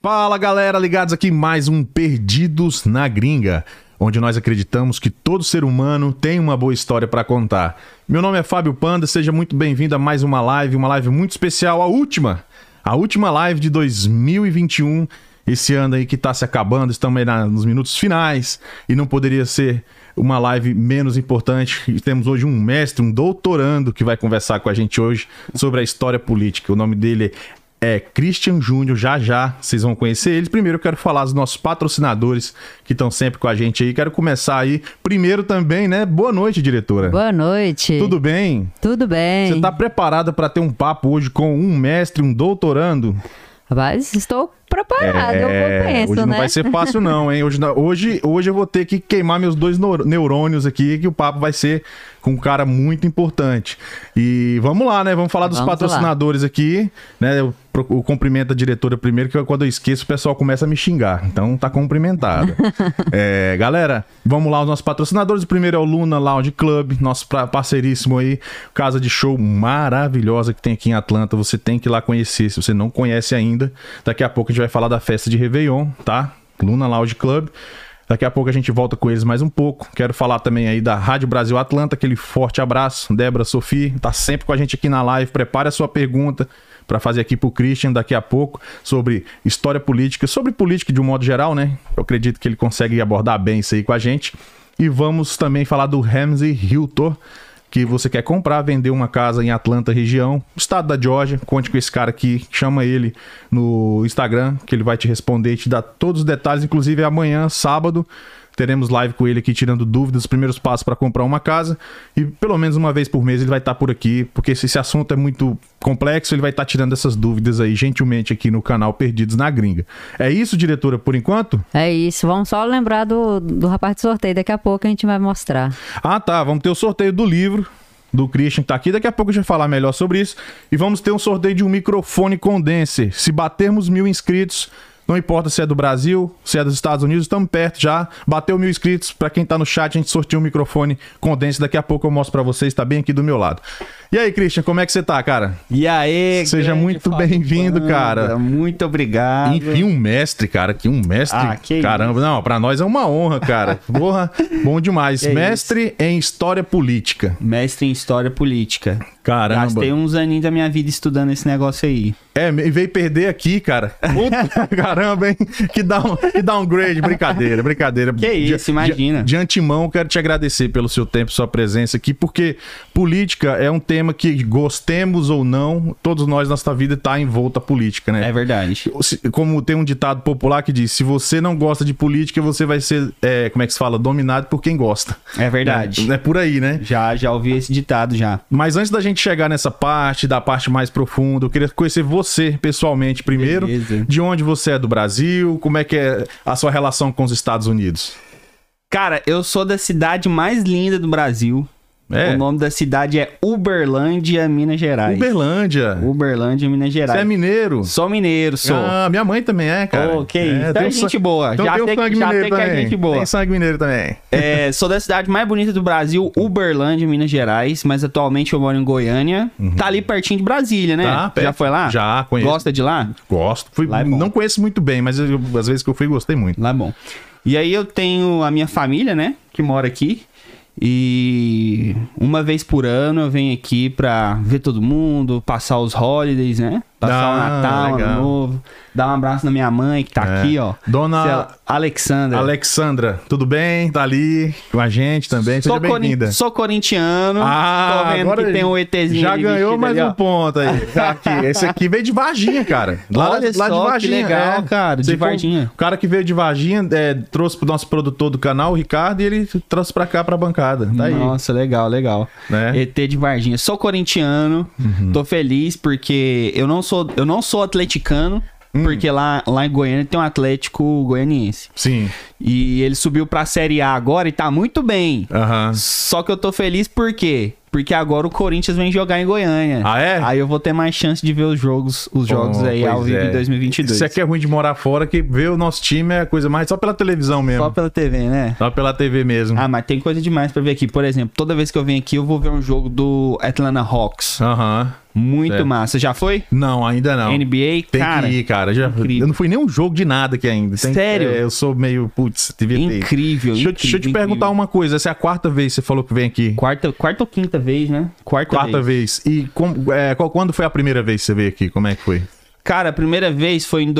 Fala galera, ligados aqui em mais um Perdidos na Gringa, onde nós acreditamos que todo ser humano tem uma boa história para contar. Meu nome é Fábio Panda, seja muito bem-vindo a mais uma live muito especial, a última live de 2021, esse ano aí que tá se acabando, estamos aí nos minutos finais e não poderia ser uma live menos importante. Temos hoje um mestre, um doutorando que vai conversar com a gente hoje sobre a história política. O nome dele é Christian Júnior, já vocês vão conhecer eles. Primeiro eu quero falar dos nossos patrocinadores que estão sempre com a gente aí. Quero começar aí, primeiro também, né? Boa noite, diretora. Boa noite. Tudo bem? Tudo bem. Você tá preparada para ter um papo hoje com um mestre, um doutorando? Rapaz, estou preparado, eu penso, hoje não né? vai ser fácil não, hein? Hoje eu vou ter que queimar meus dois neurônios aqui, que o papo vai ser com um cara muito importante. E vamos lá, né? Vamos falar dos patrocinadores aqui, né? Eu cumprimento a diretora primeiro, que quando eu esqueço o pessoal começa a me xingar. Então tá cumprimentada. Galera, vamos lá, os nossos patrocinadores. O primeiro é o Luna Lounge Club, nosso parceiríssimo aí, casa de show maravilhosa que tem aqui em Atlanta. Você tem que ir lá conhecer, se você não conhece ainda. Daqui a pouco a gente vai falar da festa de Réveillon, tá? Luna Lounge Club. Daqui a pouco a gente volta com eles mais um pouco. Quero falar também aí da Rádio Brasil Atlanta, aquele forte abraço. Débora, Sofia, tá sempre com a gente aqui na live. Prepare a sua pergunta para fazer aqui pro Christian daqui a pouco sobre história política, sobre política de um modo geral, né? Eu acredito que ele consegue abordar bem isso aí com a gente. E vamos também falar do Ramsey Realtor, que você quer comprar, vender uma casa em Atlanta, região, estado da Georgia. Conte com esse cara aqui, chama ele no Instagram, que ele vai te responder e te dar todos os detalhes. Inclusive amanhã, sábado, teremos live com ele aqui, tirando dúvidas, os primeiros passos para comprar uma casa. E pelo menos uma vez por mês ele vai estar por aqui, porque se esse assunto é muito complexo, ele vai estar tirando essas dúvidas aí, gentilmente, aqui no canal Perdidos na Gringa. É isso, diretora, por enquanto? É isso, vamos só lembrar do rapaz de sorteio, daqui a pouco a gente vai mostrar. Ah, tá, vamos ter o sorteio do livro do Christian que tá aqui, daqui a pouco a gente vai falar melhor sobre isso. E vamos ter um sorteio de um microfone condenser. Se batermos 1000 inscritos, não importa se é do Brasil, se é dos Estados Unidos, estamos perto já. Bateu 1000 inscritos, para quem tá no chat, a gente sorteia um microfone condenser. Daqui a pouco eu mostro para vocês, tá bem aqui do meu lado. E aí, Christian, como é que você tá, cara? E aí, seja muito bem-vindo, cara. Muito obrigado. Enfim, um mestre, cara, que um mestre. Que caramba, isso. Não, pra nós é uma honra, cara. Porra, bom demais. Mestre em História Política. Mestre em História Política. Caramba. Gastei uns aninhos da minha vida estudando esse negócio aí. E veio perder aqui, cara. Puta, caramba, hein? Que downgrade. Brincadeira. Que isso, imagina. De antemão, quero te agradecer pelo seu tempo, sua presença aqui, porque política é um tema que, gostemos ou não, todos nós, nossa vida tá envolta a política, né? É verdade. Como tem um ditado popular que diz, se você não gosta de política, você vai ser, como é que se fala? Dominado por quem gosta. É verdade. É por aí, né? Já ouvi esse ditado, já. Mas antes da gente chegar nessa parte, da parte mais profunda, eu queria conhecer você pessoalmente primeiro. Beleza. De onde você é do Brasil? Como é que é a sua relação com os Estados Unidos? Cara, eu sou da cidade mais linda do Brasil. O nome da cidade é Uberlândia, Minas Gerais. Uberlândia, Minas Gerais. Você é mineiro? Sou mineiro, sou. Ah, minha mãe também é, cara. Ok, então é gente boa. Então já tem sangue mineiro também. É gente boa. Tem sangue mineiro também. Sou da cidade mais bonita do Brasil, Uberlândia, Minas Gerais, mas atualmente eu moro em Goiânia. Tá ali pertinho de Brasília, né? Tá, já foi lá? Já, conheço. Gosta de lá? Gosto. Não conheço muito bem, mas às vezes que eu fui, gostei muito. Lá é bom. E aí eu tenho a minha família, né? Que mora aqui. E uma vez por ano eu venho aqui pra ver todo mundo, passar os holidays, né? Passar o Natal, Ano Novo. Dar um abraço na minha mãe que tá aqui, ó. Dona Alexandra, tudo bem? Tá ali com a gente também. Seja bem-vinda. Sou corintiano. Tô vendo agora que tem um ETzinho. Já ganhou mais ali, um ponto aí. Esse aqui veio de Varginha, cara. Lá de Varginha. Que legal, cara. De Varginha. O cara que veio de Varginha trouxe pro nosso produtor do canal, o Ricardo, e ele trouxe pra cá, pra bancada. Tá aí. Nossa, legal. Né? ET de Varginha. Sou corintiano. Tô feliz porque eu não sou atleticano. Porque lá em Goiânia tem um Atlético Goianiense. Sim. E ele subiu pra Série A agora e tá muito bem. Uhum. Só que eu tô feliz por quê? Porque agora o Corinthians vem jogar em Goiânia. Ah, é? Aí eu vou ter mais chance de ver os jogos aí ao vivo em 2022. Isso aqui é ruim de morar fora, que ver o nosso time é coisa mais só pela televisão mesmo. Só pela TV, né? Só pela TV mesmo. Ah, mas tem coisa demais pra ver aqui. Por exemplo, toda vez que eu venho aqui, eu vou ver um jogo do Atlanta Hawks. Aham. Muito massa. Já foi? Não, ainda não. NBA, tem cara. Que ir, cara. Eu não fui nem um jogo de nada aqui ainda. Sério? Eu sou meio, putz, devia ter. Incrível. Deixa eu te perguntar uma coisa. Essa é a quarta vez que você falou que vem aqui? Quarta ou quinta vez, né? Quarta vez. E quando foi a primeira vez que você veio aqui? Como é que foi? Cara, a primeira vez foi em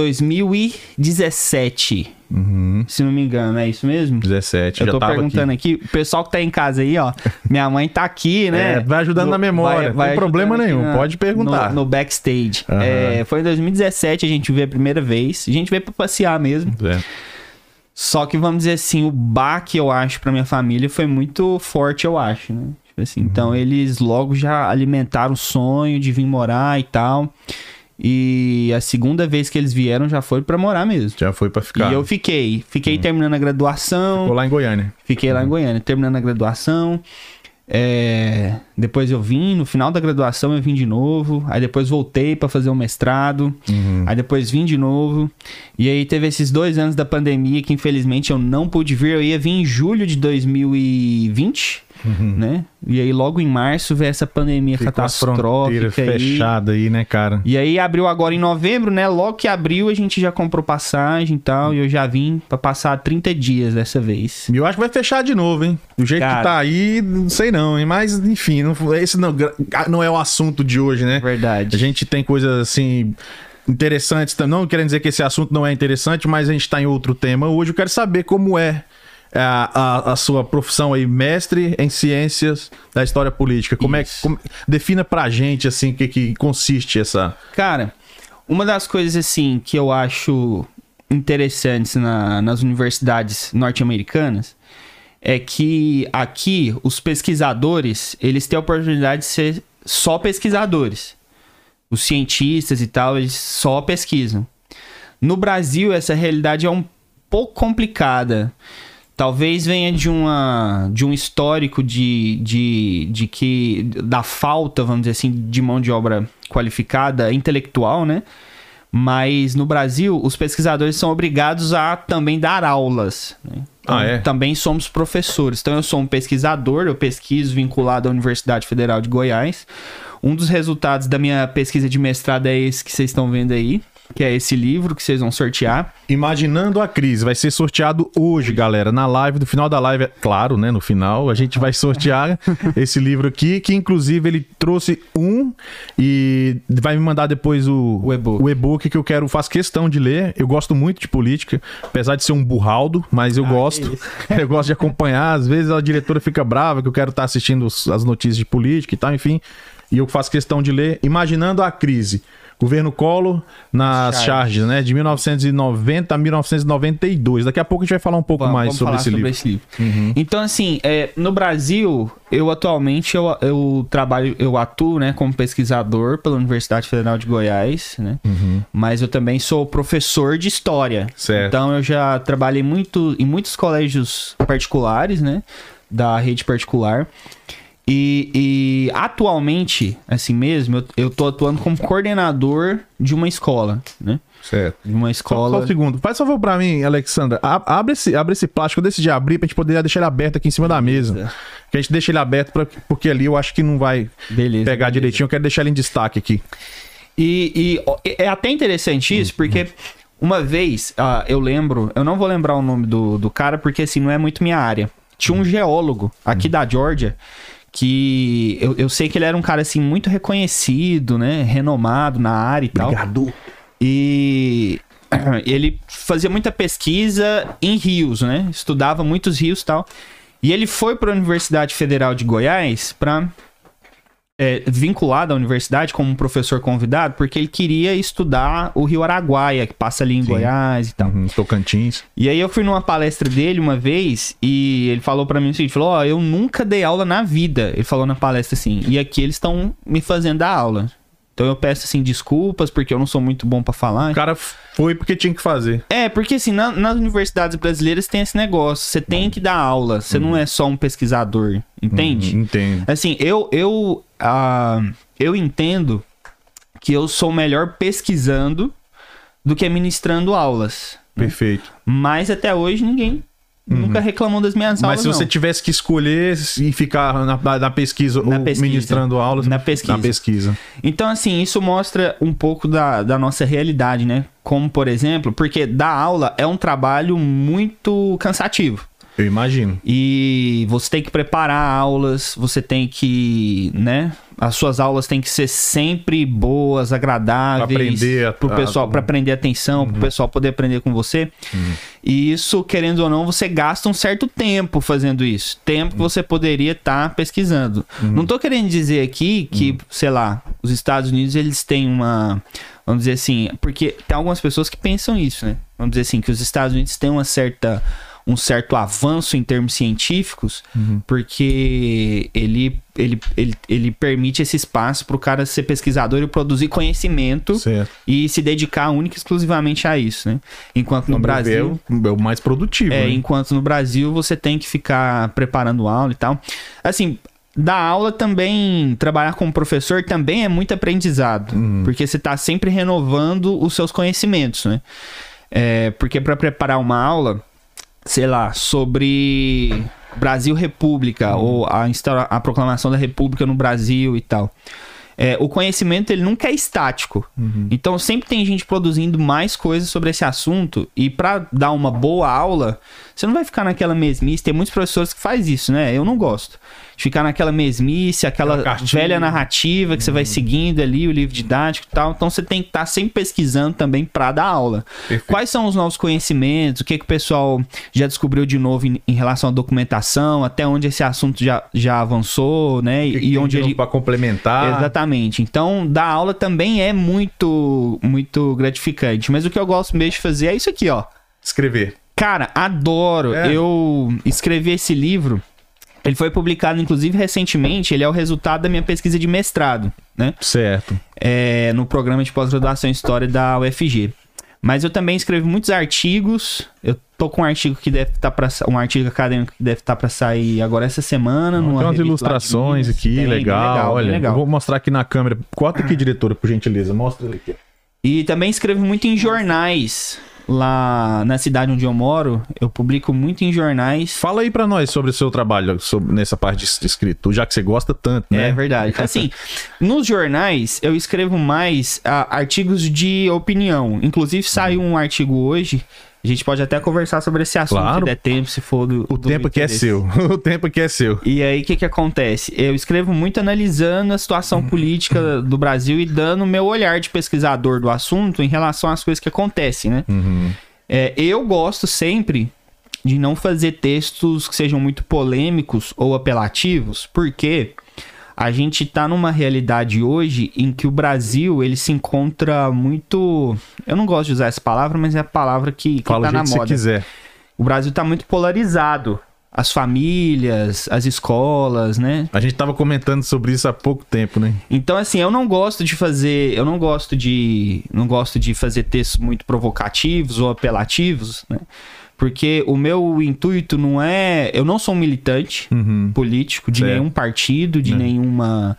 2017. Se não me engano, é isso mesmo? 17, eu já tô tava perguntando aqui. O pessoal que tá em casa aí, ó. Minha mãe tá aqui, né? Vai ajudando na memória. Não tem problema nenhum, pode perguntar. No backstage. Foi em 2017, a gente veio a primeira vez. A gente veio pra passear mesmo. Só que, vamos dizer assim, o baque, eu acho, pra minha família foi muito forte, eu acho, né? Tipo assim, então eles logo já alimentaram o sonho de vir morar e tal. E a segunda vez que eles vieram já foi pra morar mesmo. Já foi pra ficar. E eu fiquei terminando a graduação. Ficou lá em Goiânia. Fiquei lá em Goiânia, terminando a graduação. Depois eu vim, no final da graduação eu vim de novo. Aí depois voltei pra fazer o mestrado. Aí depois vim de novo. E aí teve esses 2 anos da pandemia que infelizmente eu não pude vir. Eu ia vir em julho de 2020. Né? E aí logo em março veio essa pandemia catastrófica fechada aí, né, cara? E aí abriu agora em novembro, né? Logo que abriu a gente já comprou passagem e tal, e eu já vim pra passar 30 dias dessa vez. E eu acho que vai fechar de novo, hein? Do jeito que tá aí, não sei não, hein? Mas enfim, esse não é o assunto de hoje, né? Verdade. A gente tem coisas assim interessantes, não querendo dizer que esse assunto não é interessante, mas a gente tá em outro tema. Hoje eu quero saber como é a sua profissão aí, mestre em ciências da história política. Defina pra gente, assim, o que consiste essa... Cara, uma das coisas, assim, que eu acho interessantes nas universidades norte-americanas é que aqui os pesquisadores, eles têm a oportunidade de ser só pesquisadores. Os cientistas e tal, eles só pesquisam. No Brasil, essa realidade é um pouco complicada. Talvez venha de um histórico da falta, vamos dizer assim, de mão de obra qualificada, intelectual, né? Mas no Brasil, os pesquisadores são obrigados a também dar aulas, né? Então, também somos professores. Então eu sou um pesquisador, eu pesquiso vinculado à Universidade Federal de Goiás. Um dos resultados da minha pesquisa de mestrado é esse que vocês estão vendo aí, que é esse livro que vocês vão sortear. Imaginando a Crise, vai ser sorteado hoje, galera, na live, no final da live, claro, né, no final, a gente vai sortear esse livro aqui, que inclusive ele trouxe e vai me mandar depois o e-book que eu faço questão de ler. Eu gosto muito de política, apesar de ser um burraldo, mas eu gosto. Eu gosto de acompanhar, às vezes a diretora fica brava que eu quero estar assistindo as notícias de política e tal, enfim, e eu faço questão de ler. Imaginando a Crise. Governo Collor nas charges, né? De 1990 a 1992. Daqui a pouco a gente vai falar um pouco mais sobre esse livro. Então, assim, no Brasil, eu atualmente eu atuo, né, como pesquisador pela Universidade Federal de Goiás, né? Mas eu também sou professor de história. Certo. Então, eu já trabalhei em muitos colégios particulares, né? Da rede particular. E atualmente, assim mesmo, eu tô atuando como coordenador de uma escola, né? Certo. De uma escola... Só um segundo. Faz favor pra mim, Alexandra. Abre esse plástico. Eu decidi abrir pra gente poder deixar ele aberto aqui em cima da mesa. Que a gente deixa ele aberto porque ali eu acho que não vai pegar direitinho. Eu quero deixar ele em destaque aqui. E é até interessante isso, porque uma vez, eu lembro... Eu não vou lembrar o nome do cara, porque assim, não é muito minha área. Tinha um geólogo aqui da Geórgia que eu sei que ele era um cara, assim, muito reconhecido, né? Renomado na área e tal. Obrigado. E ele fazia muita pesquisa em rios, né? Estudava muitos rios e tal. E ele foi para a Universidade Federal de Goiás para... vinculado à universidade como um professor convidado, porque ele queria estudar o Rio Araguaia, que passa ali em Goiás e tal. Tocantins. E aí eu fui numa palestra dele uma vez e ele falou pra mim o seguinte, falou, eu nunca dei aula na vida. Ele falou na palestra assim, e aqui eles estão me fazendo dar aula. Então eu peço, assim, desculpas, porque eu não sou muito bom pra falar. O cara foi porque tinha que fazer. Porque, assim, nas universidades brasileiras tem esse negócio. Você tem que dar aula. Você não é só um pesquisador. Entende? Entendo. Assim, eu entendo que eu sou melhor pesquisando do que ministrando aulas. Perfeito. Mas até hoje ninguém nunca reclamou das minhas aulas, Mas se você tivesse que escolher e ficar na pesquisa ou ministrando aulas... Na pesquisa. Então, assim, isso mostra um pouco da nossa realidade, né? Como, por exemplo, porque dar aula é um trabalho muito cansativo. Eu imagino. E você tem que preparar aulas, você tem que, né? As suas aulas têm que ser sempre boas, agradáveis. Para aprender pro pessoal, para prender atenção, pro pessoal poder aprender com você. E isso, querendo ou não, você gasta um certo tempo fazendo isso. Tempo que você poderia estar pesquisando. Não tô querendo dizer aqui que, sei lá, os Estados Unidos, eles têm uma... Vamos dizer assim, porque tem algumas pessoas que pensam isso, né? Vamos dizer assim, que os Estados Unidos têm um certo avanço em termos científicos, porque ele permite esse espaço para o cara ser pesquisador e produzir conhecimento e se dedicar única e exclusivamente a isso, né? Enquanto no Brasil... É o mais produtivo, né? Enquanto no Brasil você tem que ficar preparando aula e tal. Assim... Dar aula também, trabalhar como professor também é muito aprendizado, porque você está sempre renovando os seus conhecimentos, né? Porque para preparar uma aula, sei lá, sobre Brasil República ou a proclamação da República no Brasil e tal, o conhecimento ele nunca é estático. Então sempre tem gente produzindo mais coisas sobre esse assunto e para dar uma boa aula, você não vai ficar naquela mesmice. Tem muitos professores que faz isso, né? Eu não gosto. De ficar naquela mesmice, aquela velha narrativa que você vai seguindo ali, o livro didático e tal. Então você tem que estar sempre pesquisando também para dar aula. Perfeito. Quais são os novos conhecimentos, o que o pessoal já descobriu de novo em relação à documentação, até onde esse assunto já avançou, né? E onde ele... Para complementar. Exatamente. Então, dar aula também é muito, muito gratificante. Mas o que eu gosto mesmo de fazer é isso aqui, ó. Escrever. Cara, adoro. Eu escrevi esse livro. Ele foi publicado, inclusive, recentemente. Ele é o resultado da minha pesquisa de mestrado, né? Certo. No programa de pós-graduação em História da UFG. Mas eu também escrevo muitos artigos. Eu tô com um artigo que deve estar um artigo acadêmico que deve estar para sair agora essa semana. Tem umas ilustrações aqui, legal. Olha, legal. Eu vou mostrar aqui na câmera. Corta aqui, diretora, por gentileza. Mostra ele aqui. E também escrevo muito em jornais. Lá na cidade onde eu moro, eu publico muito em jornais. Fala aí pra nós sobre o seu trabalho, nessa parte de escrito, já que você gosta tanto, né? É verdade. Assim, nos jornais, eu escrevo mais artigos de opinião. Inclusive, saiu um artigo hoje. A gente pode até conversar sobre esse assunto, claro. Se der tempo, se for o tempo que é seu. O tempo que é seu. E aí, o que acontece? Eu escrevo muito analisando a situação política do Brasil e dando o meu olhar de pesquisador do assunto em relação às coisas que acontecem, né? Eu gosto sempre de não fazer textos que sejam muito polêmicos ou apelativos, porque... A gente tá numa realidade hoje em que o Brasil, ele se encontra muito... Eu não gosto de usar essa palavra, mas é a palavra que tá na moda. Fala o jeito que você quiser. O Brasil tá muito polarizado. As famílias, as escolas, né? A gente tava comentando sobre isso há pouco tempo, né? Então, assim, eu não gosto de fazer... Eu não gosto de fazer textos muito provocativos ou apelativos, né? Porque o meu intuito não é... Eu não sou um militante político de nenhum partido, de nenhuma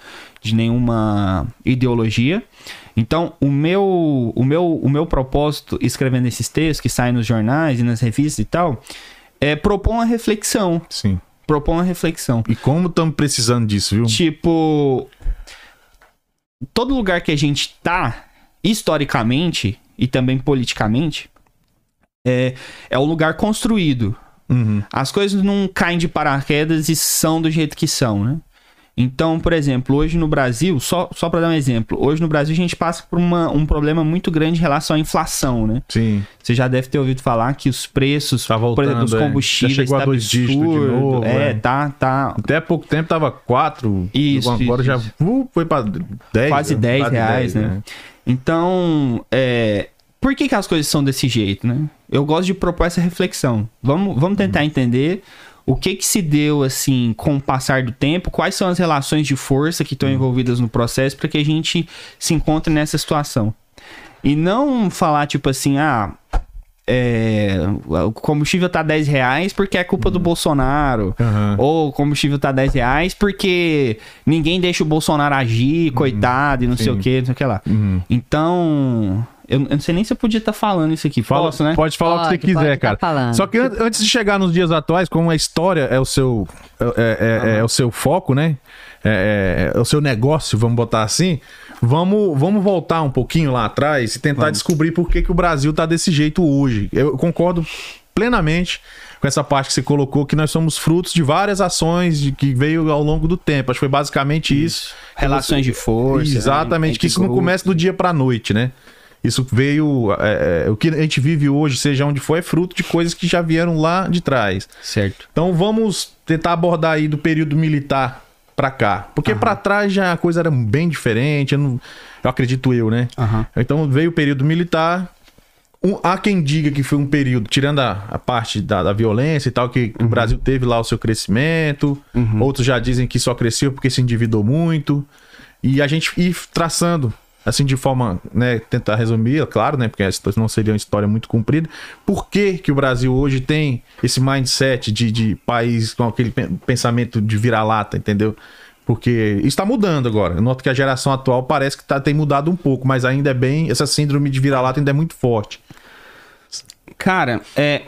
ideologia. Então, o meu propósito, escrevendo esses textos que saem nos jornais e nas revistas e tal, é propor uma reflexão. Sim. Propor uma reflexão. E como estamos precisando disso, viu? Tipo... Todo lugar que a gente tá, historicamente e também politicamente... É um lugar construído. As coisas não caem de paraquedas e são do jeito que são, né? Então, por exemplo, hoje no Brasil, só para dar um exemplo, hoje no Brasil a gente passa por um problema muito grande em relação à inflação, né? Sim. Você já deve ter ouvido falar que os preços, por exemplo, dos combustíveis, já chegou a 2 dígitos de novo. Tá. Até há pouco tempo tava 4, agora já foi para 10. Quase 10 reais, né? Então, por que as coisas são desse jeito, né? Eu gosto de propor essa reflexão. Vamos tentar entender o que se deu, assim, com o passar do tempo, quais são as relações de força que estão envolvidas no processo para que a gente se encontre nessa situação. E não falar, tipo assim, o combustível tá 10 reais porque é culpa do Bolsonaro. Ou o combustível tá 10 reais porque ninguém deixa o Bolsonaro agir, coitado, e não sei o que lá. Então, Eu não sei nem se eu podia estar falando isso aqui. Posso, né? Pode falar o que você quiser, cara. Só que antes de chegar nos dias atuais, como a história é o seu, é o seu foco, né? É o seu negócio, vamos botar assim. Vamos voltar um pouquinho lá atrás e tentar descobrir por que o Brasil tá desse jeito hoje. Eu concordo plenamente com essa parte que você colocou, que nós somos frutos de várias ações que veio ao longo do tempo. Acho que foi basicamente isso. Relações de força. Exatamente, né? Que isso não começa do dia pra noite, né? Isso veio... o que a gente vive hoje, seja onde for, é fruto de coisas que já vieram lá de trás. Certo. Então vamos tentar abordar aí do período militar pra cá. Porque pra trás já a coisa era bem diferente, eu acredito né? Então veio o período militar... Há quem diga que foi um período, tirando a parte da violência e tal, que o Brasil teve lá o seu crescimento. Outros já dizem que só cresceu porque se endividou muito. E a gente ir traçando, assim, de forma, né, tentar resumir, claro, né, porque não seria uma história muito comprida. Por que o Brasil hoje tem esse mindset de país com aquele pensamento de vira-lata, entendeu? Porque isso está mudando agora. Eu noto que a geração atual parece que tem mudado um pouco, mas ainda é bem... Essa síndrome de vira-lata ainda é muito forte. Cara,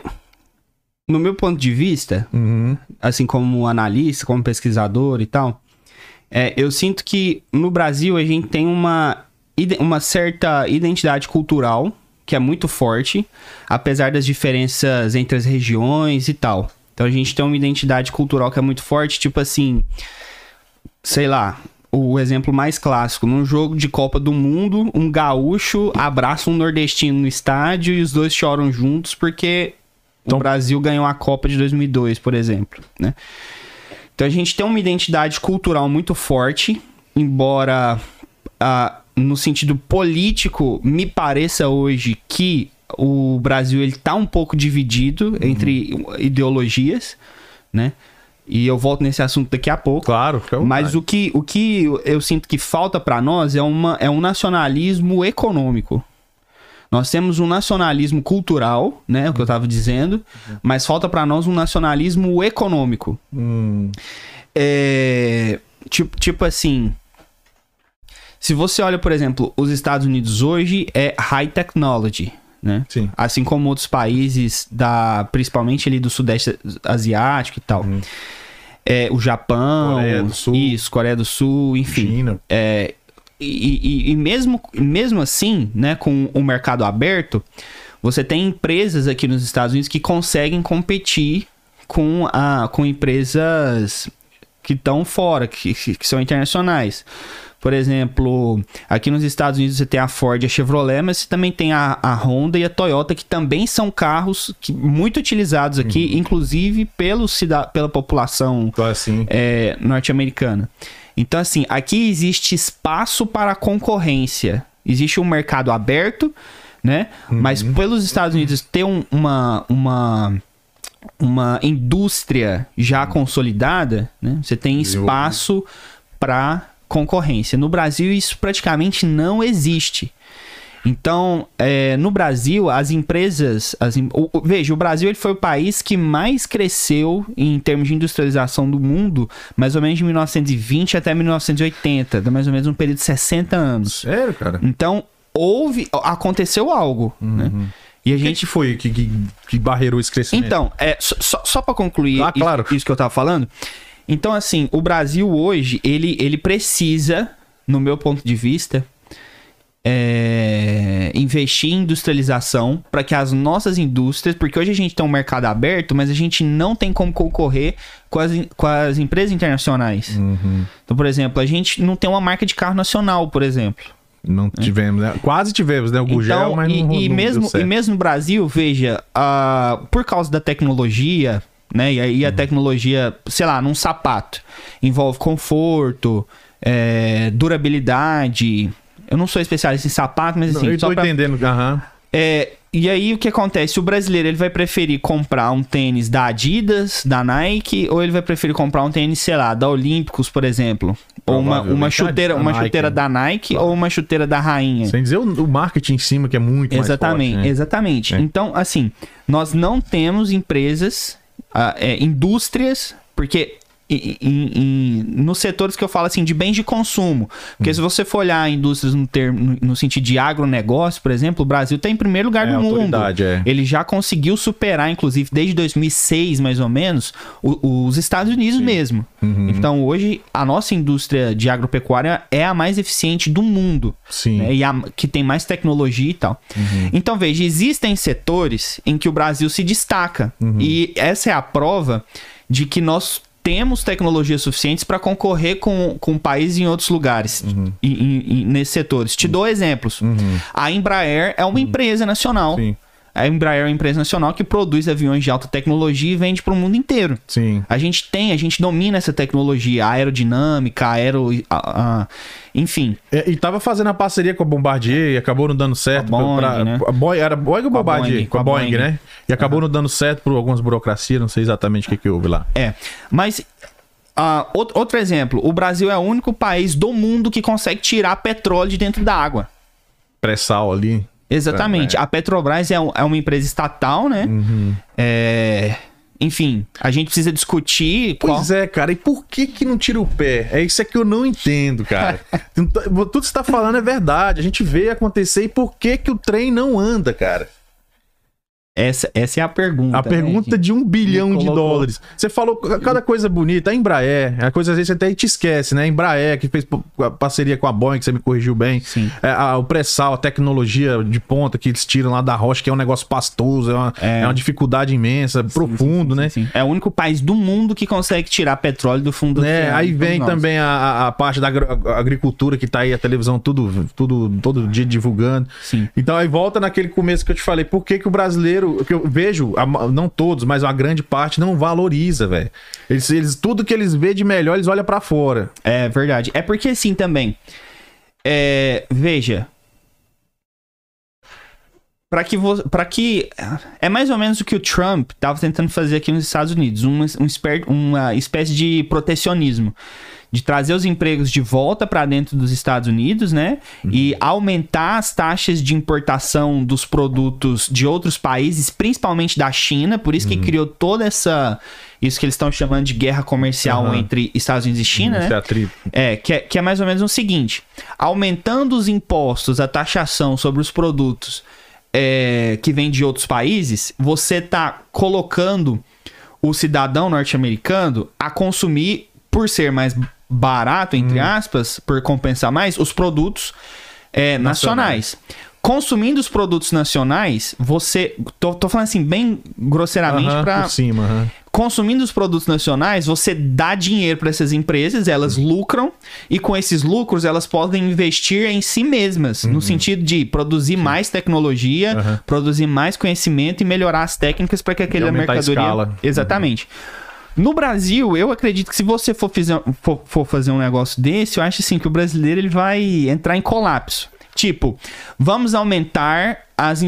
no meu ponto de vista, assim como analista, como pesquisador e tal, eu sinto que no Brasil a gente tem uma certa identidade cultural que é muito forte, apesar das diferenças entre as regiões e tal. Então a gente tem uma identidade cultural que é muito forte, tipo assim... Sei lá, o exemplo mais clássico, num jogo de Copa do Mundo, um gaúcho abraça um nordestino no estádio e os dois choram juntos porque o Brasil ganhou a Copa de 2002, por exemplo, né? Então a gente tem uma identidade cultural muito forte, embora no sentido político me pareça hoje que o Brasil ele tá um pouco dividido entre ideologias, né? E eu volto nesse assunto daqui a pouco. Claro. Mas o que eu sinto que falta para nós é um nacionalismo econômico. Nós temos um nacionalismo cultural, né? O que eu tava dizendo. Mas falta para nós um nacionalismo econômico. Tipo assim... Se você olha, por exemplo, os Estados Unidos hoje é high technology, né? Sim. Assim como outros países, principalmente ali do Sudeste Asiático e tal. O Japão, Coreia do Sul. Isso, Coreia do Sul, enfim. China. E mesmo assim, né, com o mercado aberto, você tem empresas aqui nos Estados Unidos que conseguem competir com empresas que estão fora, que são internacionais. Por exemplo, aqui nos Estados Unidos você tem a Ford e a Chevrolet, mas você também tem a Honda e a Toyota, que também são carros muito utilizados aqui, inclusive pela população norte-americana. Então, assim, aqui existe espaço para concorrência. Existe um mercado aberto, né? Mas pelos Estados Unidos ter uma indústria já consolidada, né? Você tem espaço para concorrência. No Brasil, isso praticamente não existe. Então, no Brasil, as empresas... Veja, o Brasil ele foi o país que mais cresceu em termos de industrialização do mundo, mais ou menos de 1920 até 1980, mais ou menos um período de 60 anos. Sério, cara? Então, aconteceu algo, né? E a gente foi que barreirou esse crescimento? Então, só para concluir claro. isso que eu tava falando... Então, assim, o Brasil hoje, ele precisa, no meu ponto de vista, investir em industrialização para que as nossas indústrias... Porque hoje a gente tem um mercado aberto, mas a gente não tem como concorrer com as empresas internacionais. Então, por exemplo, a gente não tem uma marca de carro nacional, por exemplo. Não tivemos, né? Quase tivemos, né? O Gugel, mas não deu certo. E mesmo no Brasil, veja, por causa da tecnologia... Né? E aí a tecnologia, sei lá, num sapato envolve conforto, durabilidade. Eu não sou especialista em sapato, mas assim... Eu tô entendendo, E aí o que acontece? O brasileiro ele vai preferir comprar um tênis da Adidas, da Nike, ou ele vai preferir comprar um tênis, sei lá, da Olímpicos, por exemplo. Ou uma chuteira da Nike, ou uma chuteira da Rainha. Sem dizer o marketing em cima, que é muito mais forte, né? Exatamente. Então, assim, nós não temos empresas... indústrias, porque nos setores que eu falo assim, de bens de consumo. Porque se você for olhar indústrias no sentido de agronegócio, por exemplo, o Brasil está em primeiro lugar do mundo. Ele já conseguiu superar, inclusive, desde 2006, mais ou menos, os Estados Unidos mesmo. Então, hoje, a nossa indústria de agropecuária é a mais eficiente do mundo. Né? E que tem mais tecnologia e tal. Então, veja, existem setores em que o Brasil se destaca. E essa é a prova de que nós temos tecnologias suficientes para concorrer com países em outros lugares, nesses setores. Te dou exemplos. A Embraer é uma empresa nacional. A Embraer é uma empresa nacional que produz aviões de alta tecnologia e vende para o mundo inteiro. A gente domina essa tecnologia, a aerodinâmica, enfim. E tava fazendo a parceria com a Bombardier e acabou não dando certo. Né? Era Boeing ou Bombardier? Com a Boeing, né? E acabou não dando certo por algumas burocracias, não sei exatamente o que houve lá. Mas... outro exemplo, o Brasil é o único país do mundo que consegue tirar petróleo de dentro da água. Pré-sal ali. Exatamente. A Petrobras é uma empresa estatal, né? Enfim, a gente precisa discutir... Pois é, cara. E por que não tira o pé? É isso que eu não entendo, cara. Tudo que você tá falando é verdade. A gente vê acontecer. E por que o trem não anda, cara? Essa é a pergunta. A pergunta de $1 bilhão de dólares. Você falou cada coisa bonita. A Embraer, a coisa às vezes você até te esquece, né? A Embraer, que fez parceria com a Boeing, que você me corrigiu bem. O pré-sal, a tecnologia de ponta que eles tiram lá da rocha, que é um negócio pastoso, é uma dificuldade imensa, profundo, né? É o único país do mundo que consegue tirar petróleo do fundo do oceano. Aí vem também a parte da agricultura, que tá aí a televisão todo dia divulgando. Então aí volta naquele começo que eu te falei. Por que o brasileiro, que eu vejo, não todos, mas uma grande parte não valoriza, velho. Tudo que eles vê de melhor, eles olham pra fora. É verdade. É porque assim também, veja, para que é mais ou menos o que o Trump tava tentando fazer aqui nos Estados Unidos, uma espécie de protecionismo, de trazer os empregos de volta para dentro dos Estados Unidos, né? E aumentar as taxas de importação dos produtos de outros países, principalmente da China. Por isso que criou toda isso que eles estão chamando de guerra comercial entre Estados Unidos e China, né? Que é mais ou menos o seguinte: aumentando os impostos, a taxação sobre os produtos que vêm de outros países, você tá colocando o cidadão norte-americano a consumir, por ser mais barato, entre aspas, por compensar mais, os produtos nacionais. Consumindo os produtos nacionais, você... Tô falando assim, bem grosseiramente por cima, Consumindo os produtos nacionais, você dá dinheiro para essas empresas, elas lucram, e com esses lucros elas podem investir em si mesmas, no sentido de produzir mais tecnologia, produzir mais conhecimento e melhorar as técnicas para que aquela mercadoria... Escala. Exatamente. No Brasil, eu acredito que se você for fazer um negócio desse, eu acho assim que o brasileiro ele vai entrar em colapso. Tipo, vamos aumentar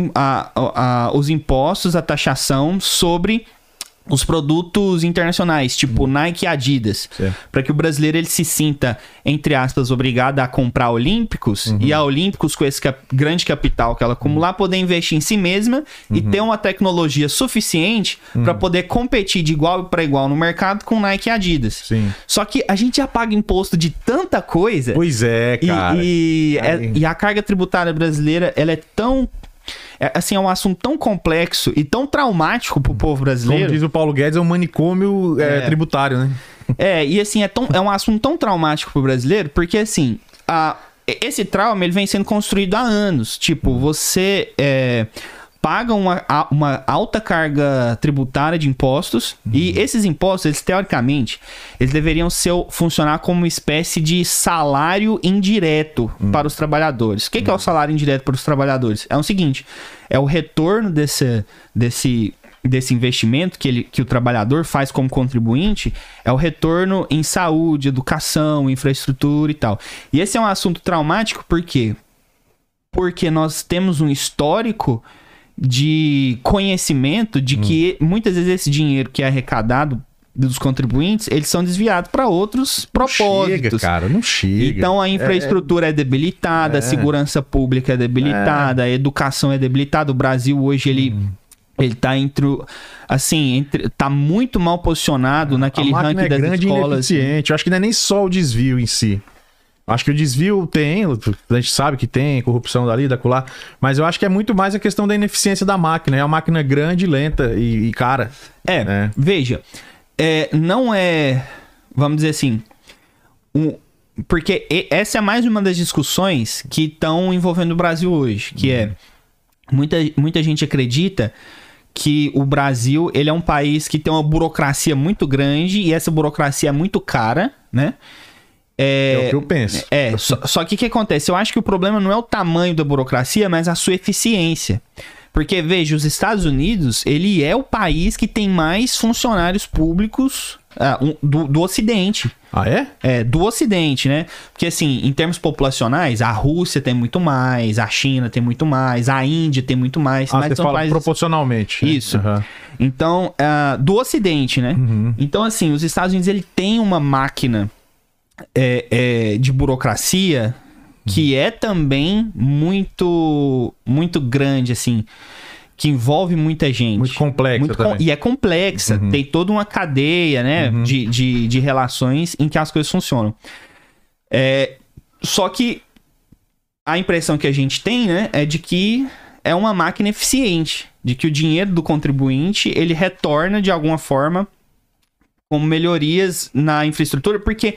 os impostos, a taxação sobre os produtos internacionais, tipo Nike e Adidas, para que o brasileiro ele se sinta, entre aspas, obrigado a comprar Olímpicos, e a Olímpicos, com esse grande capital que ela acumular, poder investir em si mesma e ter uma tecnologia suficiente para poder competir de igual para igual no mercado com Nike e Adidas. Só que a gente já paga imposto de tanta coisa. Pois é, cara. E a carga tributária brasileira, ela é tão... é um assunto tão complexo e tão traumático pro povo brasileiro. Como diz o Paulo Guedes, é um manicômio tributário, né? E assim, é um assunto tão traumático pro brasileiro, porque assim, esse trauma ele vem sendo construído há anos. Tipo, você paga uma alta carga tributária de impostos, e esses impostos, eles teoricamente, eles deveriam funcionar como uma espécie de salário indireto para os trabalhadores. O que é o salário indireto para os trabalhadores? É o seguinte, é o retorno desse investimento que o trabalhador faz como contribuinte, é o retorno em saúde, educação, infraestrutura e tal. E esse é um assunto traumático, por quê? Porque nós temos um histórico de conhecimento de que muitas vezes esse dinheiro que é arrecadado dos contribuintes, eles são desviados para outros propósitos. Chega, cara, não chega. Então a infraestrutura é debilitada, a segurança pública é debilitada, a educação é debilitada. O Brasil hoje, Ele tá tá muito mal posicionado naquele ranking das grande escolas. Ineficiente. Eu acho que não é nem só o desvio em si. Acho que o desvio tem, a gente sabe que tem corrupção dali, da colar, mas eu acho que é muito mais a questão da ineficiência da máquina. É uma máquina grande, lenta e cara. Veja, não é, vamos dizer assim, porque essa é mais uma das discussões que estão envolvendo o Brasil hoje, que é, muita gente acredita que o Brasil, ele é um país que tem uma burocracia muito grande e essa burocracia é muito cara, né? É o que eu penso. Só que o que acontece? Eu acho que o problema não é o tamanho da burocracia, mas a sua eficiência. Porque, veja, os Estados Unidos, ele é o país que tem mais funcionários públicos do Ocidente. Ah, é? Do Ocidente, né? Porque, assim, em termos populacionais, a Rússia tem muito mais, a China tem muito mais, a Índia tem muito mais. Mas você fala países... proporcionalmente. Isso. Uhum. Então, do Ocidente, né? Uhum. Então, assim, os Estados Unidos, ele tem uma máquina de burocracia que é também muito grande, assim, que envolve muita gente. Muito complexa também. E é complexa. Uhum. Tem toda uma cadeia, né, de relações em que as coisas funcionam. Só que a impressão que a gente tem, né, é de que é uma máquina eficiente, de que o dinheiro do contribuinte, ele retorna de alguma forma como melhorias na infraestrutura, porque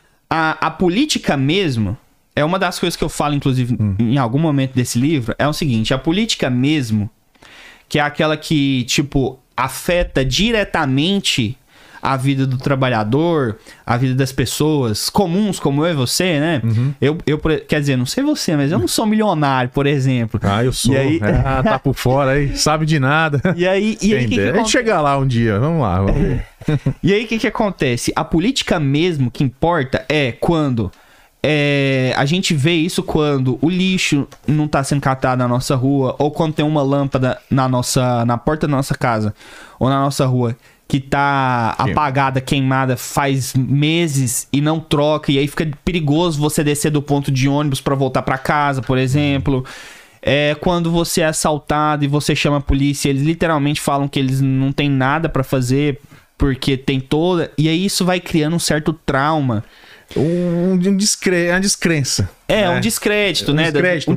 a política mesmo, é uma das coisas que eu falo, inclusive, em algum momento desse livro, é o seguinte, a política mesmo, que é aquela que, tipo, afeta diretamente a vida do trabalhador, a vida das pessoas comuns, como eu e você, né? Eu quer dizer, não sei você, mas eu não sou milionário, por exemplo. Ah, eu sou. E aí... tá por fora aí, sabe de nada. E aí que a gente chegar lá um dia, vamos lá. Vamos ver. E aí, o que acontece? A política mesmo que importa é quando... a gente vê isso quando o lixo não tá sendo catado na nossa rua, ou quando tem uma lâmpada na porta da nossa casa, ou na nossa rua, que tá apagada, queimada faz meses e não troca, e aí fica perigoso você descer do ponto de ônibus pra voltar pra casa, por exemplo. Quando você é assaltado e você chama a polícia, eles literalmente falam que eles não têm nada pra fazer, porque tem toda... E aí isso vai criando um certo trauma. Uma descrença. Um descrédito, né?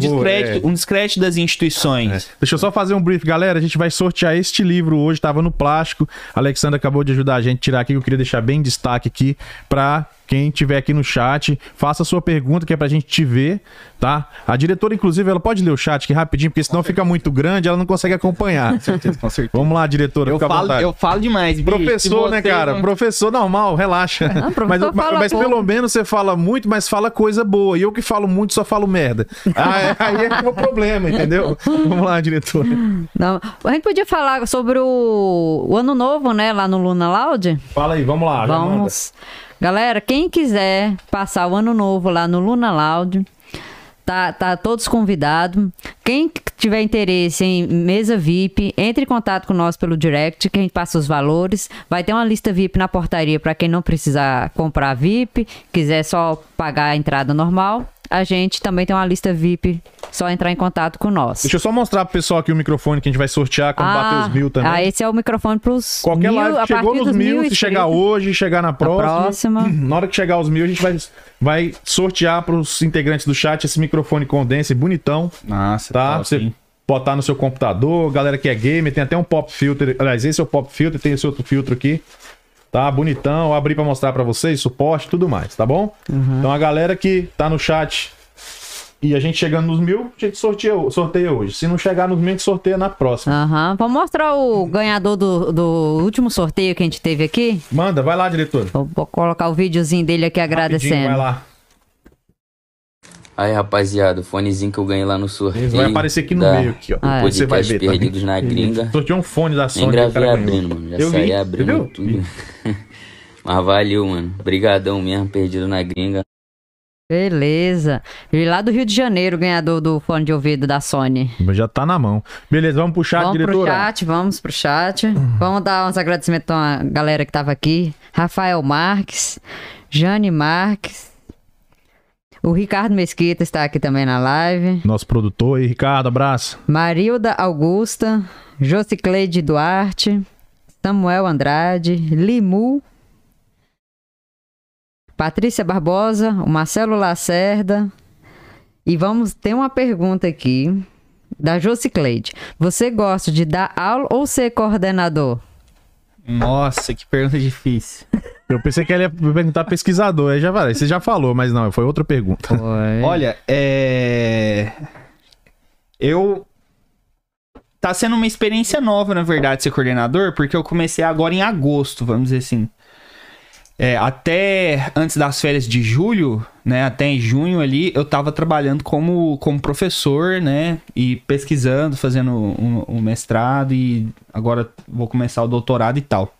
Um descrédito das instituições. Deixa eu só fazer um brief, galera. A gente vai sortear este livro hoje, tava no plástico. A Alexandra acabou de ajudar a gente a tirar aqui, que eu queria deixar bem em destaque aqui pra quem tiver aqui no chat. Faça a sua pergunta, que é pra gente te ver, tá? A diretora, inclusive, ela pode ler o chat aqui rapidinho, porque senão fica muito grande, ela não consegue acompanhar. Com certeza. Vamos lá, diretora, fica à vontade. Eu falo demais, professor, né, cara? Professor normal, relaxa. Não, mas pelo menos você fala muito, mas fala coisa boa. E eu que falo muito, só falo merda. Aí é o problema, entendeu? Vamos lá, diretora. Não, a gente podia falar sobre o Ano Novo, né? Lá no Luna Loud. Fala aí, vamos lá. Vamos. Galera, quem quiser passar o Ano Novo lá no Luna Loud, tá todos convidados. Quem tiver interesse em mesa VIP, entre em contato com nós pelo direct, que a gente passa os valores. Vai ter uma lista VIP na portaria para quem não precisar comprar VIP, quiser só pagar a entrada normal. A gente também tem uma lista VIP, só entrar em contato com nós. Deixa eu só mostrar pro pessoal aqui o microfone que a gente vai sortear quando bater os 1000 também. Esse é o microfone pros qualquer 1000, live chegou nos 1000, se chegar hoje, chegar na próxima. Na hora que chegar aos 1000, a gente vai sortear pros integrantes do chat esse microfone condense bonitão. Nossa, tá? Pra você botar no seu computador, galera que é gamer, tem até um pop filter. Aliás, esse é o pop filter, tem esse outro filtro aqui. Tá, bonitão, eu abri pra mostrar pra vocês, suporte, tudo mais, tá bom? Então a galera que tá no chat e a gente chegando nos 1000, a gente sorteia hoje. Se não chegar nos 1000, a gente sorteia na próxima. Vamos mostrar o ganhador do último sorteio que a gente teve aqui? Manda, vai lá, diretor. Vou colocar o videozinho dele aqui agradecendo. Rapidinho, vai lá. Aí, rapaziada, o fonezinho que eu ganhei lá no sorteio. Vai aparecer aqui no meio, aqui, ó. Depois você vai ver, Perdidos na Gringa. Sorteou um fone da Sony. Nem gravei abrindo, mano. Já saí abrindo tudo. Mas valeu, mano. Obrigadão mesmo, Perdido na Gringa. Beleza. E lá do Rio de Janeiro, ganhador do fone de ouvido da Sony. Já tá na mão. Beleza, vamos pro chat, diretora? Vamos pro chat. Vamos dar uns agradecimentos à galera que tava aqui. Rafael Marques, Jane Marques, O Ricardo Mesquita está aqui também na live. Nosso produtor aí, Ricardo, abraço. Marilda Augusta, Josicleide Duarte, Samuel Andrade, Limu, Patrícia Barbosa, o Marcelo Lacerda. E vamos ter uma pergunta aqui da Josicleide. Você gosta de dar aula ou ser coordenador? Nossa, que pergunta difícil. Eu pensei que ele ia perguntar pesquisador. Aí você já falou, mas não, foi outra pergunta. Foi. Olha, Tá sendo uma experiência nova, na verdade, ser coordenador, porque eu comecei agora em agosto, vamos dizer assim. Até antes das férias de julho, né, até em junho ali, eu tava trabalhando como professor, né, e pesquisando, fazendo um mestrado, e agora vou começar o doutorado e tal.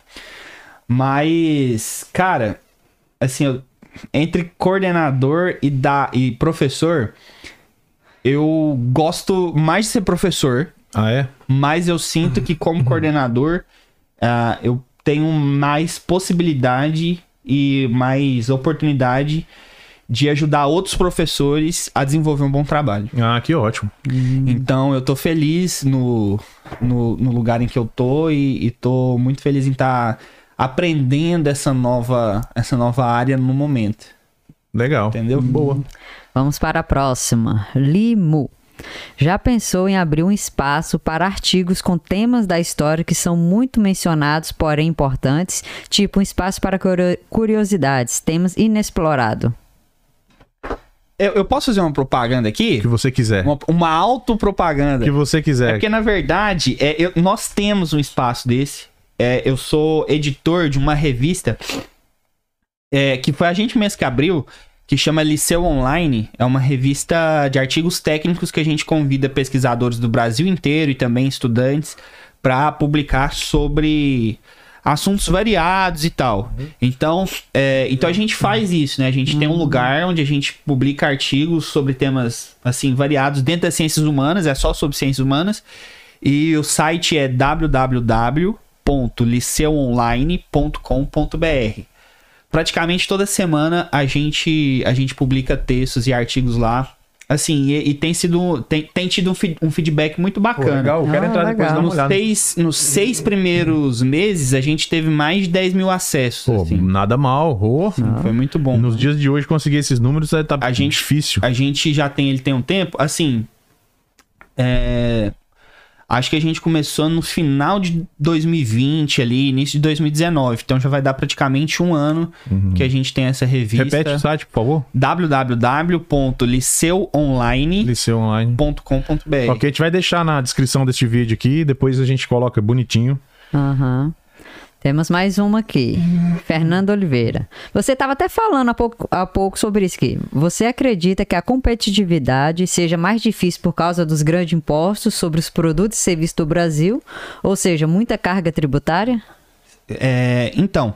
Mas, cara, assim, entre coordenador e professor, eu gosto mais de ser professor. Ah, é? Mas eu sinto que como coordenador, eu tenho mais possibilidade e mais oportunidade de ajudar outros professores a desenvolver um bom trabalho. Ah, que ótimo. Então eu tô feliz no lugar em que eu tô e tô muito feliz em estar aprendendo essa nova área no momento. Legal. Entendeu? Boa. Vamos para a próxima. Limu. Já pensou em abrir um espaço para artigos com temas da história que são muito mencionados, porém importantes, tipo um espaço para curiosidades, temas inexplorados? Eu posso fazer uma propaganda aqui? O que você quiser. Uma autopropaganda. O que você quiser. Porque, na verdade, nós temos um espaço desse. Eu sou editor de uma revista que foi a gente mesmo que abriu, que chama Liceu Online. É uma revista de artigos técnicos que a gente convida pesquisadores do Brasil inteiro e também estudantes para publicar sobre assuntos variados e tal. Então a gente faz isso, né? A gente tem um lugar onde a gente publica artigos sobre temas assim variados dentro das ciências humanas, é só sobre ciências humanas. E o site é www.liceuonline.com.br. Praticamente toda semana a gente publica textos e artigos lá. Assim, e tem tido um feedback muito bacana. Pô, legal, eu quero entrar depois dar uma olhada. Nos 6 primeiros meses, a gente teve mais de 10 mil acessos. Pô, assim. nada mal. Foi muito bom. E nos dias de hoje, conseguir esses números tá difícil. A gente já tem um tempo. Assim, acho que a gente começou no final de 2020 ali, início de 2019. Então já vai dar praticamente um ano que a gente tem essa revista. Repete o site, por favor. www.liceuonline.com.br. Ok, a gente vai deixar na descrição deste vídeo aqui, depois a gente coloca bonitinho. Aham. Temos mais uma aqui. Fernando Oliveira. Você estava até falando há pouco sobre isso aqui. Você acredita que a competitividade seja mais difícil por causa dos grandes impostos sobre os produtos e serviços do Brasil? Ou seja, muita carga tributária? Então,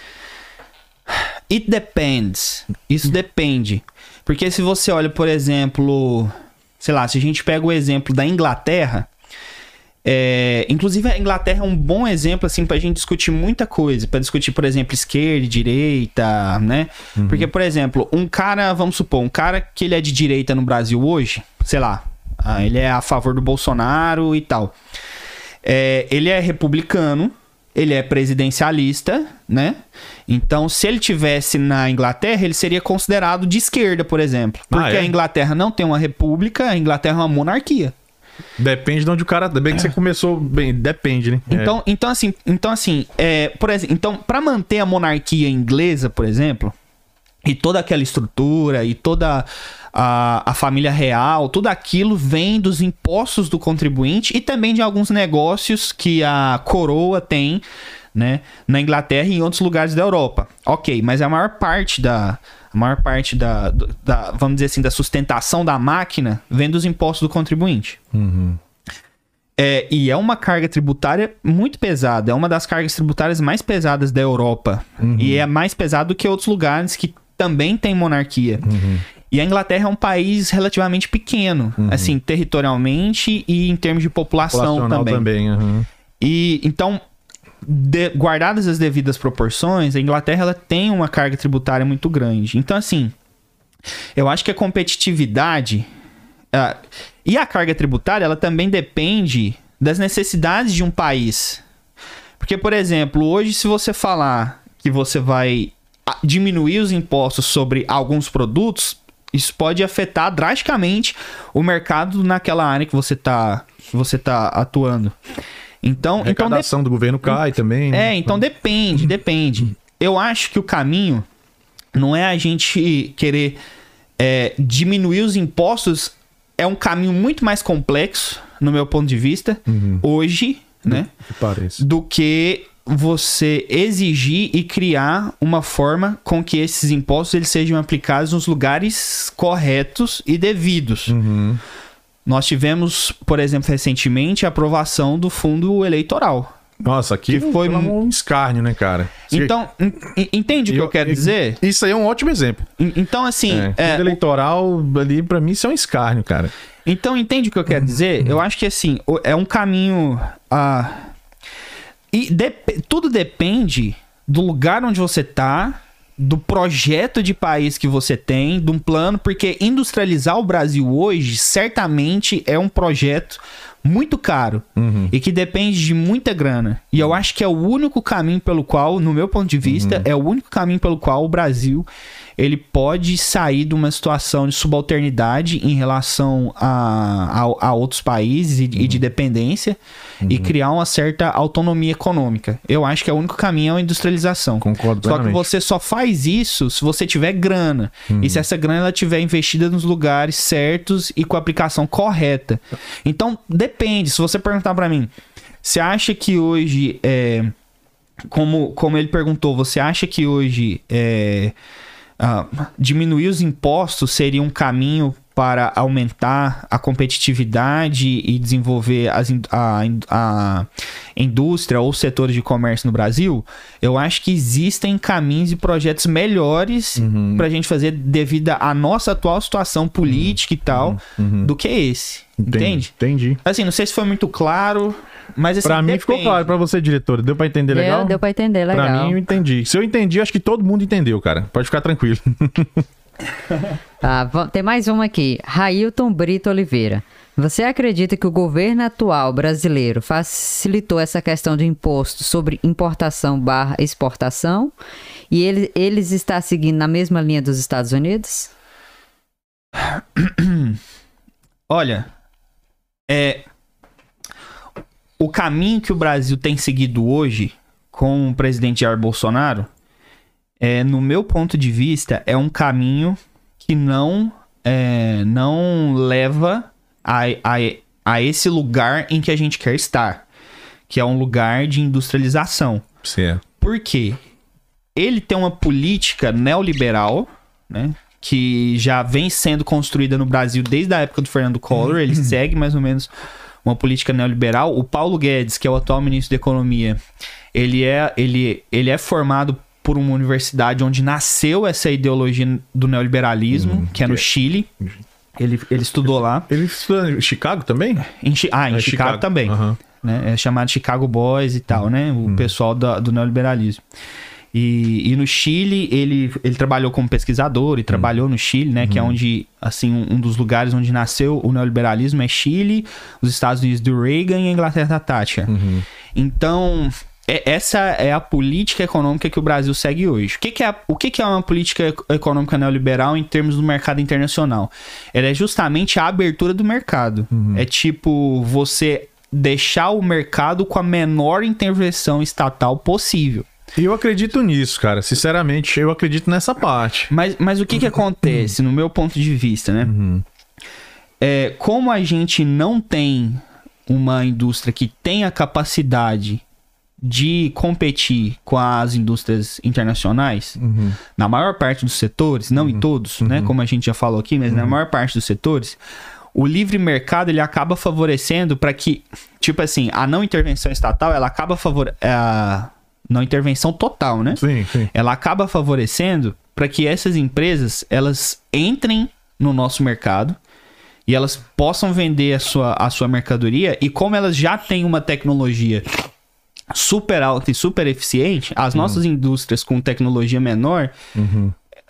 it depends. Isso depende. Porque se você olha, por exemplo, sei lá, se a gente pega o exemplo da Inglaterra, inclusive a Inglaterra é um bom exemplo assim pra gente discutir muita coisa, pra discutir, por exemplo, esquerda e direita, né? Porque, por exemplo, vamos supor, um cara que ele é de direita no Brasil hoje, sei lá, ele é a favor do Bolsonaro e tal, ele é republicano, ele é presidencialista, né? Então, se ele tivesse na Inglaterra, ele seria considerado de esquerda, por exemplo, porque a Inglaterra não tem uma república, a Inglaterra é uma monarquia. Depende de onde o cara... Bem que você começou bem, depende, né? Então assim, por exemplo, então, para manter a monarquia inglesa, por exemplo, e toda aquela estrutura e toda a família real, tudo aquilo vem dos impostos do contribuinte e também de alguns negócios que a coroa tem, né, na Inglaterra e em outros lugares da Europa. Ok, mas a maior parte da vamos dizer assim, da sustentação da máquina vem dos impostos do contribuinte. E é uma carga tributária muito pesada. É uma das cargas tributárias mais pesadas da Europa. E é mais pesado do que outros lugares que também tem monarquia. E a Inglaterra é um país relativamente pequeno, assim, territorialmente e em termos de população também. E então, guardadas as devidas proporções, a Inglaterra ela tem uma carga tributária muito grande. Então, assim, Eu acho que a competitividade e a carga tributária, ela também depende das necessidades de um país. Porque, por exemplo, hoje se você falar que você vai diminuir os impostos sobre alguns produtos, isso pode afetar drasticamente o mercado naquela área que você tá atuando. Então, a arrecadação do governo cai também. Né? Então depende. Eu acho que o caminho não é a gente querer diminuir os impostos, é um caminho muito mais complexo, no meu ponto de vista, hoje, né? Do que você exigir e criar uma forma com que esses impostos eles sejam aplicados nos lugares corretos e devidos. Nós tivemos, por exemplo, recentemente a aprovação do fundo eleitoral. Nossa, aqui foi um escárnio, né, cara? Então, entende o que eu quero dizer? Isso aí é um ótimo exemplo. Então, assim... fundo eleitoral, ali, pra mim, isso é um escárnio, cara. Então, entende o que eu quero dizer? Eu acho que, assim, é um caminho... tudo depende do lugar onde você tá, do projeto de país que você tem, de um plano, porque industrializar o Brasil hoje, certamente é um projeto muito caro e que depende de muita grana. E eu acho que é o único caminho pelo qual, no meu ponto de vista, é o único caminho pelo qual o Brasil ele pode sair de uma situação de subalternidade em relação a outros países e de dependência e criar uma certa autonomia econômica. Eu acho que é o único caminho é a industrialização. Concordo plenamente. Só que você só faz isso se você tiver grana. E se essa grana ela tiver investida nos lugares certos e com a aplicação correta. Então, depende. Se você perguntar pra mim, você acha que hoje, como ele perguntou, você acha que hoje diminuir os impostos seria um caminho para aumentar a competitividade e desenvolver a indústria ou setores de comércio no Brasil? Eu acho que existem caminhos e projetos melhores para a gente fazer devido à nossa atual situação política e tal, do que esse. Entende? Entendi. Assim, não sei se foi muito claro, mas assim, pra mim ficou claro. Pra você, diretora, deu pra entender legal? Deu pra entender legal. Pra mim eu entendi. Se eu entendi, acho que todo mundo entendeu, cara. Pode ficar tranquilo. Tá, tem mais uma aqui. Railton Brito Oliveira. Você acredita que o governo atual brasileiro facilitou essa questão de imposto sobre importação/exportação e eles está seguindo na mesma linha dos Estados Unidos? Olha, o caminho que o Brasil tem seguido hoje com o presidente Jair Bolsonaro, no meu ponto de vista, é um caminho que não leva a esse lugar em que a gente quer estar, que é um lugar de industrialização. Certo. Por quê? Ele tem uma política neoliberal, né, que já vem sendo construída no Brasil desde a época do Fernando Collor. Ele segue mais ou menos uma política neoliberal. O Paulo Guedes, que é o atual ministro da Economia, ele é formado por uma universidade onde nasceu essa ideologia do neoliberalismo, que é no Chile. Ele estudou lá. Ele estudou em Chicago também? Em Chicago também. Né? É chamado Chicago Boys e tal, né? O pessoal do neoliberalismo. E no Chile, ele trabalhou como pesquisador e trabalhou no Chile, né? Que é onde, assim, um dos lugares onde nasceu o neoliberalismo é Chile, os Estados Unidos do Reagan e a Inglaterra da Thatcher. Então, essa é a política econômica que o Brasil segue hoje. O que é uma política econômica neoliberal em termos do mercado internacional? Ela é justamente a abertura do mercado. É tipo, você deixar o mercado com a menor intervenção estatal possível. Eu acredito nisso, cara. Sinceramente, eu acredito nessa parte. Mas o que acontece, no meu ponto de vista, né? Como a gente não tem uma indústria que tenha capacidade de competir com as indústrias internacionais, na maior parte dos setores, não em todos, né? Como a gente já falou aqui, mas na maior parte dos setores, o livre mercado, ele acaba favorecendo para que, tipo assim, a não intervenção estatal, ela acaba não intervenção total, né? Sim. Ela acaba favorecendo para que essas empresas, elas entrem no nosso mercado e elas possam vender a sua mercadoria, e como elas já têm uma tecnologia super alta e super eficiente, as nossas indústrias com tecnologia menor,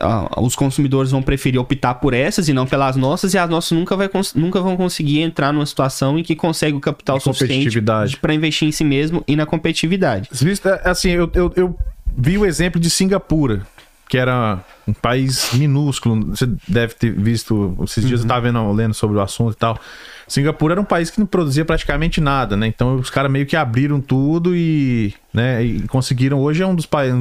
os consumidores vão preferir optar por essas e não pelas nossas, e as nossas nunca vão conseguir entrar numa situação em que consegue o capital suficiente para investir em si mesmo e na competitividade. Assim, eu vi o exemplo de Singapura, que era um país minúsculo. Você deve ter visto, esses dias eu estava lendo sobre o assunto e tal. Singapura era um país que não produzia praticamente nada, né? Então os caras meio que abriram tudo e conseguiram. Hoje é um dos países,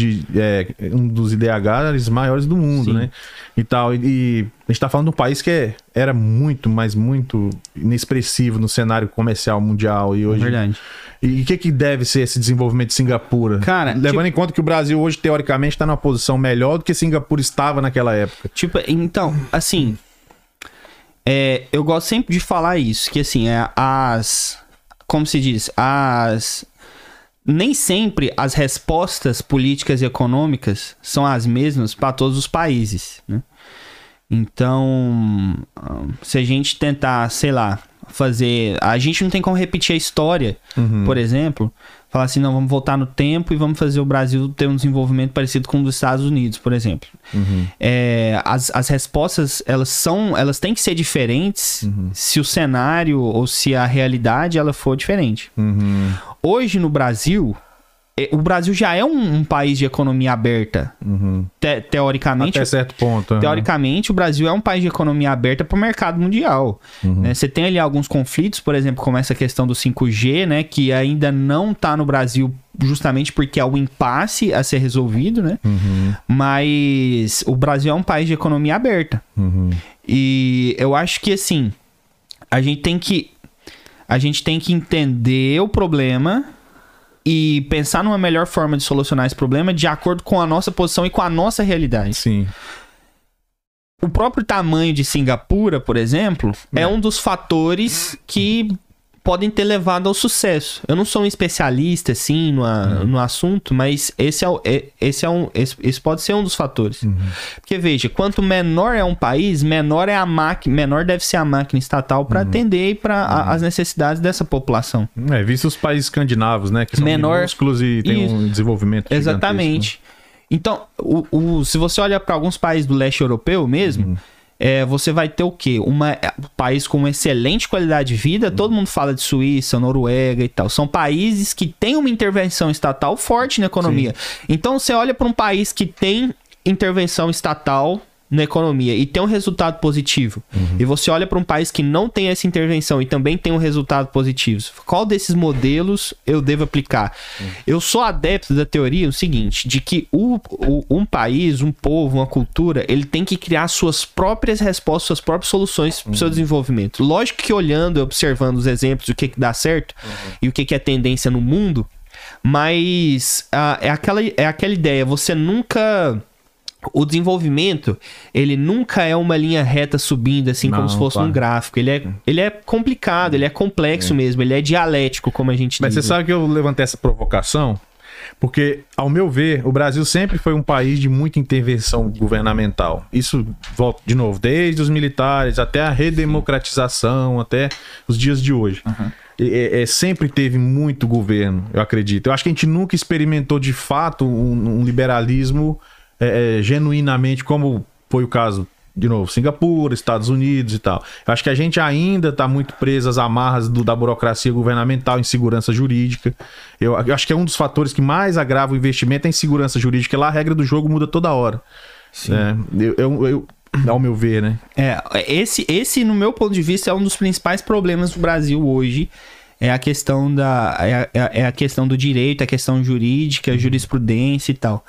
um dos IDHs maiores do mundo, né? E tal. E a gente tá falando de um país que era muito, mas muito inexpressivo no cenário comercial mundial. E hoje. Verdade. E o que deve ser esse desenvolvimento de Singapura? Cara, levando em conta que o Brasil hoje, teoricamente, está numa posição melhor do que Singapura estava naquela época. Então, assim. Eu gosto sempre de falar isso, que assim, como se diz, nem sempre as respostas políticas e econômicas são as mesmas para todos os países, né? Então, se a gente tentar, sei lá, a gente não tem como repetir a história, por exemplo, falar assim, não, vamos voltar no tempo e vamos fazer o Brasil ter um desenvolvimento parecido com o dos Estados Unidos, por exemplo. As respostas, elas têm que ser diferentes se o cenário ou se a realidade ela for diferente. Hoje no Brasil, o Brasil já é um país de economia aberta. Teoricamente. Até certo ponto. Teoricamente, o Brasil é um país de economia aberta para o mercado mundial. Né? Você tem ali alguns conflitos, por exemplo, como essa questão do 5G, né? Que ainda não está no Brasil justamente porque é um impasse a ser resolvido, né? Mas o Brasil é um país de economia aberta. E eu acho que, assim, a gente tem que entender o problema e pensar numa melhor forma de solucionar esse problema de acordo com a nossa posição e com a nossa realidade. Sim. O próprio tamanho de Singapura, por exemplo, é um dos fatores que podem ter levado ao sucesso. Eu não sou um especialista, assim, no assunto, mas esse pode ser um dos fatores. Porque, veja, quanto menor é um país, menor deve ser a máquina estatal para atender para as necessidades dessa população. Visto os países escandinavos, né? Que são minúsculos e tem um desenvolvimento exatamente. Né? Então, se você olha para alguns países do leste europeu mesmo, você vai ter o quê? Um país com uma excelente qualidade de vida. Todo mundo fala de Suíça, Noruega e tal. São países que têm uma intervenção estatal forte na economia. Então, você olha para um país que tem intervenção estatal na economia e tem um resultado positivo, e você olha para um país que não tem essa intervenção e também tem um resultado positivo, qual desses modelos eu devo aplicar? Eu sou adepto da teoria o seguinte, de que um país, um povo, uma cultura, ele tem que criar suas próprias respostas, suas próprias soluções para o seu desenvolvimento. Lógico que olhando e observando os exemplos, o que dá certo e o que é tendência no mundo, mas é aquela ideia, você nunca... O desenvolvimento, ele nunca é uma linha reta subindo, assim, como se fosse um gráfico. Ele é complicado, ele é complexo mesmo, ele é dialético, como a gente diz. Mas você sabe que eu levantei essa provocação? Porque, ao meu ver, o Brasil sempre foi um país de muita intervenção governamental. Isso, volta de novo, desde os militares até a redemocratização, até os dias de hoje. Sempre teve muito governo, eu acredito. Eu acho que a gente nunca experimentou, de fato, um liberalismo... genuinamente, como foi o caso, de novo, Singapura, Estados Unidos e tal. Eu acho que a gente ainda está muito preso às amarras da burocracia governamental, insegurança jurídica. Eu acho que é um dos fatores que mais agrava o investimento é a insegurança jurídica. Lá a regra do jogo muda toda hora. Sim. Ao meu ver, né? Esse, no meu ponto de vista, é um dos principais problemas do Brasil hoje. É a questão a questão do direito, a questão jurídica, a jurisprudência e tal.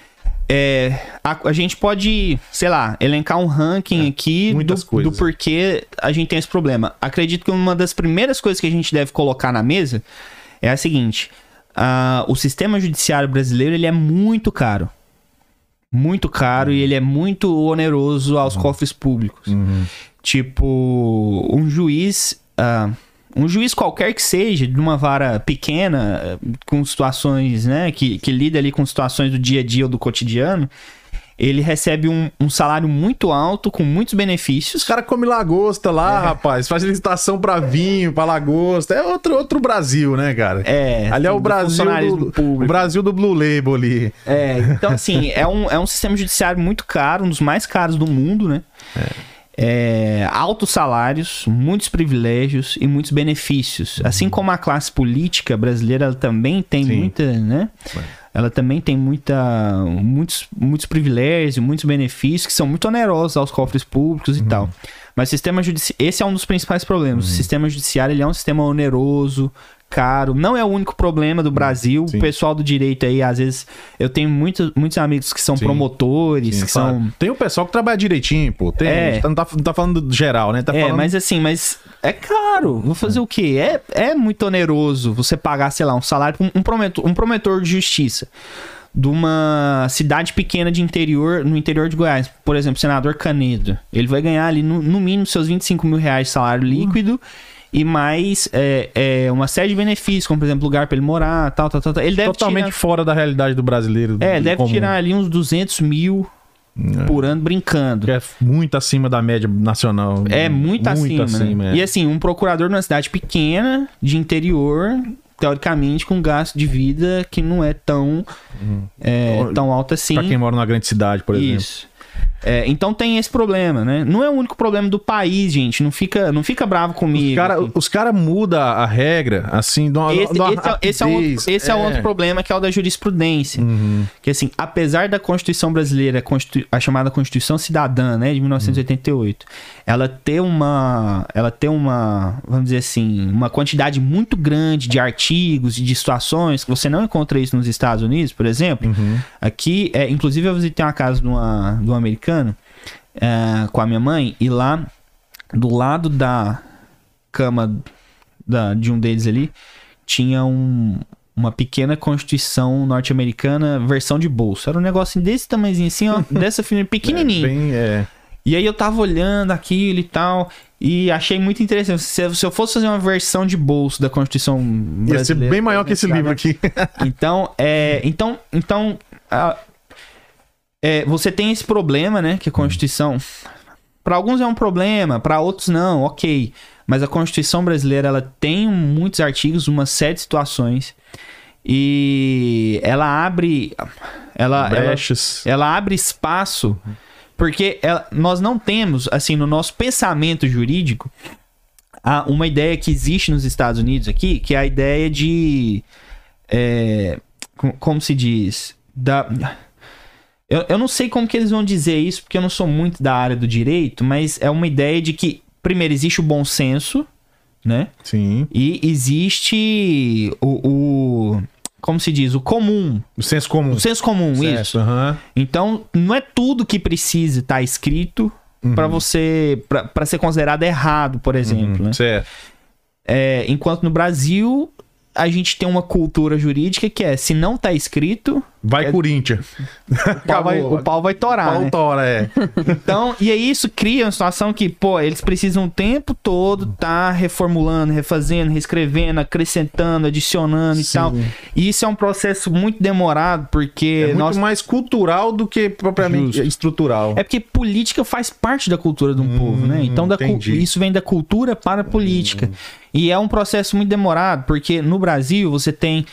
A gente pode, sei lá, elencar um ranking aqui do porquê a gente tem esse problema. Acredito que uma das primeiras coisas que a gente deve colocar na mesa é a seguinte: o sistema judiciário brasileiro, ele é muito caro. Muito caro e ele é muito oneroso aos cofres públicos. Tipo, um juiz qualquer que seja, de uma vara pequena, com situações, né, que lida ali com situações do dia a dia ou do cotidiano, ele recebe um salário muito alto, com muitos benefícios. Os caras comem lagosta lá, rapaz. Faz licitação pra vinho, pra lagosta. É outro Brasil, né, cara? Ali é o Brasil o Brasil do Blue Label ali. Então assim, é um sistema judiciário muito caro, um dos mais caros do mundo, né? Altos salários, muitos privilégios e muitos benefícios. Assim como a classe política brasileira, ela também tem muita, né? Ela também tem muitos privilégios, muitos benefícios que são muito onerosos aos cofres públicos e tal. Mas o sistema esse é um dos principais problemas. O sistema judiciário, ele é um sistema oneroso, caro. Não é o único problema do Brasil. O pessoal do direito aí, às vezes, eu tenho muitos amigos que são promotores, que são... Tem o pessoal que trabalha direitinho, pô. Não tá falando do geral, né? Tá falando... mas é caro. Vou fazer o quê? É muito oneroso você pagar, sei lá, um salário pra um promotor de justiça de uma cidade pequena no interior de Goiás. Por exemplo, o senador Canedo. Ele vai ganhar ali, no mínimo, seus 25 mil reais de salário líquido e mais uma série de benefícios, como, por exemplo, lugar pra ele morar, tal. Ele deve totalmente fora da realidade do brasileiro. Deve tirar ali uns 200 mil por ano brincando. Que é muito acima da média nacional. É muito acima, né? E assim, um procurador numa cidade pequena, de interior... teoricamente, com gasto de vida que não é tão alto assim. Pra quem mora numa grande cidade, por exemplo. Isso. Então tem esse problema, né? Não é o único problema do país, gente. Não fica bravo comigo. Os caras mudam a regra, assim... Esse é outro problema, que é o da jurisprudência. Que, assim, apesar da Constituição brasileira, a chamada Constituição Cidadã, né, de 1988, ela ter uma, vamos dizer assim, uma quantidade muito grande de artigos e de situações, que você não encontra isso nos Estados Unidos, por exemplo. Aqui, inclusive eu visitei uma casa de um americano, com a minha mãe, e lá do lado da cama de um deles ali tinha uma pequena Constituição norte-americana versão de bolso. Era um negocinho desse tamanhozinho assim, ó, dessa pequenininho. E aí eu tava olhando aquilo e tal, e achei muito interessante. Se eu fosse fazer uma versão de bolso da Constituição brasileira... Ia ser bem maior que esse livro aqui. Você tem esse problema, né? Que a Constituição... Para alguns é um problema, para outros não, ok. Mas a Constituição brasileira, ela tem muitos artigos, uma série de situações. E ela abre... Ela abre espaço... Porque nós não temos, assim, no nosso pensamento jurídico, uma ideia que existe nos Estados Unidos aqui, que é a ideia de... como se diz? Eu não sei como que eles vão dizer isso, porque eu não sou muito da área do direito, mas é uma ideia de que, primeiro, existe o bom senso, né? Sim. E existe como se diz? O comum. O senso comum. O senso comum, certo, isso. Então, não é tudo que precisa estar escrito para você... para ser considerado errado, por exemplo, né? Certo. Enquanto no Brasil... a gente tem uma cultura jurídica que se não tá escrito... Vai Corinthians. O pau vai torar, o pau tora, Então, e aí isso cria uma situação que, eles precisam o tempo todo tá reformulando, refazendo, reescrevendo, acrescentando, adicionando e tal. E isso é um processo muito demorado, porque... É muito mais cultural do que propriamente estrutural. É porque política faz parte da cultura de um povo, né? Então, isso vem da cultura para a política. E é um processo muito demorado, porque no Brasil você tem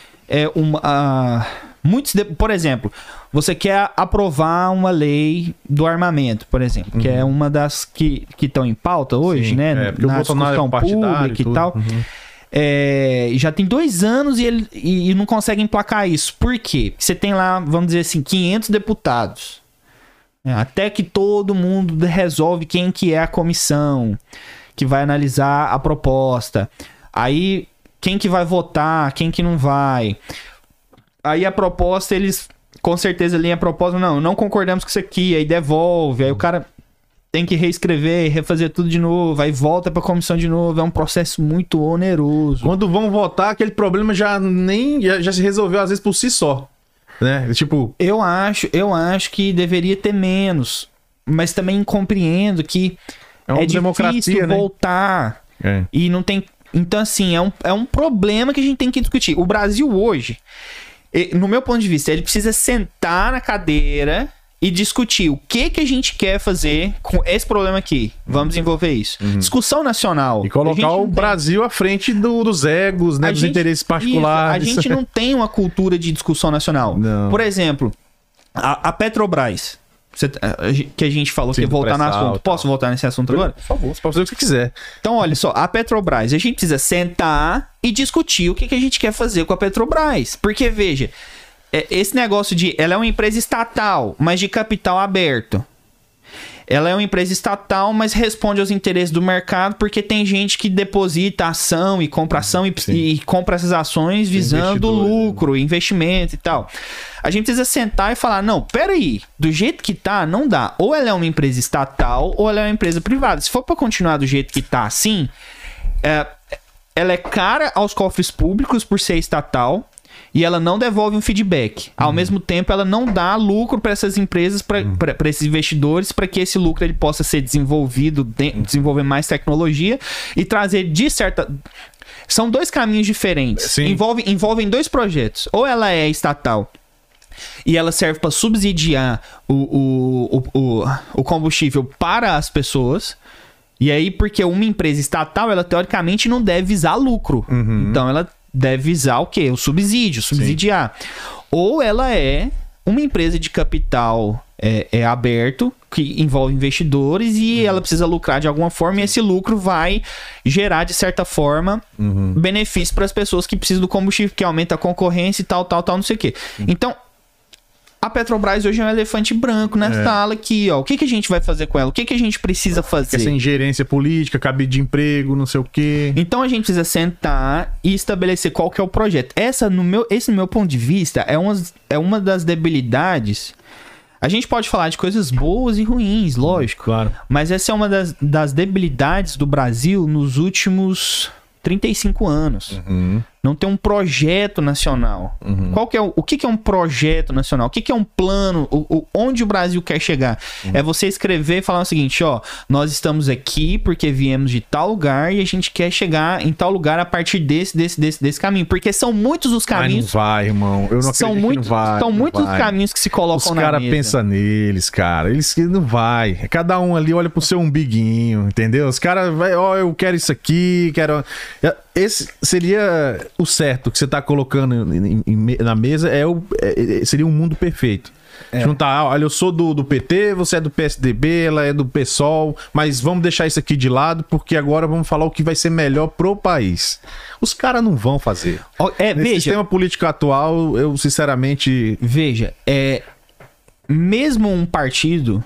por exemplo, você quer aprovar uma lei do armamento, por exemplo, que é uma das que estão em pauta hoje, né? Na discussão pública e tal. Já tem 2 anos e não consegue emplacar isso. Por quê? Porque você tem lá, vamos dizer assim, 500 deputados. Até que todo mundo resolve quem que é a comissão que vai analisar a proposta. Aí, quem que vai votar, quem que não vai. Aí a proposta, eles com certeza leem a proposta, não concordamos com isso aqui, aí devolve, aí o cara tem que reescrever, refazer tudo de novo, aí volta pra comissão de novo, é um processo muito oneroso. Quando vão votar, aquele problema já se resolveu às vezes por si só, né? Tipo... Eu acho que deveria ter menos, mas também compreendo que é difícil voltar, né? E não tem... Então, assim, é um problema que a gente tem que discutir. O Brasil hoje, no meu ponto de vista, ele precisa sentar na cadeira e discutir o que a gente quer fazer com esse problema aqui. Vamos desenvolver isso. Discussão nacional. E colocar o Brasil à frente dos egos, né? Dos interesses particulares. Isso, a gente não tem uma cultura de discussão nacional. Não. Por exemplo, a Petrobras, que a gente falou que ia voltar no assunto. Posso voltar nesse assunto agora? Por favor, você pode fazer o que você quiser. Então, olha só, a Petrobras, a gente precisa sentar e discutir o que a gente quer fazer com a Petrobras. Porque, veja, esse negócio de... Ela é uma empresa estatal, mas de capital aberto. Ela é uma empresa estatal, mas responde aos interesses do mercado, porque tem gente que deposita ação e compra ação e compra essas ações visando lucro, investimento e tal. A gente precisa sentar e falar, não, peraí, do jeito que tá, não dá. Ou ela é uma empresa estatal, ou ela é uma empresa privada. Se for para continuar do jeito que tá assim, ela é cara aos cofres públicos por ser estatal, e ela não devolve um feedback. Ao mesmo tempo, ela não dá lucro para essas empresas, para esses investidores, para que esse lucro ele possa ser desenvolvido, desenvolver mais tecnologia e trazer de certa... São dois caminhos diferentes. Envolvem dois projetos. Ou ela é estatal e ela serve para subsidiar o combustível para as pessoas. E aí, porque uma empresa estatal, ela teoricamente não deve visar lucro. Então, ela deve visar o quê? O subsídio, subsidiar. Ou ela é uma empresa de capital aberto, que envolve investidores, e ela precisa lucrar de alguma forma, e esse lucro vai gerar, de certa forma, benefício para as pessoas que precisam do combustível, que aumenta a concorrência e tal, não sei o quê. Então, a Petrobras hoje é um elefante branco nessa sala aqui, ó. O que a gente vai fazer com ela? O que a gente precisa fazer? Essa ingerência política, cabide de emprego, não sei o quê. Então a gente precisa sentar e estabelecer qual que é o projeto. Esse, no meu ponto de vista, é uma das debilidades. A gente pode falar de coisas boas e ruins, lógico. Claro. Mas essa é uma das debilidades do Brasil nos últimos 35 anos. Não tem um projeto nacional. Qual que é o que é um projeto nacional? O que é um plano? Onde o Brasil quer chegar? É você escrever e falar o seguinte, ó, nós estamos aqui porque viemos de tal lugar e a gente quer chegar em tal lugar a partir desse caminho. Porque são muitos os caminhos... Mas não vai, irmão. Eu não acredito que não vai. São muitos os caminhos que se colocam na mesa. Os caras pensam neles, cara. Eles não vai. Cada um ali olha pro seu umbiguinho, entendeu? Os caras vai, ó, eu quero isso aqui, quero... Esse seria o certo que você tá colocando na mesa, seria um mundo perfeito. Juntar, olha, eu sou do PT, você é do PSDB, ela é do PSOL, mas vamos deixar isso aqui de lado, porque agora vamos falar o que vai ser melhor pro país. Os caras não vão fazer. Nesse sistema político atual, eu sinceramente... Veja, mesmo um partido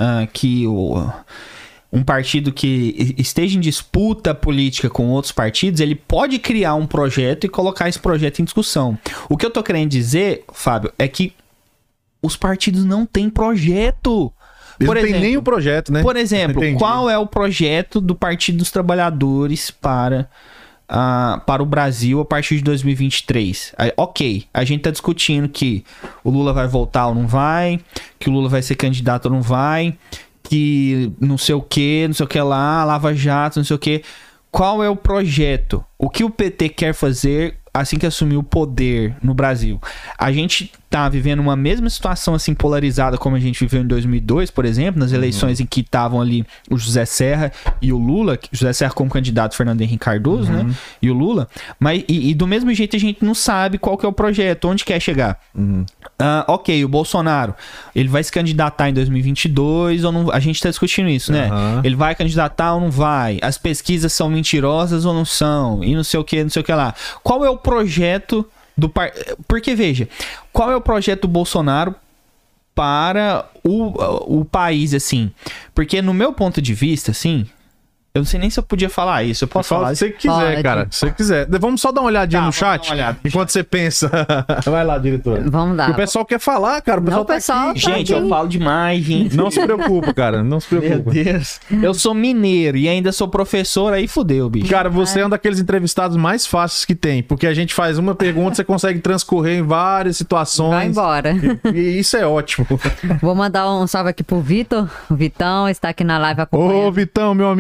um partido que esteja em disputa política com outros partidos, ele pode criar um projeto e colocar esse projeto em discussão. O que eu tô querendo dizer, Fábio, é que os partidos não têm projeto. Eles não tem nem o projeto, né? Por exemplo, qual é o projeto do Partido dos Trabalhadores para o Brasil a partir de 2023? Ok, a gente tá discutindo que o Lula vai voltar ou não vai, que o Lula vai ser candidato ou não vai, que não sei o que lá, Lava Jato, não sei o que. Qual é o projeto? O que o PT quer fazer assim que assumir o poder no Brasil? A gente tá vivendo uma mesma situação assim polarizada como a gente viveu em 2002, por exemplo, nas eleições em que estavam ali o José Serra e o Lula, José Serra como candidato, Fernando Henrique Cardoso, né? E o Lula. Mas, e do mesmo jeito a gente não sabe qual que é o projeto, onde quer chegar. Ok, o Bolsonaro, ele vai se candidatar em 2022 ou não? A gente tá discutindo isso, né? Ele vai candidatar ou não vai? As pesquisas são mentirosas ou não são? E não sei o que lá. Qual é o projeto Porque, veja, qual é o projeto do Bolsonaro para o país, assim? Porque, no meu ponto de vista, assim... Eu não sei nem se eu podia falar isso. Eu posso falar se você quiser, cara. Se você quiser. Vamos só dar uma olhadinha no chat? Enquanto você pensa. Vai lá, diretor. Vamos dar. O pessoal quer falar, cara. O pessoal aqui. Gente, eu falo demais, gente. Não se preocupa, cara. Não se preocupa. Meu Deus. Eu sou mineiro e ainda sou professor, aí fudeu, bicho. Cara, você é um daqueles entrevistados mais fáceis que tem. Porque a gente faz uma pergunta, você consegue transcorrer em várias situações. Vai embora. E isso é ótimo. Vou mandar um salve aqui pro Vitor. O Vitão está aqui na live acompanhando. Ô, Vitão, meu amigo caminhoneiro.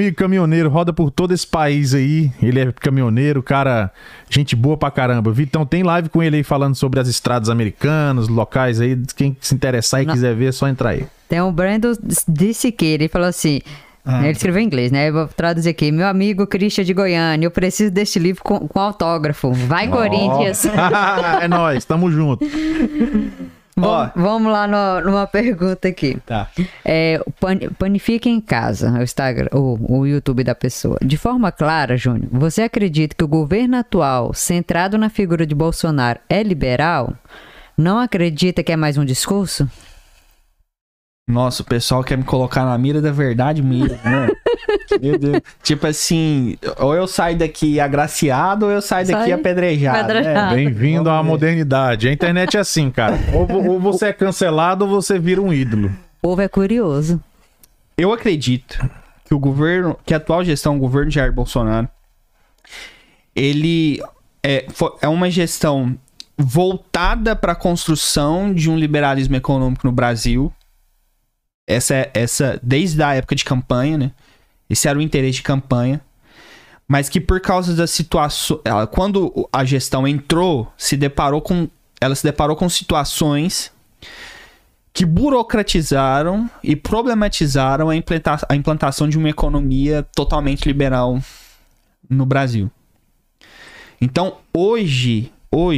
caminhoneiro, roda por todo esse país aí. Ele é caminhoneiro, cara, gente boa pra caramba. Vitão, tem live com ele aí falando sobre as estradas americanas, locais aí. Quem se interessar e quiser ver, é só entrar aí. Tem o Brandon de Siqueira, ele falou assim... Ele escreveu em inglês, né? Eu vou traduzir aqui. Meu amigo Christian de Goiânia, eu preciso deste livro com autógrafo. Vai, Corinthians! É nóis, tamo junto. Vamos lá numa pergunta aqui. Tá. Panifica em casa, o Instagram, o YouTube da pessoa. De forma clara, Júnior, você acredita que o governo atual, centrado na figura de Bolsonaro, é liberal? Não acredita que é mais um discurso? Nossa, o pessoal quer me colocar na mira da verdade mesmo, né? Meu Deus. Tipo assim, ou eu saio daqui agraciado ou eu saio daqui apedrejado. Né? Bem-vindo à modernidade. A internet é assim, cara. Ou você é cancelado ou você vira um ídolo. O povo é curioso. Eu acredito que a atual gestão, o governo Jair Bolsonaro, ele é uma gestão voltada para a construção de um liberalismo econômico no Brasil. Essa desde a época de campanha, né? Esse era o interesse de campanha. Mas que por causa da situação... Quando a gestão entrou, ela se deparou com situações que burocratizaram e problematizaram a implantação de uma economia totalmente liberal no Brasil. Então, hoje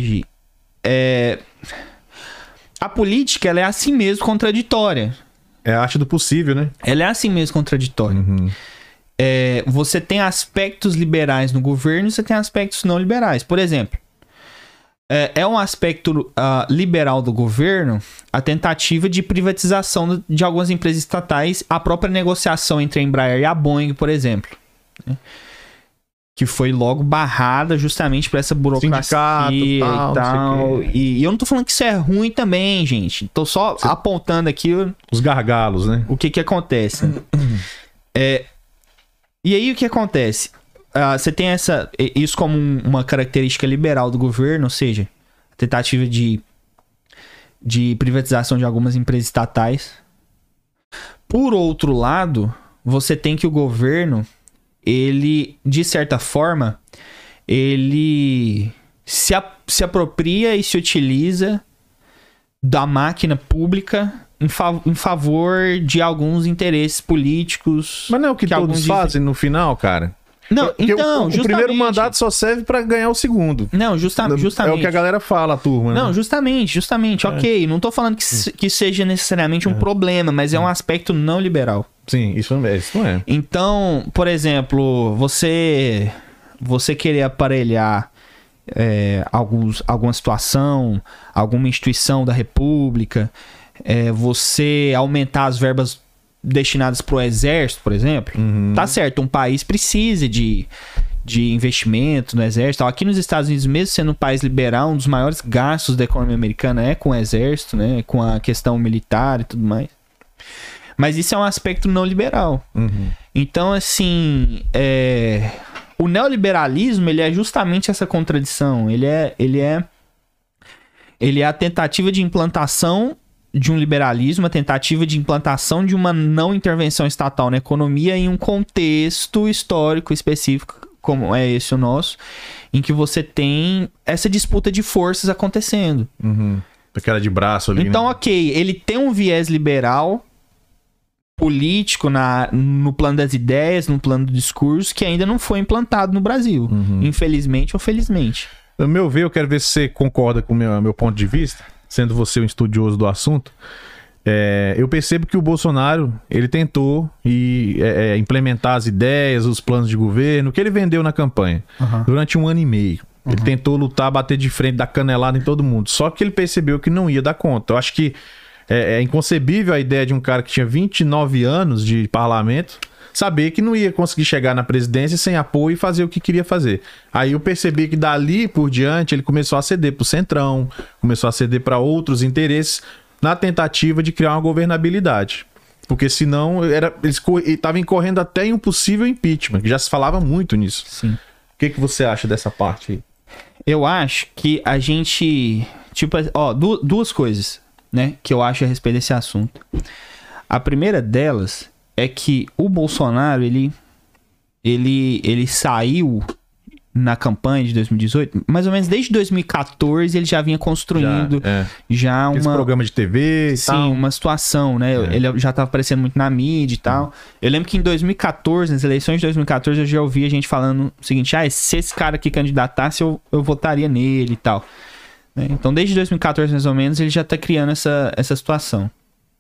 a política ela é assim mesmo contraditória. É a arte do possível, né? Ela é assim mesmo contraditória. Uhum. Você tem aspectos liberais no governo e você tem aspectos não liberais. Por exemplo, é um aspecto liberal do governo a tentativa de privatização de algumas empresas estatais, a própria negociação entre a Embraer e a Boeing, por exemplo. Né? Que foi logo barrada justamente por essa burocracia e tal. E eu não tô falando que isso é ruim também, gente. Tô só apontando aqui... Os gargalos, né? O que acontece. E aí o que acontece? Você tem isso como uma característica liberal do governo, ou seja, a tentativa de privatização de algumas empresas estatais. Por outro lado, você tem que o governo... ele, de certa forma, ele se apropria e se utiliza da máquina pública em favor de alguns interesses políticos. Mas não é o que todos fazem no final, cara? Não, então, o primeiro mandato só serve pra ganhar o segundo. Não, justamente. É o que a galera fala, a turma. Não, né? justamente. Ok, não tô falando que seja necessariamente um problema, mas é um aspecto não liberal. Sim, isso não é. Então, por exemplo, você querer aparelhar alguma situação, alguma instituição da República, você aumentar as verbas destinadas para o exército, por exemplo, tá certo, um país precisa de investimento no exército. Aqui nos Estados Unidos, mesmo sendo um país liberal, um dos maiores gastos da economia americana é com o exército, né, com a questão militar e tudo mais. Mas isso é um aspecto não liberal. Então, assim, o neoliberalismo, ele é justamente essa contradição. Ele é a tentativa de implantação de um liberalismo, a tentativa de implantação de uma não intervenção estatal na economia em um contexto histórico específico, como é esse o nosso, em que você tem essa disputa de forças acontecendo. Aquela de braço ali. Então, ok, ele tem um viés liberal político no plano das ideias, no plano do discurso, que ainda não foi implantado no Brasil. Infelizmente ou felizmente. No meu ver, eu quero ver se você concorda com o meu ponto de vista, sendo você um estudioso do assunto. Eu percebo que o Bolsonaro, ele tentou implementar as ideias, os planos de governo, que ele vendeu na campanha, durante 1 ano e meio. Ele tentou lutar, bater de frente, dar canelada em todo mundo. Só que ele percebeu que não ia dar conta. Eu acho que é inconcebível a ideia de um cara que tinha 29 anos de parlamento saber que não ia conseguir chegar na presidência sem apoio e fazer o que queria fazer. Aí eu percebi que dali por diante ele começou a ceder pro Centrão, começou a ceder para outros interesses na tentativa de criar uma governabilidade. Porque senão eles estavam incorrendo até em um possível impeachment, que já se falava muito nisso. Sim. O que você acha dessa parte aí? Eu acho que a gente... duas coisas, né, que eu acho a respeito desse assunto. A primeira delas é que o Bolsonaro, ele ele saiu na campanha de 2018, mais ou menos desde 2014 ele já vinha construindo já uma... Esse programa de TV e sim, tal. Uma situação, né? Ele já estava aparecendo muito na mídia e tal. Eu lembro que em 2014, nas eleições de 2014, eu já ouvi a gente falando o seguinte, se esse cara aqui candidatasse, eu votaria nele e tal. Então, desde 2014, mais ou menos, ele já está criando essa situação.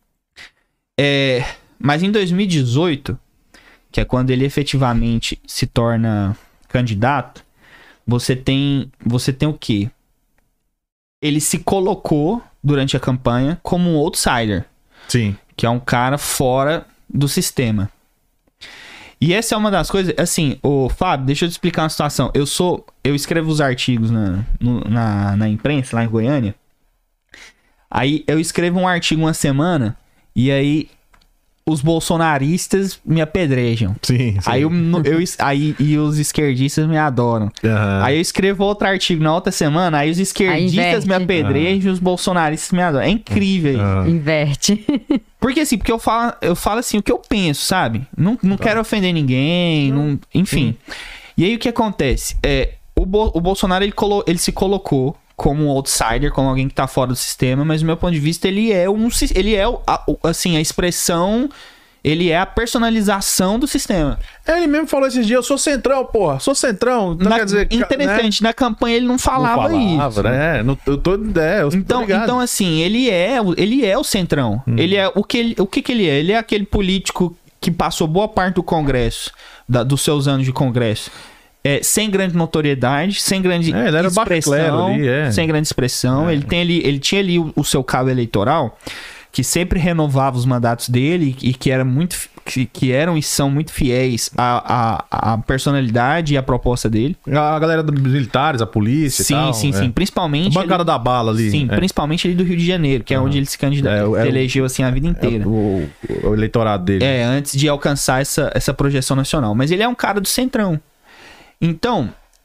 Mas em 2018, que é quando ele efetivamente se torna candidato, você tem o quê? Ele se colocou durante a campanha como um outsider. Sim. Que é um cara fora do sistema. E essa é uma das coisas, assim, Fábio, deixa eu te explicar uma situação. Eu escrevo os artigos na imprensa, lá em Goiânia. Aí eu escrevo um artigo uma semana e aí os bolsonaristas me apedrejam. Sim. Aí os esquerdistas me adoram. Uhum. Aí eu escrevo outro artigo na outra semana, aí os esquerdistas me apedrejam e os bolsonaristas me adoram. É incrível isso. Inverte. Porque assim, porque eu falo assim o que eu penso, sabe? Não quero ofender ninguém, enfim. E aí o que acontece? O Bolsonaro, ele se colocou como um outsider, como alguém que tá fora do sistema, mas do meu ponto de vista ele é assim, a expressão, ele é a personalização do sistema. Ele mesmo falou esses dias, eu sou centrão, porra, sou centrão. Então, quer dizer, interessante, né? Na campanha ele não falava isso. Né? Então assim, ele é o centrão. Ele é o que ele é? Ele é aquele político que passou boa parte do Congresso, dos seus anos de Congresso, sem grande notoriedade, sem grande expressão, ali, sem grande expressão. Ele tinha ali o seu cabo eleitoral, que sempre renovava os mandatos dele e que eram e são muito fiéis à personalidade e à proposta dele. A galera dos militares, a polícia sim, e tal. Sim. Principalmente... A bancada da bala ali. Sim, principalmente ali do Rio de Janeiro, que é onde ele se elegeu assim a vida inteira. O eleitorado dele. Antes de alcançar essa projeção nacional. Mas ele é um cara do centrão. Então,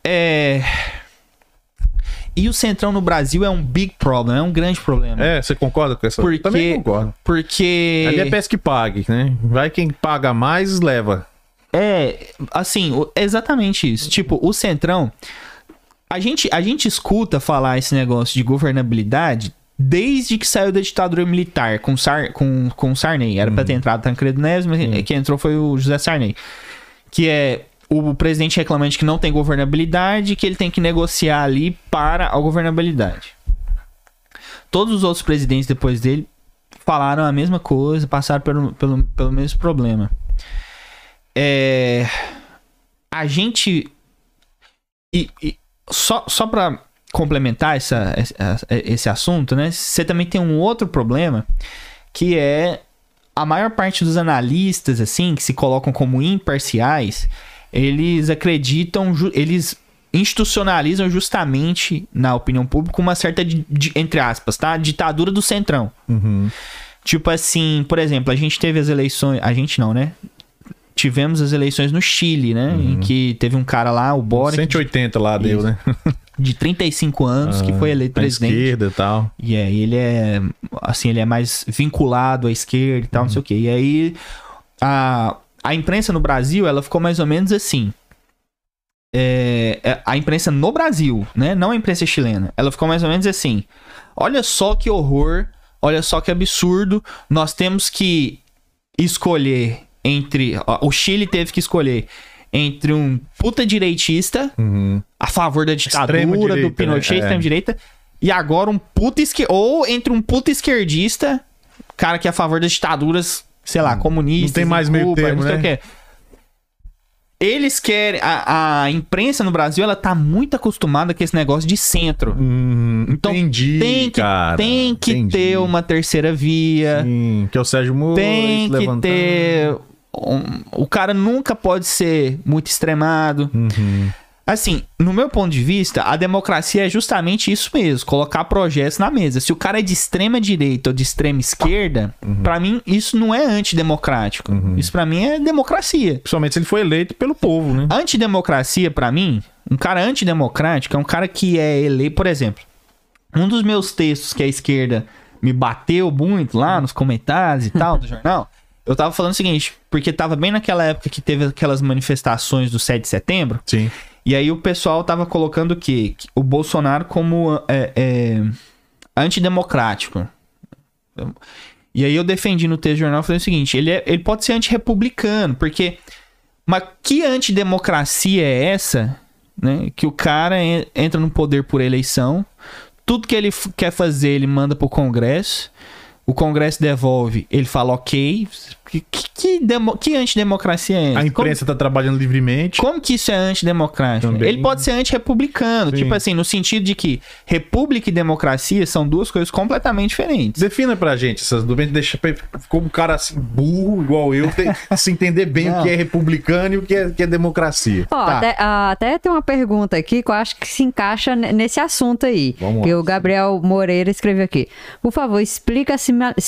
E o centrão no Brasil é um big problem, é um grande problema. Você concorda com essa? Eu também concordo. Porque... Ali é pesca que pague, né? Vai quem paga mais, leva. Assim, exatamente isso. Tipo, o centrão... A gente escuta falar esse negócio de governabilidade desde que saiu da ditadura militar com o Sarney. Era pra ter entrado Tancredo Neves, mas quem entrou foi o José Sarney. Que é... O presidente reclamando de que não tem governabilidade, que ele tem que negociar ali para a governabilidade. Todos os outros presidentes depois dele falaram a mesma coisa, passaram pelo mesmo problema. A gente... Só para complementar esse assunto, né? Você também tem um outro problema, que é a maior parte dos analistas, assim, que se colocam como imparciais... Eles acreditam, eles institucionalizam justamente na opinião pública uma certa, entre aspas, tá? Ditadura do centrão. Uhum. Tipo assim, por exemplo, a gente teve as eleições... A gente não, né? Tivemos as eleições no Chile, né? Em que teve um cara lá, o Boric... 180 lá deu, né? De 35 anos, que foi eleito presidente. Esquerda e tal. E aí ele é... Assim, ele é mais vinculado à esquerda e tal, não sei o quê. E aí... A imprensa no Brasil, ela ficou mais ou menos assim. A imprensa no Brasil, né? Não a imprensa chilena. Ela ficou mais ou menos assim. Olha só que horror, olha só que absurdo. Nós temos que escolher entre... O Chile teve que escolher entre um puta direitista, a favor da ditadura, do Pinochet, extrema-direita, e agora um puta ou entre um puta esquerdista, cara que é a favor das ditaduras... sei lá, comunistas. Não tem mais meio termo, né? Eles querem... A imprensa no Brasil, ela tá muito acostumada com esse negócio de centro. Então, tem que ter uma terceira via. Sim, que é o Sérgio Moro. Tem que ter... O cara nunca pode ser muito extremado. Assim, no meu ponto de vista, a democracia é justamente isso mesmo, colocar projetos na mesa. Se o cara é de extrema direita ou de extrema esquerda, pra mim isso não é antidemocrático. Isso pra mim é democracia. Principalmente se ele foi eleito pelo povo, né? Antidemocracia, pra mim, um cara antidemocrático é um cara que é eleito, por exemplo, um dos meus textos que a esquerda me bateu muito lá nos comentários e tal do jornal, Eu tava falando o seguinte, porque tava bem naquela época que teve aquelas manifestações do 7 de setembro. Sim. E aí o pessoal tava colocando o quê? O Bolsonaro como antidemocrático. E aí eu defendi no texto do jornal, falei o seguinte, ele pode ser antirrepublicano, porque... Mas que antidemocracia é essa, né? Que o cara entra no poder por eleição, tudo que ele quer fazer ele manda pro Congresso, o Congresso devolve, ele fala ok. Que antidemocracia é essa? A imprensa tá trabalhando livremente. Como que isso é antidemocrático? Também. Ele pode ser antirrepublicano. Sim. Tipo assim, no sentido de que república e democracia são duas coisas completamente diferentes. Defina pra gente essas dúvidas. Deixa como um cara assim, burro, igual eu, se entender bem o que é republicano e o que é democracia. Ó, tá. até tem uma pergunta aqui que eu acho que se encaixa nesse assunto aí. Vamos que lá. O Gabriel Moreira escreveu aqui. Por favor, explica a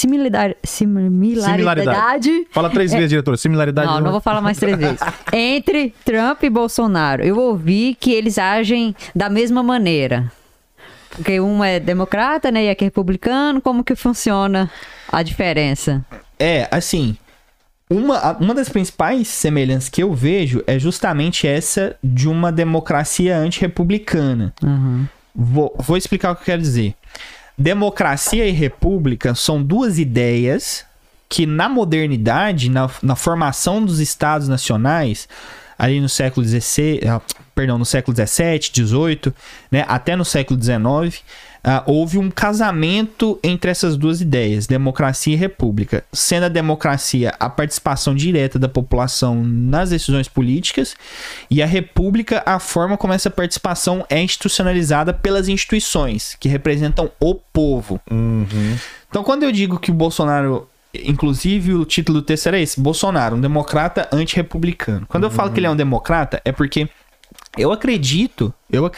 similaridade. Fala 3 vezes, diretor. Similaridade. Não vou falar mais 3 vezes. Entre Trump e Bolsonaro. Eu ouvi que eles agem da mesma maneira. Porque um é democrata, né? E aqui é republicano. Como que funciona a diferença? Assim... Uma das principais semelhanças que eu vejo é justamente essa de uma democracia antirrepublicana. Uhum. Vou explicar o que eu quero dizer. Democracia e república são duas ideias que na modernidade, na formação dos estados nacionais, ali no século XVII, no século XVII, XVIII, né, até no século XIX, houve um casamento entre essas duas ideias, democracia e república. Sendo a democracia a participação direta da população nas decisões políticas, e a república a forma como essa participação é institucionalizada pelas instituições, que representam o povo. Uhum. Então, quando eu digo que o Bolsonaro... Inclusive, o título do texto era esse: Bolsonaro, um democrata antirrepublicano. Quando eu falo que ele é um democrata, é porque eu acredito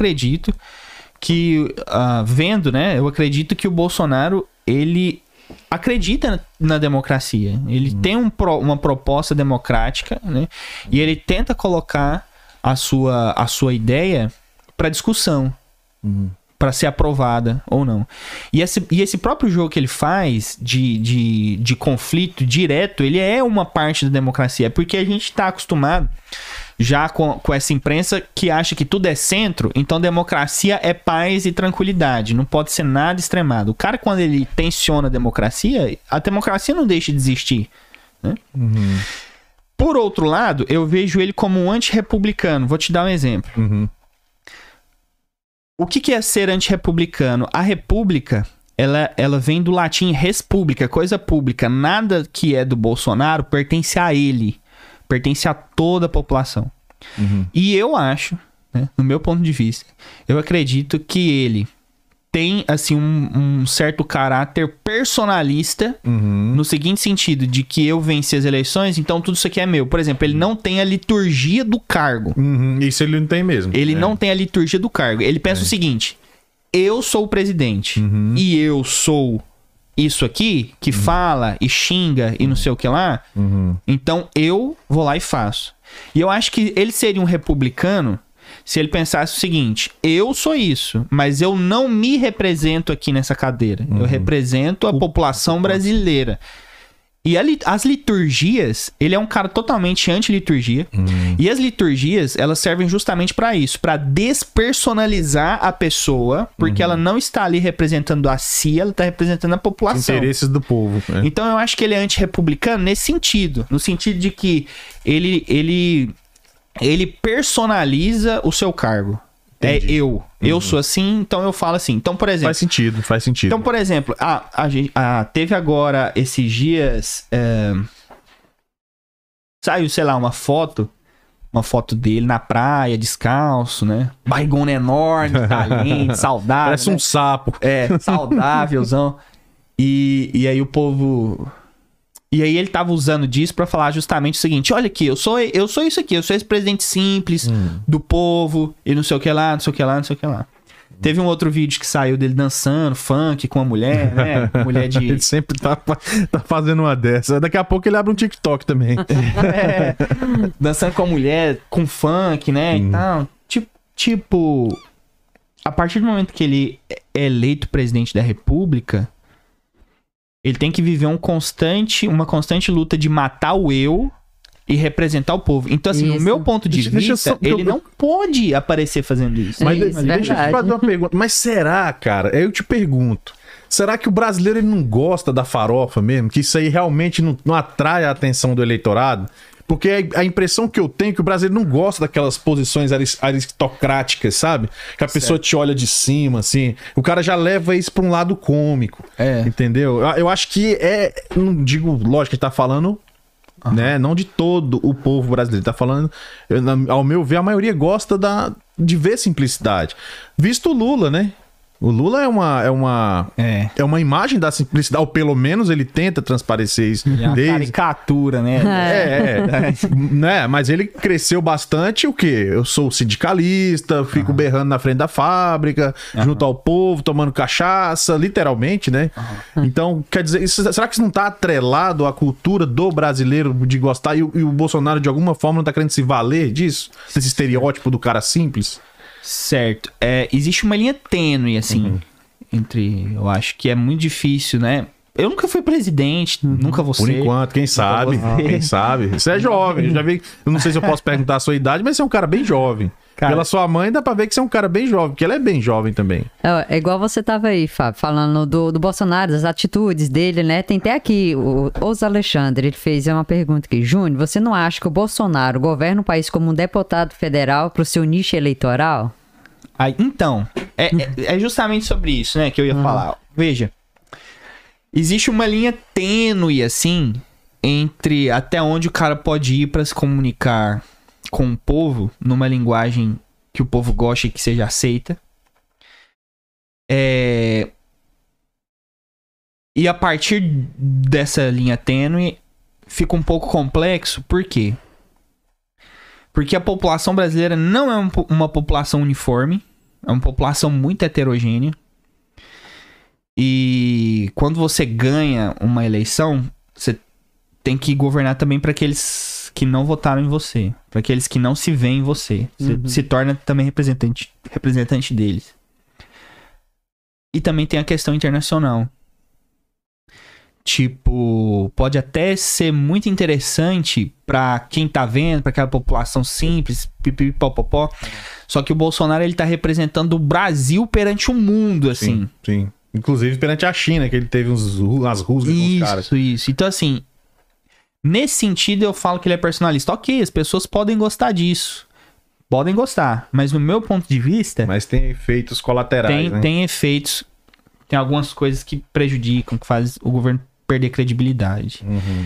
que, vendo, né? Eu acredito que o Bolsonaro, ele acredita na democracia. Ele tem uma proposta democrática, né? E ele tenta colocar a sua ideia para discussão. Para ser aprovada ou não. E esse próprio jogo que ele faz de conflito direto, ele é uma parte da democracia. É porque a gente está acostumado já com essa imprensa que acha que tudo é centro, então democracia é paz e tranquilidade. Não pode ser nada extremado. O cara, quando ele tensiona a democracia não deixa de existir. Né? Uhum. Por outro lado, eu vejo ele como um antirrepublicano. Vou te dar um exemplo. Uhum. O que é ser antirrepublicano? A república, ela vem do latim res publica, coisa pública. Nada que é do Bolsonaro pertence a ele. Pertence a toda a população. Uhum. E eu acho, né, no meu ponto de vista, eu acredito que ele tem, assim, um certo caráter personalista, no seguinte sentido, de que eu venci as eleições, então tudo isso aqui é meu. Por exemplo, ele não tem a liturgia do cargo. Isso ele não tem mesmo. Ele não tem a liturgia do cargo. Ele pensa o seguinte: eu sou o presidente e eu sou isso aqui, que fala e xinga e não sei o que lá, então eu vou lá e faço. E eu acho que ele seria um republicano se ele pensasse o seguinte: eu sou isso, mas eu não me represento aqui nessa cadeira. Eu represento a população brasileira. E as liturgias, ele é um cara totalmente anti-liturgia. E as liturgias, elas servem justamente para isso, para despersonalizar a pessoa, porque ela não está ali representando a si, ela está representando a população. Os interesses do povo. Então eu acho que ele é anti-republicano nesse sentido, no sentido de que ele personaliza o seu cargo. Entendi. Eu sou assim, então eu falo assim. Então, por exemplo... Faz sentido. Então, por exemplo, teve agora esses dias... saiu, sei lá, uma foto dele na praia, descalço, né? Barrigona enorme, caliente, saudável. Parece, né? Um sapo. Saudávelzão. E aí o povo... E aí ele tava usando disso pra falar justamente o seguinte: olha aqui, eu sou isso aqui, eu sou esse presidente simples do povo, e não sei o que lá, não sei o que lá, não sei o que lá. Teve um outro vídeo que saiu dele dançando funk com uma mulher, né? Mulher de... Ele sempre tá fazendo uma dessa. Daqui a pouco ele abre um TikTok também. Dançando com a mulher, com funk, né? Então, tipo, a partir do momento que ele é eleito presidente da República, Ele tem que viver uma constante luta de matar o eu e representar o povo. Então, assim, no meu ponto de vista, ele não pode aparecer fazendo isso. Mas deixa eu te fazer uma pergunta. Mas será, cara? Eu te pergunto. Será que o brasileiro ele não gosta da farofa mesmo? Que isso aí realmente não atrai a atenção do eleitorado? Porque a impressão que eu tenho é que o brasileiro não gosta daquelas posições aristocráticas, sabe? Que a pessoa te olha de cima, assim. O cara já leva isso pra um lado cômico. Entendeu? Eu acho que não digo, lógico, ele tá falando, né? Não de todo o povo brasileiro. Ele tá falando, ao meu ver, a maioria gosta de ver simplicidade. Visto o Lula, né? O Lula é uma imagem da simplicidade, ou pelo menos ele tenta transparecer isso. É uma caricatura, né? Né? Mas ele cresceu bastante o quê? Eu sou sindicalista, fico berrando na frente da fábrica, junto ao povo, tomando cachaça, literalmente, né? Então, quer dizer, será que isso não tá atrelado à cultura do brasileiro de gostar e o Bolsonaro, de alguma forma, não tá querendo se valer disso? Desse estereótipo do cara simples? Certo. Existe uma linha tênue, assim, entre... Eu acho que é muito difícil, né? Eu nunca fui presidente, nunca vou ser. Por enquanto, quem sabe? Quem sabe? Você é jovem, eu já vi... Eu não sei se eu posso perguntar a sua idade, mas você é um cara bem jovem. Cara, pela sua mãe dá pra ver que você é um cara bem jovem, porque ela é bem jovem também. É igual você tava aí, Fábio, falando do Bolsonaro, das atitudes dele, né? Tem até aqui o Os Alexandre, ele fez uma pergunta aqui. Júnior, você não acha que o Bolsonaro governa o país como um deputado federal pro seu nicho eleitoral? Então, é justamente sobre isso, né, que eu ia falar. Veja, existe uma linha tênue, assim, entre até onde o cara pode ir pra se comunicar com o povo numa linguagem que o povo gosta e que seja aceita. E a partir dessa linha tênue fica um pouco complexo. Por quê? Porque a população brasileira não é uma população uniforme. É uma população muito heterogênea. E quando você ganha uma eleição, você tem que governar também para aqueles que não votaram em você. Para aqueles que não se veem em você. Você se torna também representante deles. E também tem a questão internacional. Tipo, pode até ser muito interessante pra quem tá vendo, pra aquela população simples, pipipipopopó. Só que o Bolsonaro, ele tá representando o Brasil perante o mundo, assim. Sim. Inclusive perante a China, que ele teve as rusgas com os caras. Isso. Então, assim, nesse sentido eu falo que ele é personalista. Ok, as pessoas podem gostar disso. Podem gostar. Mas no meu ponto de vista... Mas tem efeitos colaterais, né? Tem efeitos... Tem algumas coisas que prejudicam, que fazem o governo perder credibilidade.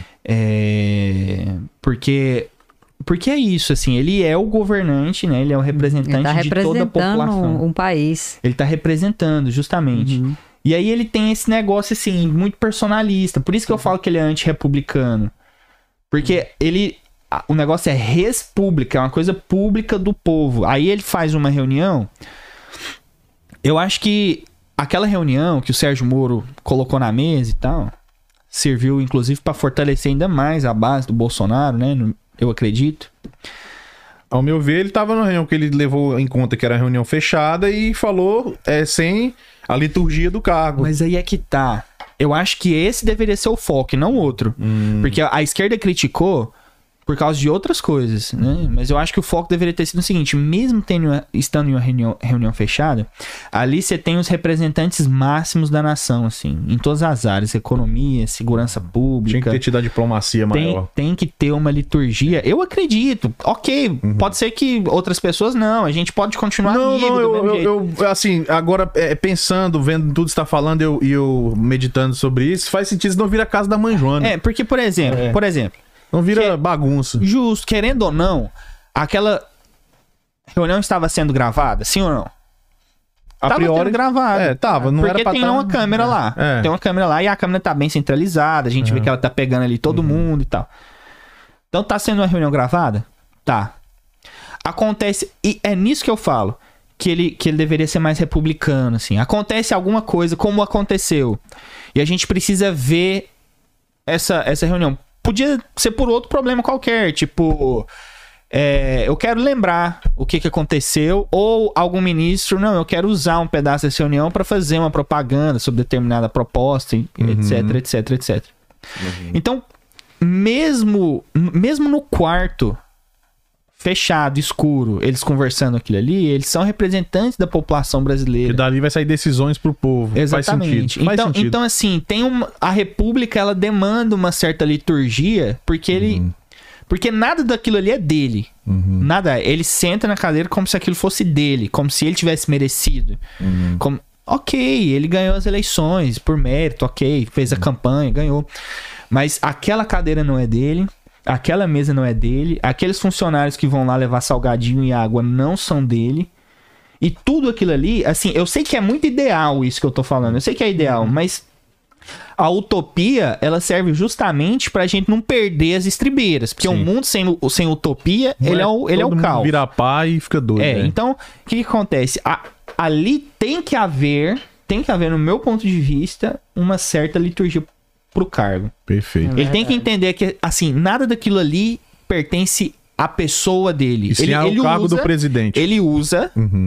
Porque é isso, assim, ele é o governante, né? Ele é o representante de toda a população. Um país. Ele tá representando, justamente. E aí ele tem esse negócio, assim, muito personalista. Por isso que eu falo que ele é anti-republicano. Porque o negócio é res pública, é uma coisa pública do povo. Aí ele faz uma reunião. Eu acho que aquela reunião que o Sérgio Moro colocou na mesa e tal, serviu inclusive para fortalecer ainda mais a base do Bolsonaro, né? Eu acredito. Ao meu ver, ele estava na reunião que ele levou em conta que era reunião fechada e falou sem a liturgia do cargo. Mas aí é que tá. Eu acho que esse deveria ser o foco e não outro. Porque a esquerda criticou por causa de outras coisas, né? Mas eu acho que o foco deveria ter sido o seguinte: mesmo estando em uma reunião fechada, ali você tem os representantes máximos da nação, assim, em todas as áreas, economia, segurança pública. Tinha que ter tido a diplomacia maior. Tem que ter uma liturgia. Eu acredito. Ok, pode ser que outras pessoas não. A gente pode continuar eu assim, agora pensando, vendo tudo que você tá falando e eu meditando sobre isso, faz sentido se não vir a casa da mãe Joana. Porque, por exemplo, não vira bagunça. Justo, querendo ou não, aquela reunião estava sendo gravada, sim ou não? A priori, gravada. Tava. Não porque era tem uma câmera lá. Tem uma câmera lá e a câmera tá bem centralizada. A gente vê que ela tá pegando ali todo mundo e tal. Então tá sendo uma reunião gravada? Tá. Acontece... E é nisso que eu falo. Que ele deveria ser mais republicano, assim. Acontece alguma coisa, como aconteceu. E a gente precisa ver essa reunião. Podia ser por outro problema qualquer, tipo... eu quero lembrar o que aconteceu, ou algum ministro, não, eu quero usar um pedaço dessa reunião para fazer uma propaganda sobre determinada proposta, etc. Então, mesmo no quarto fechado, escuro, eles conversando aquilo ali, eles são representantes da população brasileira. E dali vai sair decisões pro povo. Exatamente. Faz sentido. Então, assim, a República, ela demanda uma certa liturgia, porque nada daquilo ali é dele. Nada. Ele senta na cadeira como se aquilo fosse dele, como se ele tivesse merecido. Ok, ele ganhou as eleições por mérito, ok, fez a campanha, ganhou. Mas aquela cadeira não é dele, aquela mesa não é dele, aqueles funcionários que vão lá levar salgadinho e água não são dele. E tudo aquilo ali, assim, eu sei que é muito ideal isso que eu tô falando, eu sei que é ideal, mas a utopia, ela serve justamente pra gente não perder as estribeiras, porque o mundo sem utopia, ele é o caos. Vira pá e fica doido. Então, o que acontece? Ali tem que haver, no meu ponto de vista, uma certa liturgia pro cargo. Perfeito. Ele tem que entender que, assim, nada daquilo ali pertence à pessoa dele. Isso é o cargo do presidente. Ele usa,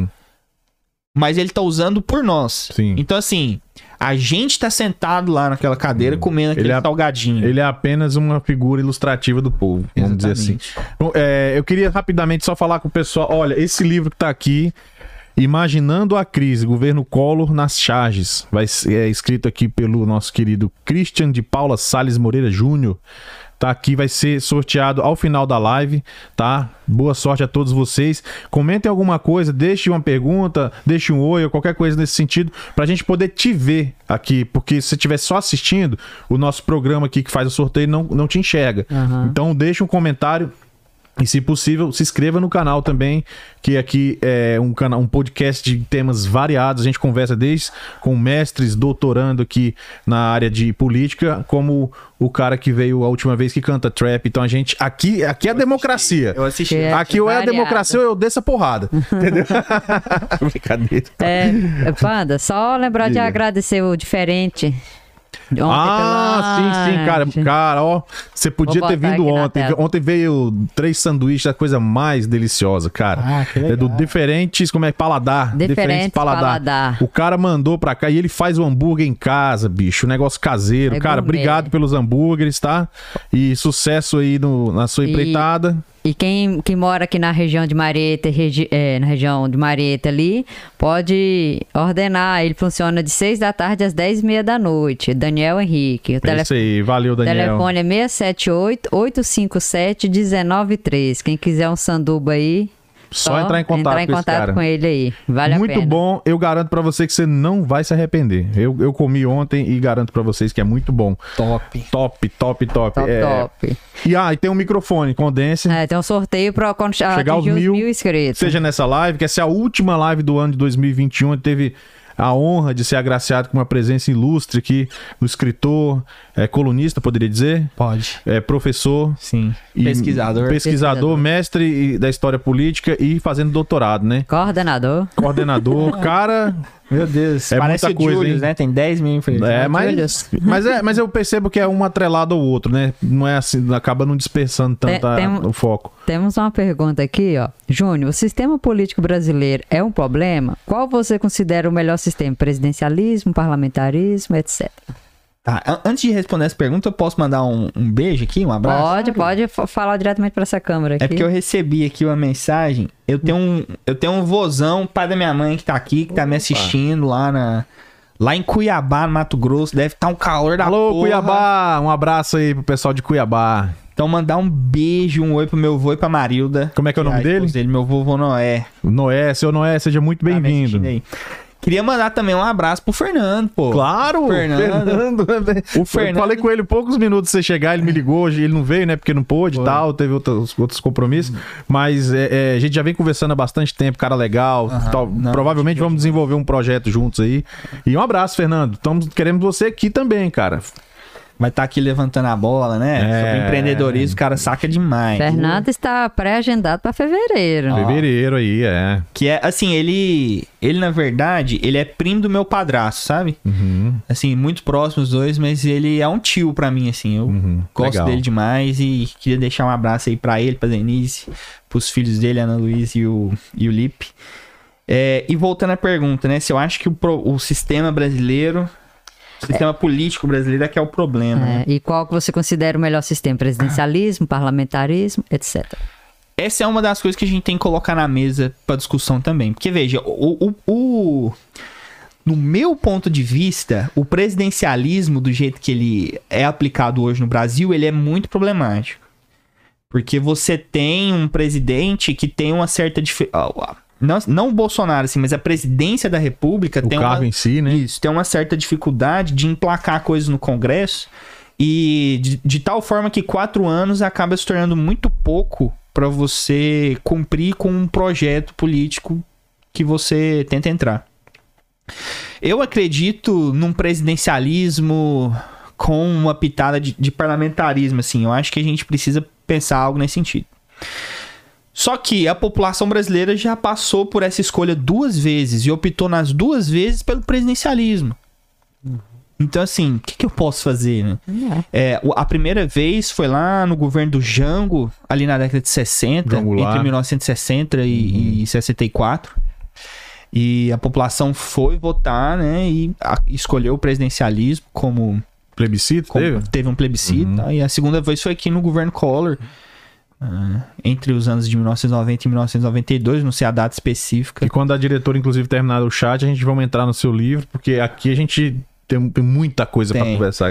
mas ele tá usando por nós. Sim. Então, assim, a gente tá sentado lá naquela cadeira comendo aquele salgadinho. Ele é apenas uma figura ilustrativa do povo, vamos dizer assim. Bom, eu queria rapidamente só falar com o pessoal, olha, esse livro que tá aqui, Imaginando a Crise, Governo Collor nas Charges, é escrito aqui pelo nosso querido Christian de Paula Salles Moreira Júnior. Tá aqui, vai ser sorteado ao final da live, tá? Boa sorte a todos vocês. Comentem alguma coisa, deixe uma pergunta, deixe um oi ou qualquer coisa nesse sentido, pra gente poder te ver aqui, porque se você estiver só assistindo, o nosso programa aqui que faz o sorteio não te enxerga. Então deixe um comentário. E, se possível, se inscreva no canal também, que aqui é um podcast de temas variados. A gente conversa desde com mestres, doutorando aqui na área de política, como o cara que veio a última vez que canta trap. Então a gente... Aqui é a democracia. Eu assisti. Aqui ou é a democracia ou eu desço a porrada. Entendeu? Brincadeira. Panda, só lembrar de agradecer o diferente. Sim, cara, ó, você podia ter vindo ontem. Ontem veio 3 sanduíches, a coisa mais deliciosa, cara. É do Diferentes, como é? Paladar. Diferentes Paladar. O cara mandou pra cá e ele faz o hambúrguer em casa, bicho, um negócio caseiro. Cara, obrigado pelos hambúrgueres, tá? E sucesso aí na sua empreitada. E quem mora aqui na região de Mareta, na região de Mareta ali, pode ordenar. Ele funciona de 6 da tarde às 10h30 da noite. Daniel Henrique. É isso aí, valeu, Daniel. O telefone é 678-857-1903. Quem quiser um sanduba aí... Só entrar em contato com ele aí. Vale a pena. Muito bom. Eu garanto pra você que você não vai se arrepender. Eu comi ontem e garanto pra vocês que é muito bom. Top. E tem um microfone, condense. Tem um sorteio pra quando chegar aos 1000 inscritos. Seja nessa live, que essa é a última live do ano de 2021. Teve a honra de ser agraciado com uma presença ilustre aqui do escritor, colunista, poderia dizer? Pode. Professor. Sim. Pesquisador, mestre da história política e fazendo doutorado, né? Coordenador. Cara... Meu Deus, parece muita coisa, Julius, né? Tem 10 mil infeliz. Mas eu percebo que é um atrelado ao outro, né? Não é assim, acaba não dispersando tanto o foco. Temos uma pergunta aqui, ó. Júnior, o sistema político brasileiro é um problema? Qual você considera o melhor sistema? Presidencialismo, parlamentarismo, etc. Tá, antes de responder essa pergunta, eu posso mandar um beijo aqui, um abraço? Pode falar diretamente para essa câmera aqui. É porque eu recebi aqui uma mensagem. Eu tenho um vozão, pai da minha mãe que tá aqui, que tá me assistindo lá em Cuiabá, no Mato Grosso. Deve estar um calor da porra. Alô, Cuiabá! Um abraço aí pro pessoal de Cuiabá. Então, mandar um beijo, um oi pro meu vô e pra Marilda. Como é que é o nome dele? Meu vô Noé. Seu Noé, seja muito bem-vindo. Queria mandar também um abraço pro Fernando, pô. Claro! Fernando. Eu falei com ele poucos minutos de você chegar, ele me ligou, hoje ele não veio, né? Porque não pôde e tal, teve outros compromissos. Mas a gente já vem conversando há bastante tempo, cara legal. Provavelmente vamos desenvolver um projeto juntos aí. E um abraço, Fernando. Queremos você aqui também, cara. vai estar aqui levantando a bola, né? Sobre empreendedorismo, o cara saca demais. Fernando está pré-agendado para fevereiro. Fevereiro aí, Que é, assim, ele na verdade, ele é primo do meu padrasto, sabe? Assim, muito próximo os dois, mas ele é um tio pra mim, assim. Eu gosto dele demais e queria deixar um abraço aí pra ele, pra Denise, pros filhos dele, Ana Luiz e o Lipe. E voltando à pergunta, né? Se eu acho que o sistema brasileiro... O sistema político brasileiro é que é o problema. Né? E qual que você considera o melhor sistema? Presidencialismo, parlamentarismo, etc. Essa é uma das coisas que a gente tem que colocar na mesa para discussão também. Porque, veja, no meu ponto de vista, o presidencialismo, do jeito que ele é aplicado hoje no Brasil, ele é muito problemático. Porque você tem um presidente que tem uma certa dificuldade... Não o Bolsonaro, assim, mas a presidência da República tem cargo em si, né? Isso, tem uma certa dificuldade de emplacar coisas no Congresso e de tal forma que 4 anos acaba se tornando muito pouco para você cumprir com um projeto político que você tenta entrar. Eu acredito num presidencialismo com uma pitada de parlamentarismo, assim. Eu acho que a gente precisa pensar algo nesse sentido. Só que a população brasileira já passou por essa escolha 2 vezes e optou nas 2 vezes pelo presidencialismo. Então, assim, o que eu posso fazer, né? A primeira vez foi lá no governo do Jango, ali na década de 60, entre 1960 e 64. E a população foi votar, né? E escolheu o presidencialismo como... Plebiscito? Teve um plebiscito. Tá? E a segunda vez foi aqui no governo Collor. Entre os anos de 1990 e 1992, não sei a data específica. E quando a diretora, inclusive, terminar o chat, a gente vai entrar no seu livro, porque aqui a gente tem muita coisa para conversar.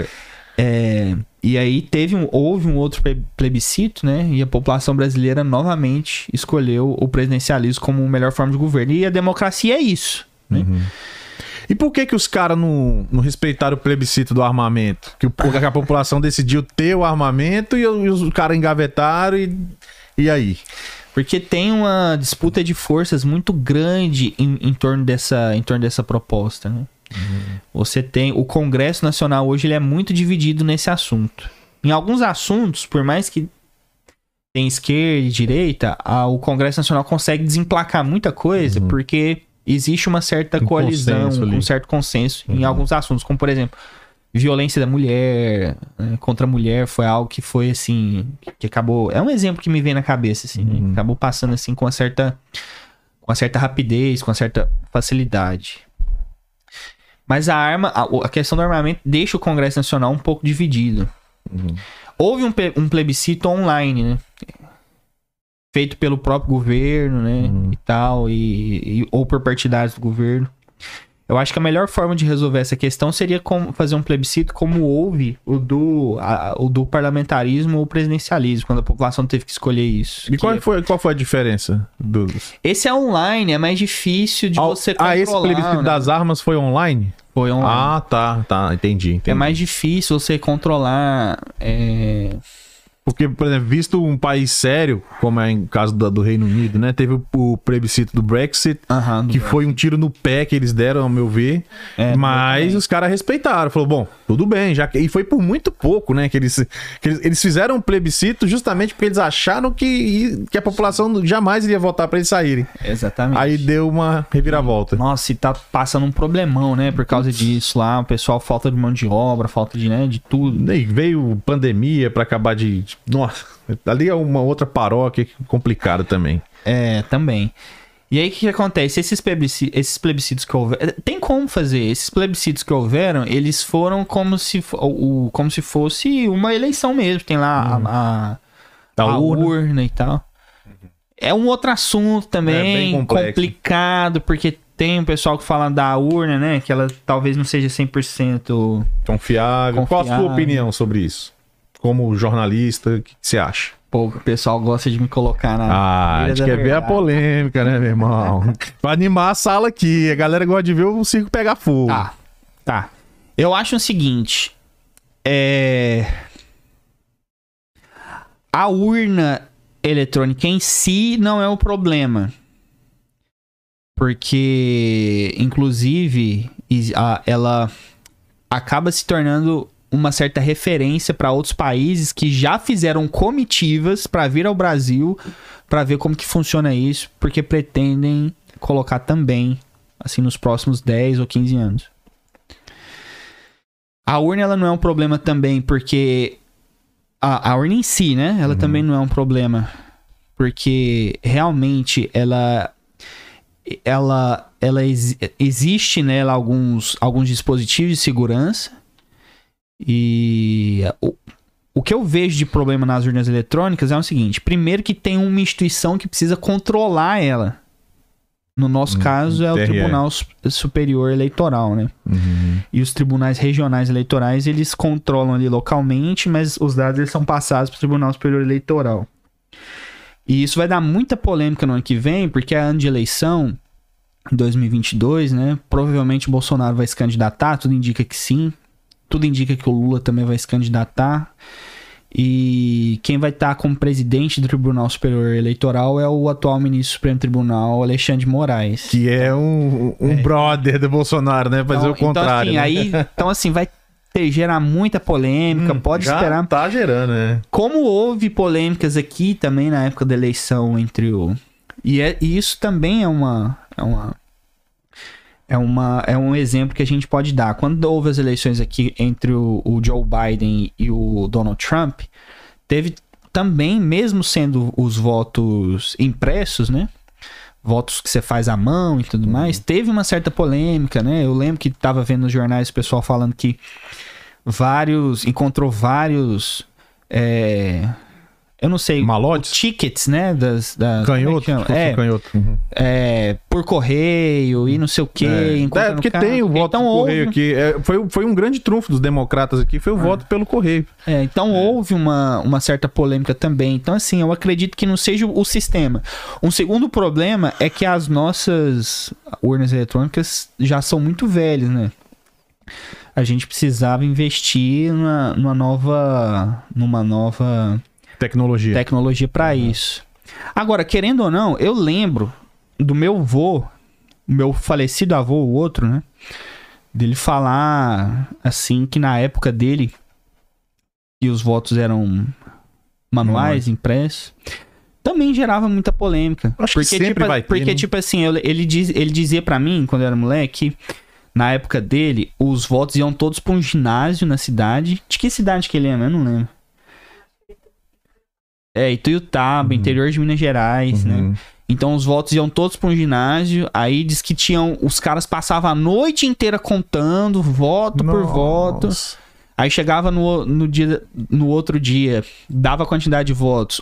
E aí houve um outro plebiscito, né? E a população brasileira novamente escolheu o presidencialismo como a melhor forma de governo. E a democracia é isso, né? E por que os caras não respeitaram o plebiscito do armamento? Porque a população decidiu ter o armamento e os caras engavetaram e aí? Porque tem uma disputa de forças muito grande em torno dessa proposta, né? Você tem... O Congresso Nacional hoje ele é muito dividido nesse assunto. Em alguns assuntos, por mais que tem esquerda e direita, o Congresso Nacional consegue desemplacar muita coisa porque... Existe uma certa coalizão, um certo consenso em alguns assuntos, como por exemplo, violência da mulher, né, contra a mulher foi algo que foi assim, que acabou... É um exemplo que me vem na cabeça, assim, né, acabou passando assim com uma certa rapidez, com uma certa facilidade. Mas a questão do armamento deixa o Congresso Nacional um pouco dividido. Houve um plebiscito online, né? Feito pelo próprio governo, né, e tal, ou por partidários do governo. Eu acho que a melhor forma de resolver essa questão seria fazer um plebiscito como houve o do parlamentarismo ou presidencialismo, quando a população teve que escolher isso. E qual foi a diferença? Esse é online, é mais difícil de você controlar. Esse plebiscito das armas foi online? Foi online. Tá, entendi. É mais difícil você controlar... Porque, por exemplo, visto um país sério, como é em caso do Reino Unido, né? Teve o plebiscito do Brexit, que foi um tiro no pé que eles deram, ao meu ver. Mas os caras respeitaram. Falou, bom, tudo bem. E foi por muito pouco, né? Que eles fizeram um plebiscito justamente porque eles acharam que a população jamais iria votar para eles saírem. Exatamente. Aí deu uma reviravolta. Nossa, e tá passando um problemão, né? Por causa disso lá. O pessoal, falta de mão de obra, falta de tudo. E veio pandemia para acabar de... Nossa, ali é uma outra paróquia complicada também. Também. E aí o que acontece? Esses plebiscitos que houveram... Tem como fazer. Esses plebiscitos que houveram, eles foram como se fosse uma eleição mesmo. Tem lá a urna e tal. É um outro assunto também, complicado, porque tem um pessoal que fala da urna, né? Que ela talvez não seja 100% confiável. Qual a sua opinião sobre isso? Como jornalista, o que você acha? Pô, o pessoal gosta de me colocar na... a gente quer ver a polêmica, né, meu irmão? Pra animar a sala aqui. A galera gosta de ver o circo pegar fogo. Tá. Eu acho o seguinte. A urna eletrônica em si não é o problema. Porque, inclusive, ela acaba se tornando uma certa referência para outros países que já fizeram comitivas para vir ao Brasil para ver como que funciona isso, porque pretendem colocar também, assim, nos próximos 10 ou 15 anos. A urna, ela não é um problema também, porque a urna em si, né? Ela também não é um problema, porque realmente existe nela alguns dispositivos de segurança, e o que eu vejo de problema nas urnas eletrônicas é o seguinte: primeiro que tem uma instituição que precisa controlar ela. No nosso caso é o Tribunal Superior Eleitoral, né? E os tribunais regionais eleitorais, eles controlam ali localmente, mas os dados eles são passados para o Tribunal Superior Eleitoral. E isso vai dar muita polêmica no ano que vem, porque é ano de eleição, em 2022, né? Provavelmente o Bolsonaro vai se candidatar, tudo indica que sim. Tudo indica que o Lula também vai se candidatar. E quem vai estar como presidente do Tribunal Superior Eleitoral é o atual ministro do Supremo Tribunal, Alexandre de Moraes. Que é um brother do Bolsonaro, né? Fazer o contrário. Então, assim, vai gerar muita polêmica, pode esperar. Tá gerando, né? Como houve polêmicas aqui também na época da eleição entre o... E isso também é um exemplo que a gente pode dar. Quando houve as eleições aqui entre o Joe Biden e o Donald Trump, teve também, mesmo sendo os votos impressos, né? Votos que você faz à mão e tudo mais, teve uma certa polêmica, né? Eu lembro que estava vendo nos jornais o pessoal falando que encontrou vários... eu não sei, malotes? Tickets, né? Canhoto. Canhoto. Por correio e não sei o quê. Porque tem o voto por correio aqui. Foi um grande trunfo dos democratas aqui, foi o voto pelo correio. Então houve uma certa polêmica também. Então, assim, eu acredito que não seja o sistema. Um segundo problema é que as nossas urnas eletrônicas já são muito velhas, né? A gente precisava investir numa nova tecnologia para isso. Agora, querendo ou não, eu lembro do meu avô, meu falecido avô, o outro, né? Dele falar, assim, que na época dele, que os votos eram manuais, impressos, também gerava muita polêmica. Acho que sempre vai ter, porque, tipo assim, ele dizia para mim, quando eu era moleque, na época dele, os votos iam todos para um ginásio na cidade. De que cidade que ele é? Eu não lembro. Ituiutaba, interior de Minas Gerais, né? Então os votos iam todos para um ginásio. Aí diz que os caras passavam a noite inteira contando, voto por voto. Aí chegava no outro dia, dava a quantidade de votos.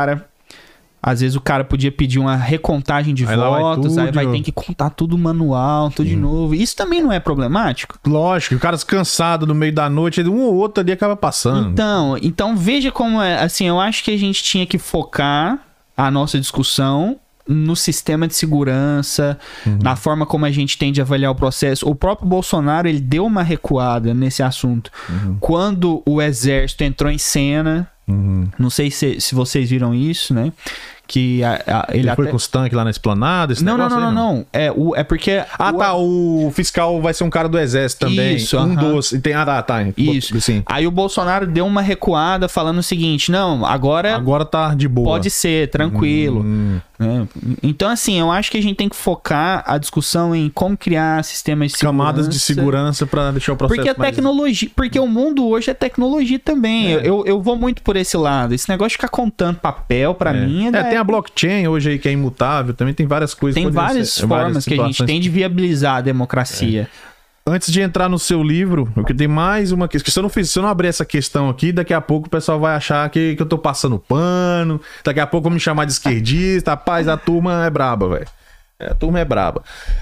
Às vezes o cara podia pedir uma recontagem de votos, aí vai ter que contar tudo manual, tudo de novo. Isso também não é problemático? Lógico, o cara cansado no meio da noite, um ou outro ali acaba passando. Então veja como é, assim, eu acho que a gente tinha que focar a nossa discussão no sistema de segurança, na forma como a gente tem de avaliar o processo. O próprio Bolsonaro, ele deu uma recuada nesse assunto. Quando o exército entrou em cena, não sei se vocês viram isso, né? Que ele foi com os tanques lá na esplanada? Não. É porque... O fiscal vai ser um cara do exército também. Isso, Isso. Sim. Aí o Bolsonaro deu uma recuada falando o seguinte: não, agora tá de boa. Pode ser, tranquilo. Então, assim, eu acho que a gente tem que focar a discussão em como criar sistemas de camadas de segurança para deixar o processo porque a tecnologia, porque o mundo hoje é tecnologia também. Eu vou muito por esse lado. Esse negócio de ficar contando papel, para mim... Tem a blockchain hoje aí que é imutável. Também tem várias coisas. Tem várias formas que a gente tem de viabilizar a democracia. Antes de entrar no seu livro, eu queria ter mais uma questão. Se eu não abrir essa questão aqui, daqui a pouco o pessoal vai achar que eu tô passando pano. Daqui a pouco vão me chamar de esquerdista. Rapaz, a turma é braba, velho. A turma é braba.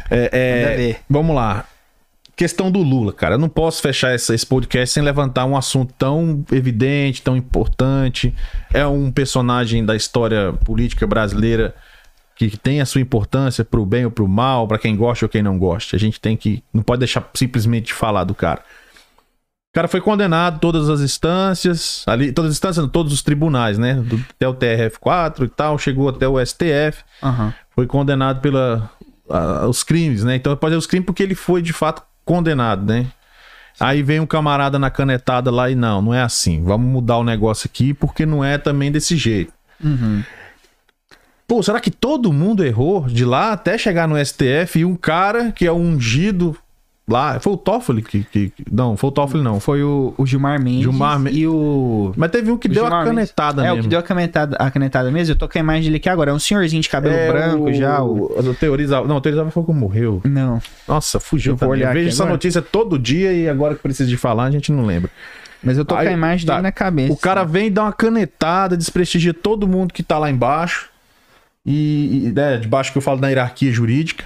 Vamos lá. Questão do Lula, cara. Eu não posso fechar esse podcast sem levantar um assunto tão evidente, tão importante. É um personagem da história política brasileira que tem a sua importância pro bem ou pro mal, para quem gosta ou quem não gosta. A gente não pode deixar simplesmente de falar do cara. O cara foi condenado todas as instâncias, todos os tribunais, né? Até o TRF4 e tal, chegou até o STF. Foi condenado pelos crimes, né? Então pode ser os crimes porque ele foi de fato condenado, né? Aí vem um camarada na canetada lá e não é assim. Vamos mudar o negócio aqui porque não é também desse jeito. Pô, será que todo mundo errou de lá até chegar no STF e um cara que é ungido lá... Foi o Toffoli que... Não, foi o Toffoli não. Foi o Gilmar Mendes e o... Mas teve um que deu a canetada mesmo. É, o que deu a canetada mesmo. Eu tô com a imagem dele aqui agora. É um senhorzinho de cabelo branco já. O Teorizava... Não, o Teorizava foi como morreu. Não. Nossa, fugiu também. Eu vejo essa notícia todo dia e agora que precisa de falar a gente não lembra. Mas eu tô com a imagem dele na cabeça. O cara vem dar uma canetada, desprestigia todo mundo que tá lá embaixo. E debaixo que eu falo da hierarquia jurídica.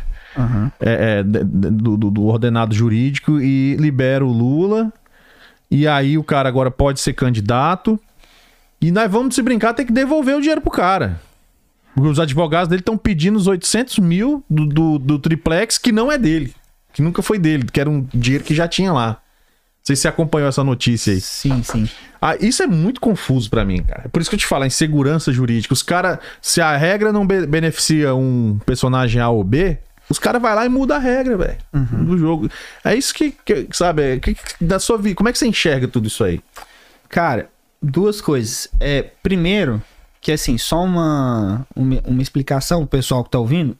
Do ordenado jurídico. E libera o Lula. E aí o cara agora pode ser candidato. E nós vamos se brincar, ter que devolver o dinheiro pro cara. Porque os advogados dele estão pedindo os 800 mil do triplex que não é dele. Que nunca foi dele, que era um dinheiro que já tinha lá. Não sei se você acompanhou essa notícia aí. Sim. Isso é muito confuso pra mim, cara. Por isso que eu te falo, a insegurança jurídica. Os caras, se a regra não beneficia um personagem A ou B, os caras vão lá e mudam a regra, velho, do jogo. É isso que sabe, da sua vida, como é que você enxerga tudo isso aí? Cara, duas coisas. Primeiro, que assim, só uma explicação pro pessoal que tá ouvindo.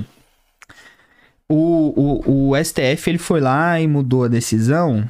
O STF, ele foi lá e mudou a decisão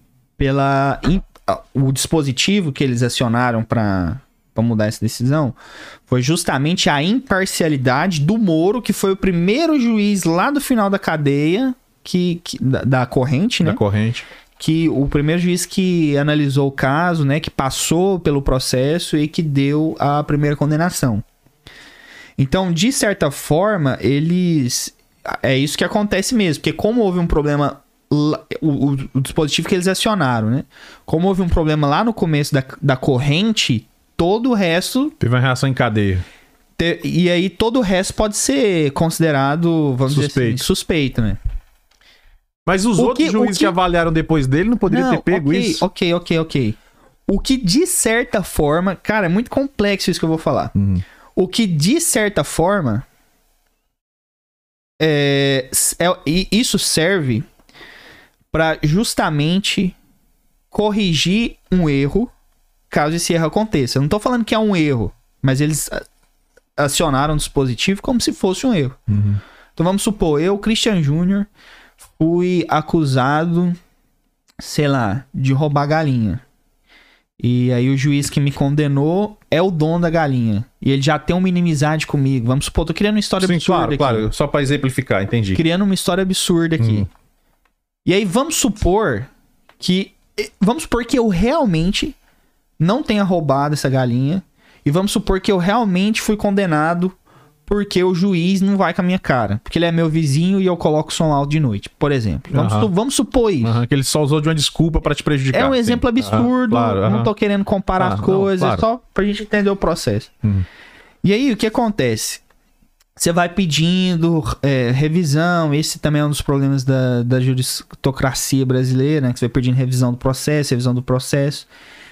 o dispositivo que eles acionaram para mudar essa decisão foi justamente a imparcialidade do Moro, que foi o primeiro juiz lá do final da cadeia da corrente, né? Da corrente. Que o primeiro juiz que analisou o caso, né? Que passou pelo processo e que deu a primeira condenação. Então, de certa forma, é isso que acontece mesmo, porque como houve um problema... O dispositivo que eles acionaram, né? Como houve um problema lá no começo da corrente, todo o resto... Teve uma reação em cadeia. E aí todo o resto pode ser considerado, vamos dizer assim, suspeito, né? Mas os outros juízes que avaliaram depois dele não poderiam ter pego isso? Ok. O que de certa forma... Cara, é muito complexo isso que eu vou falar. O que de certa forma... isso serve para justamente corrigir um erro, caso esse erro aconteça. Eu não tô falando que é um erro, mas eles acionaram o dispositivo como se fosse um erro. Então vamos supor, eu, Christian Júnior, fui acusado, sei lá, de roubar galinha. E aí o juiz que me condenou é o dono da galinha. E ele já tem uma inimizade comigo. Vamos supor, tô criando uma história absurda aqui. Claro, só pra exemplificar, entendi. Criando uma história absurda aqui. E aí vamos supor que eu realmente não tenha roubado essa galinha. E vamos supor que eu realmente fui condenado porque o juiz não vai com a minha cara. Porque ele é meu vizinho e eu coloco som alto de noite, por exemplo. Vamos supor isso. Que ele só usou de uma desculpa pra te prejudicar. É um exemplo absurdo. Não tô querendo comparar as coisas. É só pra gente entender o processo. E aí, o que acontece? Você vai pedindo revisão. Esse também é um dos problemas da juristocracia brasileira, né? Que você vai pedindo revisão do processo.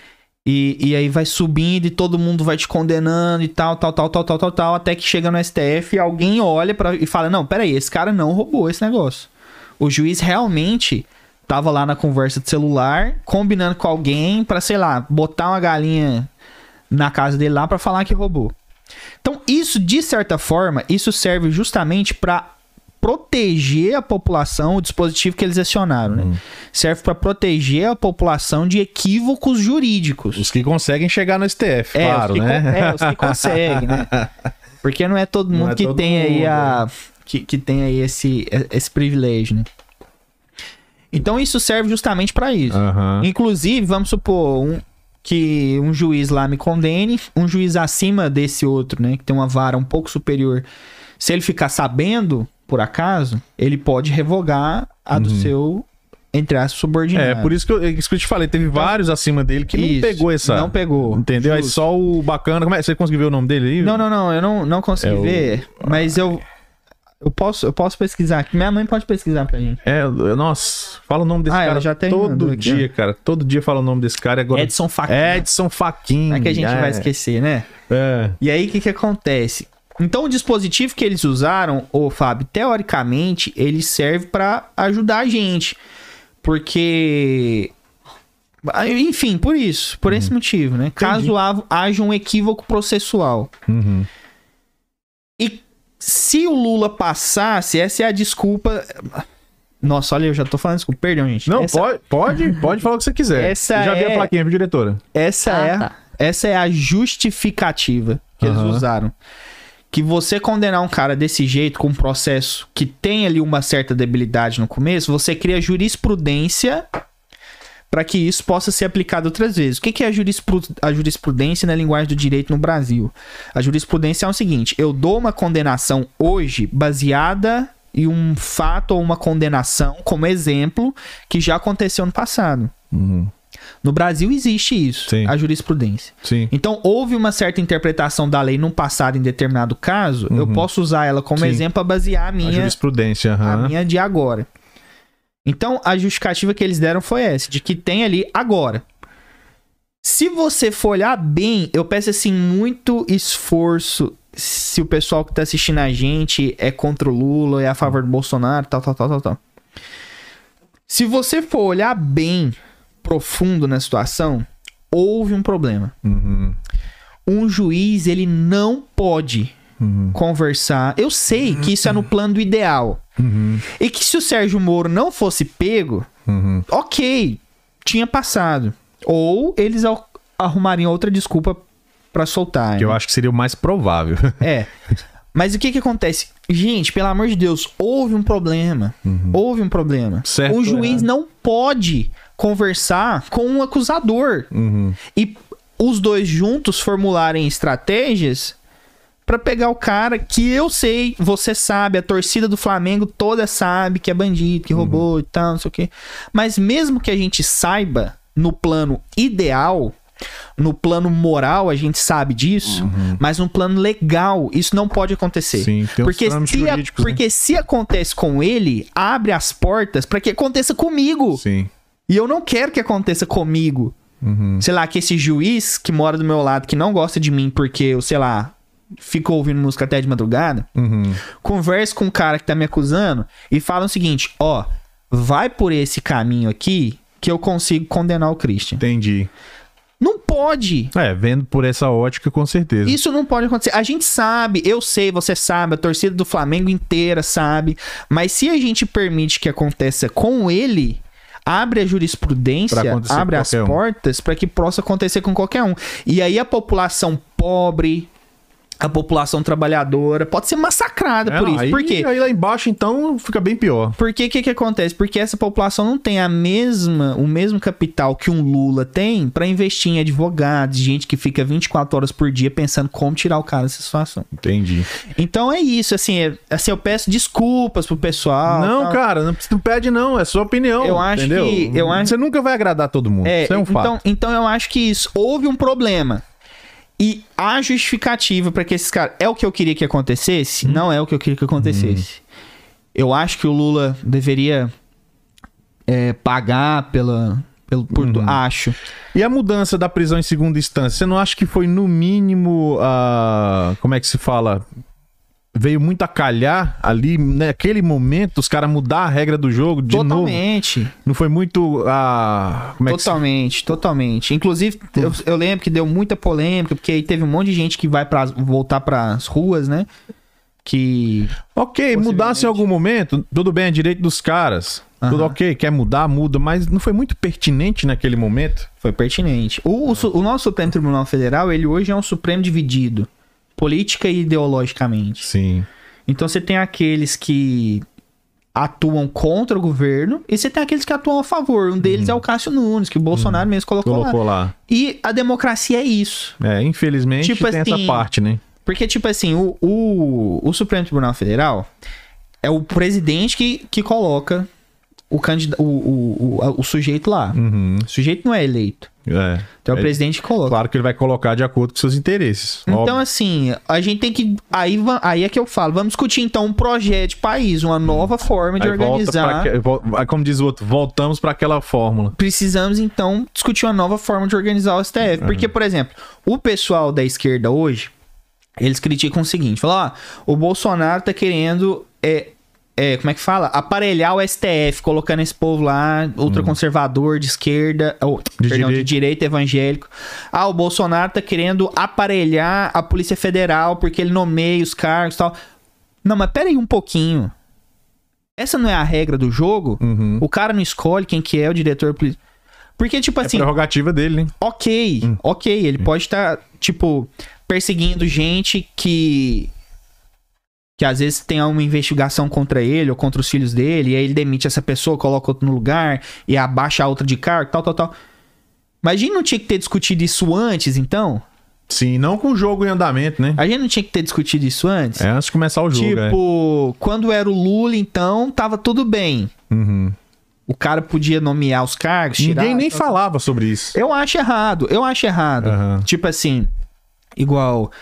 E aí vai subindo e todo mundo vai te condenando e tal, até que chega no STF e alguém olha e fala, não, peraí, esse cara não roubou esse negócio. O juiz realmente tava lá na conversa de celular, combinando com alguém pra, sei lá, botar uma galinha na casa dele lá pra falar que roubou. Então, isso, de certa forma, isso serve justamente para proteger a população, o dispositivo que eles acionaram, né? Serve para proteger a população de equívocos jurídicos. Os que conseguem chegar no STF, claro, né? Os que conseguem, né? Porque não é todo mundo que tem aí que tem aí esse privilégio, né? Então, isso serve justamente para isso. Inclusive, vamos supor que um juiz lá me condene, um juiz acima desse outro, né, que tem uma vara um pouco superior, se ele ficar sabendo, por acaso, ele pode revogar a do seu, entre aspas, subordinado. Por isso que eu te falei, teve vários acima dele que não pegou essa... Não pegou. Entendeu? Aí só o bacana... Você conseguiu ver o nome dele aí? Não, eu não consegui ver, mas eu posso pesquisar aqui. Minha mãe pode pesquisar pra gente. Nossa, fala o nome desse cara já tem todo dia, cara. Todo dia fala o nome desse cara. Agora... Edson Fachin. Não é que a gente vai esquecer, né? E aí, o que acontece? Então, o dispositivo que eles usaram, Fábio, teoricamente, ele serve pra ajudar a gente. Porque... Enfim, por isso. Por esse motivo, né? Caso haja um equívoco processual. E se o Lula passasse, essa é a desculpa... Nossa, olha, eu já tô falando desculpa. Perdão, gente. Não, pode falar o que você quiser. Já vi a plaquinha, viu, diretora? Essa é a justificativa que eles usaram. Que você condenar um cara desse jeito, com um processo que tem ali uma certa debilidade no começo, você cria jurisprudência para que isso possa ser aplicado outras vezes. O que é a jurisprudência na linguagem do direito no Brasil? A jurisprudência é o seguinte: eu dou uma condenação hoje baseada em um fato ou uma condenação, como exemplo, que já aconteceu no passado. No Brasil existe isso, a jurisprudência. Então, houve uma certa interpretação da lei num passado em determinado caso, eu posso usar ela como exemplo para basear a minha jurisprudência, a minha de agora. Então, a justificativa que eles deram foi essa, de que tem ali agora. Se você for olhar bem, eu peço assim muito esforço, se o pessoal que tá assistindo a gente é contra o Lula, é a favor do Bolsonaro, tal. Se você for olhar bem profundo na situação, houve um problema. Um juiz, ele não pode conversar. Eu sei que isso é no plano do ideal. E que se o Sérgio Moro não fosse pego, ok, tinha passado. Ou eles arrumariam outra desculpa pra soltar. Que eu acho que seria o mais provável. Mas o que acontece? Gente, pelo amor de Deus, houve um problema. Houve um problema. Certo, o juiz não pode conversar com um acusador. E os dois juntos formularem estratégias pra pegar o cara que eu sei, você sabe, a torcida do Flamengo toda sabe que é bandido, que roubou e tal, não sei o quê. Mas mesmo que a gente saiba, no plano ideal, no plano moral, a gente sabe disso, mas no plano legal, isso não pode acontecer. Porque se acontece com ele, abre as portas para que aconteça comigo. E eu não quero que aconteça comigo. Sei lá, que esse juiz que mora do meu lado, que não gosta de mim porque eu, sei lá, fico ouvindo música até de madrugada, converse com o cara que tá me acusando e fala o seguinte: ó, vai por esse caminho aqui que eu consigo condenar o Christian. Entendi. Não pode. Vendo por essa ótica, com certeza. Isso não pode acontecer. A gente sabe, eu sei, você sabe, a torcida do Flamengo inteira sabe, mas se a gente permite que aconteça com ele, abre a jurisprudência, abre as portas para que possa acontecer com qualquer um. E aí a população pobre, a população trabalhadora pode ser massacrada por isso. Por quê? Aí lá embaixo, então, fica bem pior. Por quê? O que acontece? Porque essa população não tem o mesmo capital que um Lula tem pra investir em advogados, gente que fica 24 horas por dia pensando como tirar o cara dessa situação. Entendi. Então é isso, assim, eu peço desculpas pro pessoal. Não, tal. Cara, não pede não, é sua opinião. Eu acho entendeu? Você nunca vai agradar todo mundo, isso é um fato. Então eu acho que isso, houve um problema. E a justificativa para que esses caras... É o que eu queria que acontecesse? Não é o que eu queria que acontecesse. Eu acho que o Lula deveria pagar acho. E a mudança da prisão em segunda instância? Você não acha que foi, no mínimo, como é que se fala? Veio muito a calhar ali, naquele momento, os caras mudar a regra do jogo de novo? Totalmente. Não foi muito... Totalmente. Inclusive, eu lembro que deu muita polêmica, porque aí teve um monte de gente que vai voltar pras ruas, né? Que... Ok, mudasse em algum momento, tudo bem, é direito dos caras. Tudo ok, quer mudar, muda, mas não foi muito pertinente naquele momento? Foi pertinente. O nosso Supremo Tribunal Federal, ele hoje é um Supremo dividido. Política e ideologicamente. Sim. Então você tem aqueles que atuam contra o governo e você tem aqueles que atuam a favor. Um deles é o Cássio Nunes, que o Bolsonaro mesmo colocou lá. E a democracia é isso. Infelizmente tem essa parte, né? Porque, tipo assim, o Supremo Tribunal Federal é o presidente que coloca o sujeito lá. O sujeito não é eleito. Então é o presidente que coloca. Claro que ele vai colocar de acordo com seus interesses. Então, óbvio. Assim, a gente tem que... Aí é que eu falo, vamos discutir então um projeto de país, uma nova forma de organizar. Como diz o outro, voltamos para aquela fórmula. Precisamos então discutir uma nova forma de organizar o STF. Porque, por exemplo, o pessoal da esquerda hoje, eles criticam o seguinte, falam, o Bolsonaro tá querendo como é que fala? Aparelhar o STF, colocando esse povo lá, ultraconservador, de esquerda, de direita, evangélico. O Bolsonaro tá querendo aparelhar a Polícia Federal porque ele nomeia os cargos e tal. Não, mas pera aí um pouquinho. Essa não é a regra do jogo? O cara não escolhe quem que é o diretor político. Porque, tipo assim... É prerrogativa dele, né? Ok. Ele pode estar, tipo, perseguindo gente que às vezes tem uma investigação contra ele ou contra os filhos dele, e aí ele demite essa pessoa, coloca outro no lugar e abaixa a outra de cargo, tal. Mas a gente não tinha que ter discutido isso antes, então? Sim, não com o jogo em andamento, né? A gente não tinha que ter discutido isso antes? Antes de começar o jogo, Tipo, quando era o Lula, então, tava tudo bem. O cara podia nomear os cargos, tirar... Ninguém nem falava sobre isso. Eu acho errado. Tipo assim, igual...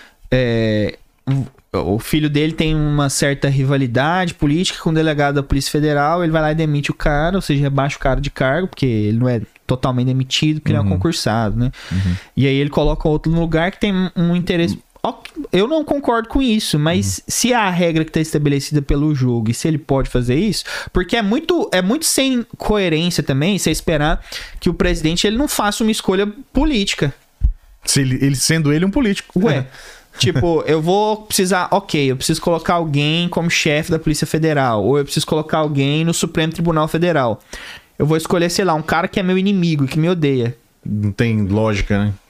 O filho dele tem uma certa rivalidade política com o delegado da Polícia Federal, ele vai lá e demite o cara, ou seja, rebaixa o cara de cargo, porque ele não é totalmente demitido, porque ele é um concursado, né? E aí ele coloca outro no lugar que tem um interesse... Eu não concordo com isso, mas se a regra que está estabelecida pelo jogo e se ele pode fazer isso, porque é muito sem coerência também você esperar que o presidente ele não faça uma escolha política. Ele sendo ele um político. Ué... Tipo, eu vou precisar... Ok, eu preciso colocar alguém como chefe da Polícia Federal. Ou eu preciso colocar alguém no Supremo Tribunal Federal. Eu vou escolher, sei lá, um cara que é meu inimigo, que me odeia. Não tem lógica, né?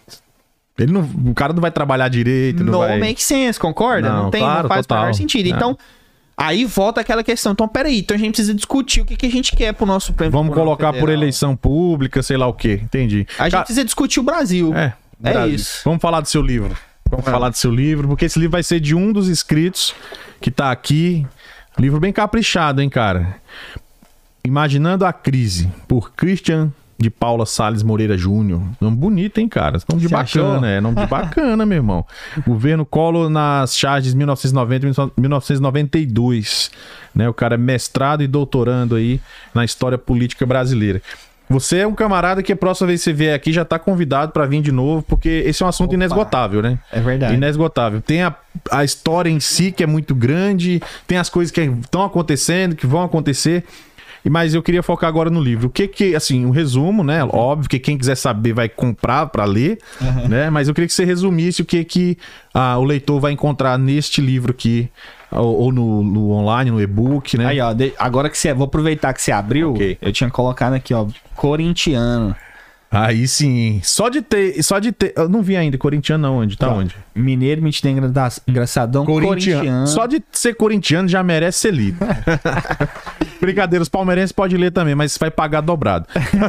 O cara não vai trabalhar direito, não vai... Não make sense, concorda? Não faz o menor sentido. Então, aí volta aquela questão. Então, peraí. Então a gente precisa discutir o que a gente quer pro nosso Supremo Tribunal Federal. Vamos colocar por eleição pública, sei lá o quê. Entendi. A gente precisa discutir o Brasil. É isso. Vamos falar do seu livro. Falar do seu livro, porque esse livro vai ser de um dos inscritos que tá aqui. Livro bem caprichado, hein, cara? Imaginando a Crise, por Christian de Paula Salles Moreira Júnior. Nome bonito, hein, cara? Nome de bacana, nome de bacana, meu irmão. Governo Collor nas charges de 1990 e 1992. Né? O cara é mestrado e doutorando aí na história política brasileira. Você é um camarada que a próxima vez que você vier aqui já tá convidado para vir de novo, porque esse é um assunto inesgotável, né? É verdade. Inesgotável. Tem a história em si que é muito grande, tem as coisas que estão acontecendo, que vão acontecer, mas eu queria focar agora no livro. O que assim, um resumo, né? Óbvio que quem quiser saber vai comprar para ler, né? Mas eu queria que você resumisse o que o leitor vai encontrar neste livro aqui, ou no online, no e-book, né? Aí, ó, agora que você... Vou aproveitar que você abriu, eu tinha colocado aqui, ó, corintiano. Aí sim. Só de ter... Eu não vi ainda. Corintiano não, onde? Tá onde? Mineiro, metido engraçadão. Corintiano. Só de ser corintiano já merece ser lido. Brincadeira, os palmeirenses podem ler também, mas vai pagar dobrado.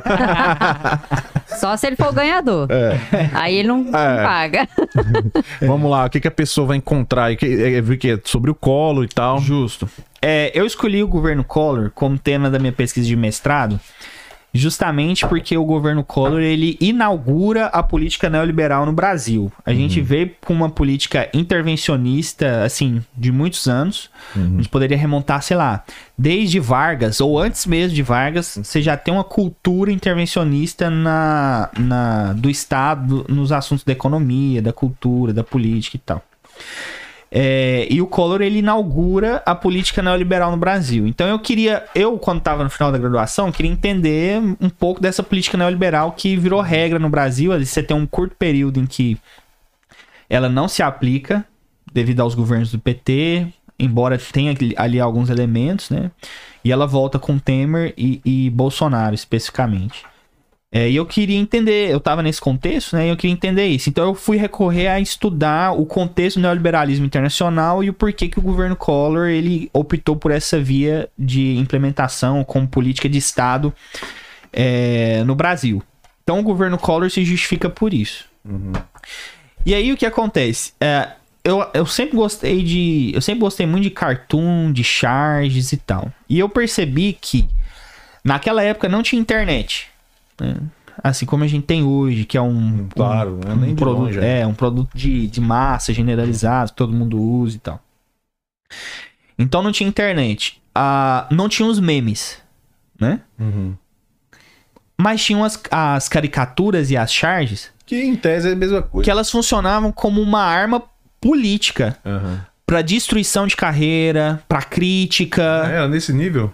Só se ele for o ganhador. Aí ele não paga. Vamos lá, o que a pessoa vai encontrar? Sobre o Collor e tal. Justo. Eu escolhi o governo Collor como tema da minha pesquisa de mestrado, justamente porque o governo Collor, ele inaugura a política neoliberal no Brasil. A gente veio com uma política intervencionista, assim, de muitos anos. A gente poderia remontar, sei lá, desde Vargas, ou antes mesmo de Vargas, você já tem uma cultura intervencionista do Estado nos assuntos da economia, da cultura, da política e tal. E o Collor, ele inaugura a política neoliberal no Brasil. Então quando estava no final da graduação, queria entender um pouco dessa política neoliberal que virou regra no Brasil. Você tem um curto período em que ela não se aplica devido aos governos do PT, embora tenha ali alguns elementos, né? E ela volta com Temer e Bolsonaro, especificamente. E eu queria entender, eu estava nesse contexto, né? E eu queria entender isso. Então eu fui recorrer a estudar o contexto do neoliberalismo internacional e o porquê que o governo Collor, ele optou por essa via de implementação como política de Estado no Brasil. Então o governo Collor se justifica por isso. E aí o que acontece? Eu sempre gostei muito de cartoon, de charges e tal. E eu percebi que naquela época não tinha internet. Assim como a gente tem hoje, que é um produto, longe, um produto de massa generalizado, que todo mundo usa e tal. Então não tinha internet, não tinha os memes, né? Mas tinham as caricaturas e as charges, que em tese é a mesma coisa, que elas funcionavam como uma arma política pra destruição de carreira, pra crítica. Era nesse nível?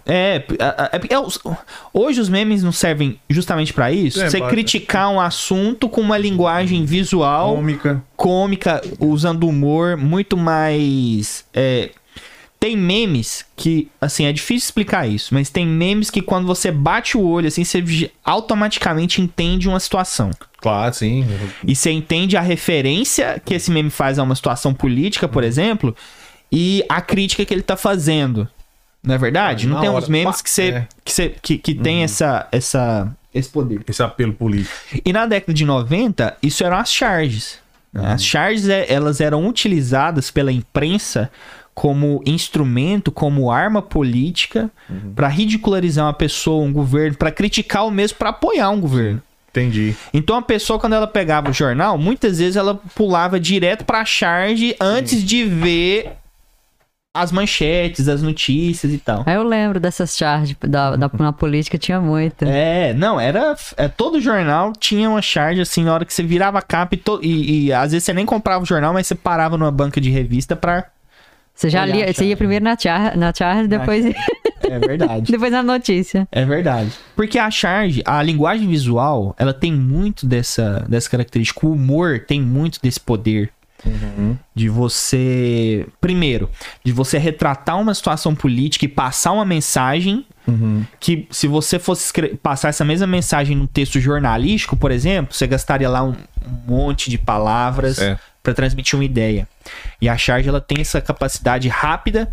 Hoje os memes não servem justamente pra isso. Você criticar um assunto com uma linguagem visual... Cômica, usando humor, muito mais... Tem memes que, assim, é difícil explicar isso, mas tem memes que quando você bate o olho, assim, você automaticamente entende uma situação. Claro, sim. E você entende a referência que esse meme faz a uma situação política, por exemplo, e a crítica que ele tá fazendo. Não é verdade? Não tem uns memes que tem esse poder. Esse apelo político. E na década de 90, isso eram as charges. As charges, elas eram utilizadas pela imprensa como instrumento, como arma política, para ridicularizar uma pessoa, um governo, para criticar o mesmo, para apoiar um governo. Entendi. Então a pessoa, quando ela pegava o jornal, muitas vezes ela pulava direto para a charge antes de ver as manchetes, as notícias e tal. Eu lembro dessas charges na política, tinha muita. Todo jornal tinha uma charge, assim, na hora que você virava a capa e às vezes você nem comprava o jornal, mas você parava numa banca de revista pra... Você já lia, você ia primeiro na charge, depois... É verdade. Depois na notícia. É verdade. Porque a charge, a linguagem visual, ela tem muito dessa característica. O humor tem muito desse poder. De você... Primeiro, de você retratar uma situação política e passar uma mensagem que, se você fosse passar essa mesma mensagem num texto jornalístico, por exemplo, você gastaria lá um monte de palavras para transmitir uma ideia. E a charge, ela tem essa capacidade rápida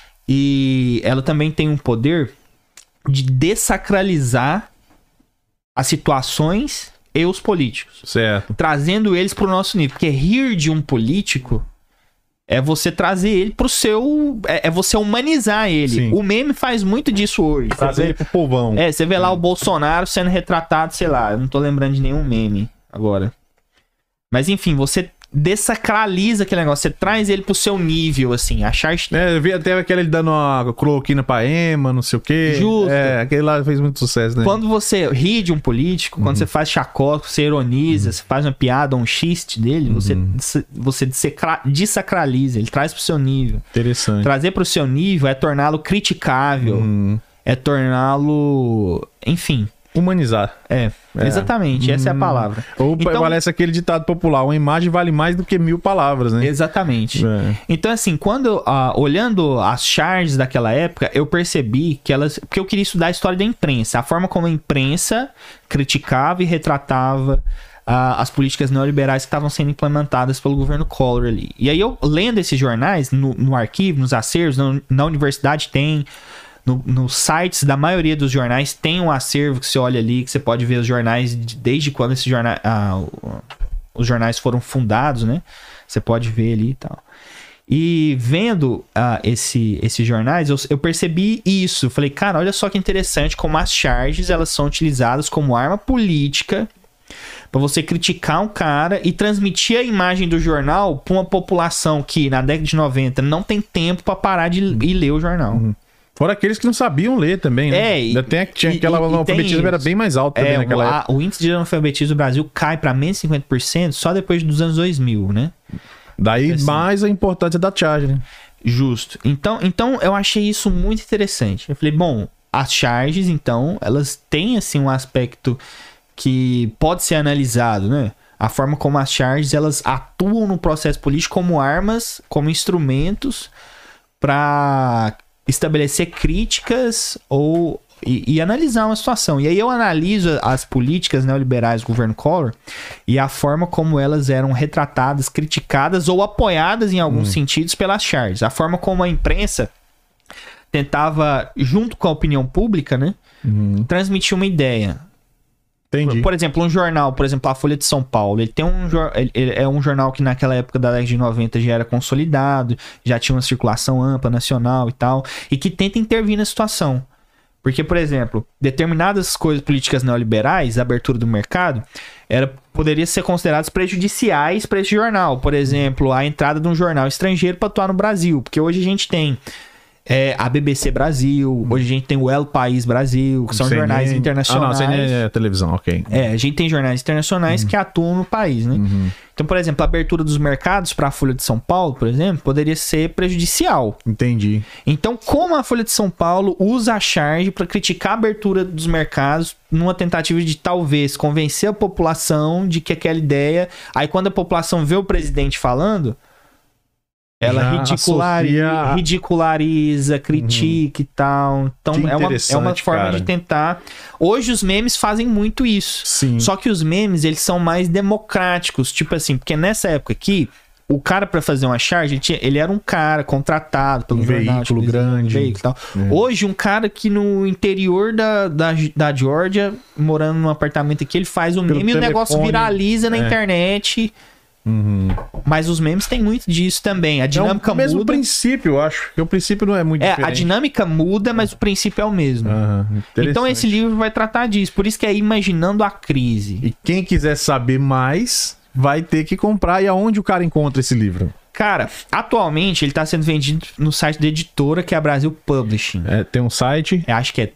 e ela também tem um poder de dessacralizar as situações e os políticos. Certo. Trazendo eles pro nosso nível. Porque rir de um político é você trazer ele pro seu... É você humanizar ele. Sim. O meme faz muito disso hoje. Trazer ele pro povão. Você vê lá o Bolsonaro sendo retratado, sei lá, eu não tô lembrando de nenhum meme agora. Mas enfim, você dessacraliza aquele negócio, você traz ele pro seu nível, assim, achar... Eu vi até aquele dando uma cloroquina pra Ema, não sei o quê. Justo. Aquele lá fez muito sucesso, né? Quando você ri de um político, quando você faz chacota, você ironiza, você faz uma piada, um xiste dele, você dessacraliza, ele traz pro seu nível. Interessante. Trazer pro seu nível é torná-lo criticável, é torná-lo... Enfim... Humanizar. Exatamente, essa é a palavra. Ou então, parece aquele ditado popular, uma imagem vale mais do que 1000 palavras, né? Exatamente. Então, assim, quando olhando as charges daquela época, eu percebi que elas... Porque eu queria estudar a história da imprensa, a forma como a imprensa criticava e retratava as políticas neoliberais que estavam sendo implementadas pelo governo Collor ali. E aí, eu lendo esses jornais, no arquivo, nos acervos, na universidade tem... Nos sites da maioria dos jornais tem um acervo que você olha ali, que você pode ver os jornais desde quando esses jornais, os jornais foram fundados, né? Você pode ver ali e tal. E vendo esses jornais, eu percebi isso. Falei, cara, olha só que interessante como as charges, elas são utilizadas como arma política para você criticar um cara e transmitir a imagem do jornal para uma população que na década de 90 não tem tempo para parar de ir ler o jornal. Fora aqueles que não sabiam ler também, né? Tinha aquela analfabetismo era bem mais alto também naquela época. O índice de analfabetismo do Brasil cai para menos de 50% só depois dos anos 2000, né? Daí assim, mais a importância da charge, né? Justo. Então eu achei isso muito interessante. Eu falei, bom, as charges, então, elas têm, assim, um aspecto que pode ser analisado, né? A forma como as charges, elas atuam no processo político como armas, como instrumentos para... estabelecer críticas e analisar uma situação. E aí eu analiso as políticas neoliberais do governo Collor e a forma como elas eram retratadas, criticadas ou apoiadas em alguns sentidos pelas charges. A forma como a imprensa tentava, junto com a opinião pública, né, transmitir uma ideia. Entendi. Por exemplo, um jornal, por exemplo, a Folha de São Paulo, ele é um jornal que naquela época da década de 90 já era consolidado, já tinha uma circulação ampla, nacional e tal, e que tenta intervir na situação. Porque, por exemplo, determinadas coisas políticas neoliberais, a abertura do mercado, poderia ser consideradas prejudiciais para esse jornal. Por exemplo, a entrada de um jornal estrangeiro para atuar no Brasil, porque hoje a gente tem a BBC Brasil, hoje a gente tem o El País Brasil, que são CNN. jornais internacionais. Ah, não, CNN é televisão, ok. A gente tem jornais internacionais que atuam no país, né? Então, por exemplo, a abertura dos mercados para a Folha de São Paulo, por exemplo, poderia ser prejudicial. Entendi. Então, como a Folha de São Paulo usa a charge para criticar a abertura dos mercados numa tentativa de talvez convencer a população de que aquela ideia... Aí quando a população vê o presidente falando, ela ridiculariza, critica e tal. Então é uma forma de tentar... Hoje os memes fazem muito isso. Sim. Só que os memes, eles são mais democráticos. Tipo assim, porque nessa época aqui, o cara para fazer uma charge, ele era um cara contratado pelo veículo grande. Veículo e tal. Hoje, um cara que no interior da Geórgia, morando num apartamento aqui, ele faz um meme e o negócio viraliza na internet. Mas os memes tem muito disso também. A dinâmica muda. É o mesmo princípio, eu acho. Porque o princípio não é muito diferente. A dinâmica muda, mas o princípio é o mesmo. Então esse livro vai tratar disso. Por isso que é Imaginando a Crise. E quem quiser saber mais, vai ter que comprar. E aonde o cara encontra esse livro? Cara, atualmente ele tá sendo vendido no site da editora, que é a Brasil Publishing. Tem um site? Acho que é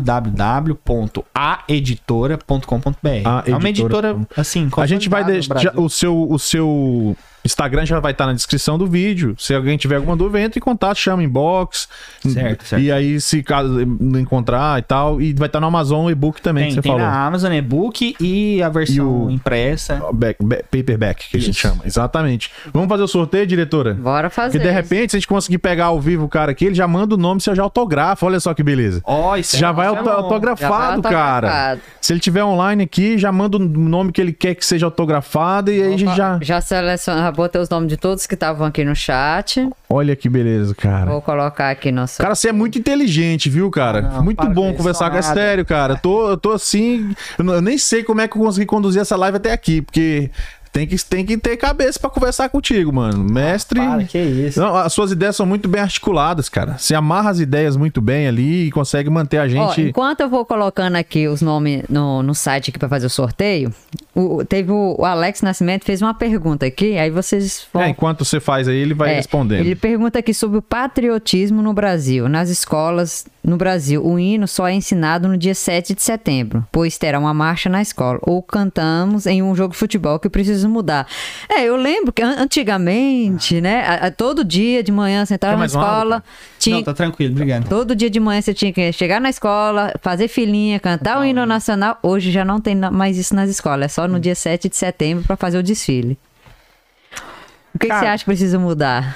www.aeditora.com.br. É uma editora, assim... A gente vai deixar o seu Instagram já vai estar na descrição do vídeo. Se alguém tiver alguma dúvida, entre em contato, chama inbox. Certo. E aí, se caso não encontrar e tal, e vai estar no Amazon e-book também, que você falou. Tem na Amazon e-book e a versão impressa. Paperback, que a gente chama. Exatamente. Vamos fazer o sorteio, diretora? Bora fazer. Porque de repente, se a gente conseguir pegar ao vivo o cara aqui, ele já manda o nome, você já autografa. Olha só que beleza. Isso já vai autografado, cara. Se ele tiver online aqui, já manda o nome que ele quer que seja autografado e aí a gente já... Já seleciona, botei os nomes de todos que estavam aqui no chat. Olha que beleza, cara. Vou colocar aqui no... Cara, você é muito inteligente, viu, cara? Muito bom conversar com... É sério, cara. Eu tô assim... Eu nem sei como é que eu consegui conduzir essa live até aqui, porque... Tem que ter cabeça pra conversar contigo, mano. Mestre... que isso. Não, as suas ideias são muito bem articuladas, cara. Você amarra as ideias muito bem ali e consegue manter a gente... Enquanto eu vou colocando aqui os nomes no site aqui pra fazer o sorteio, teve o Alex Nascimento fez uma pergunta aqui, aí vocês vão... enquanto você faz aí, ele vai respondendo. Ele pergunta aqui sobre o patriotismo no Brasil. Nas escolas no Brasil, o hino só é ensinado no dia 7 de setembro, pois terá uma marcha na escola. Ou cantamos em um jogo de futebol que precisa mudar. Eu lembro que antigamente, né, todo dia de manhã você entrava na escola... Não, tá tranquilo, obrigado. Todo dia de manhã você tinha que chegar na escola, fazer filinha, cantar o hino nacional. Hoje já não tem mais isso nas escolas, é só no dia 7 de setembro para fazer o desfile. O que você acha que precisa mudar?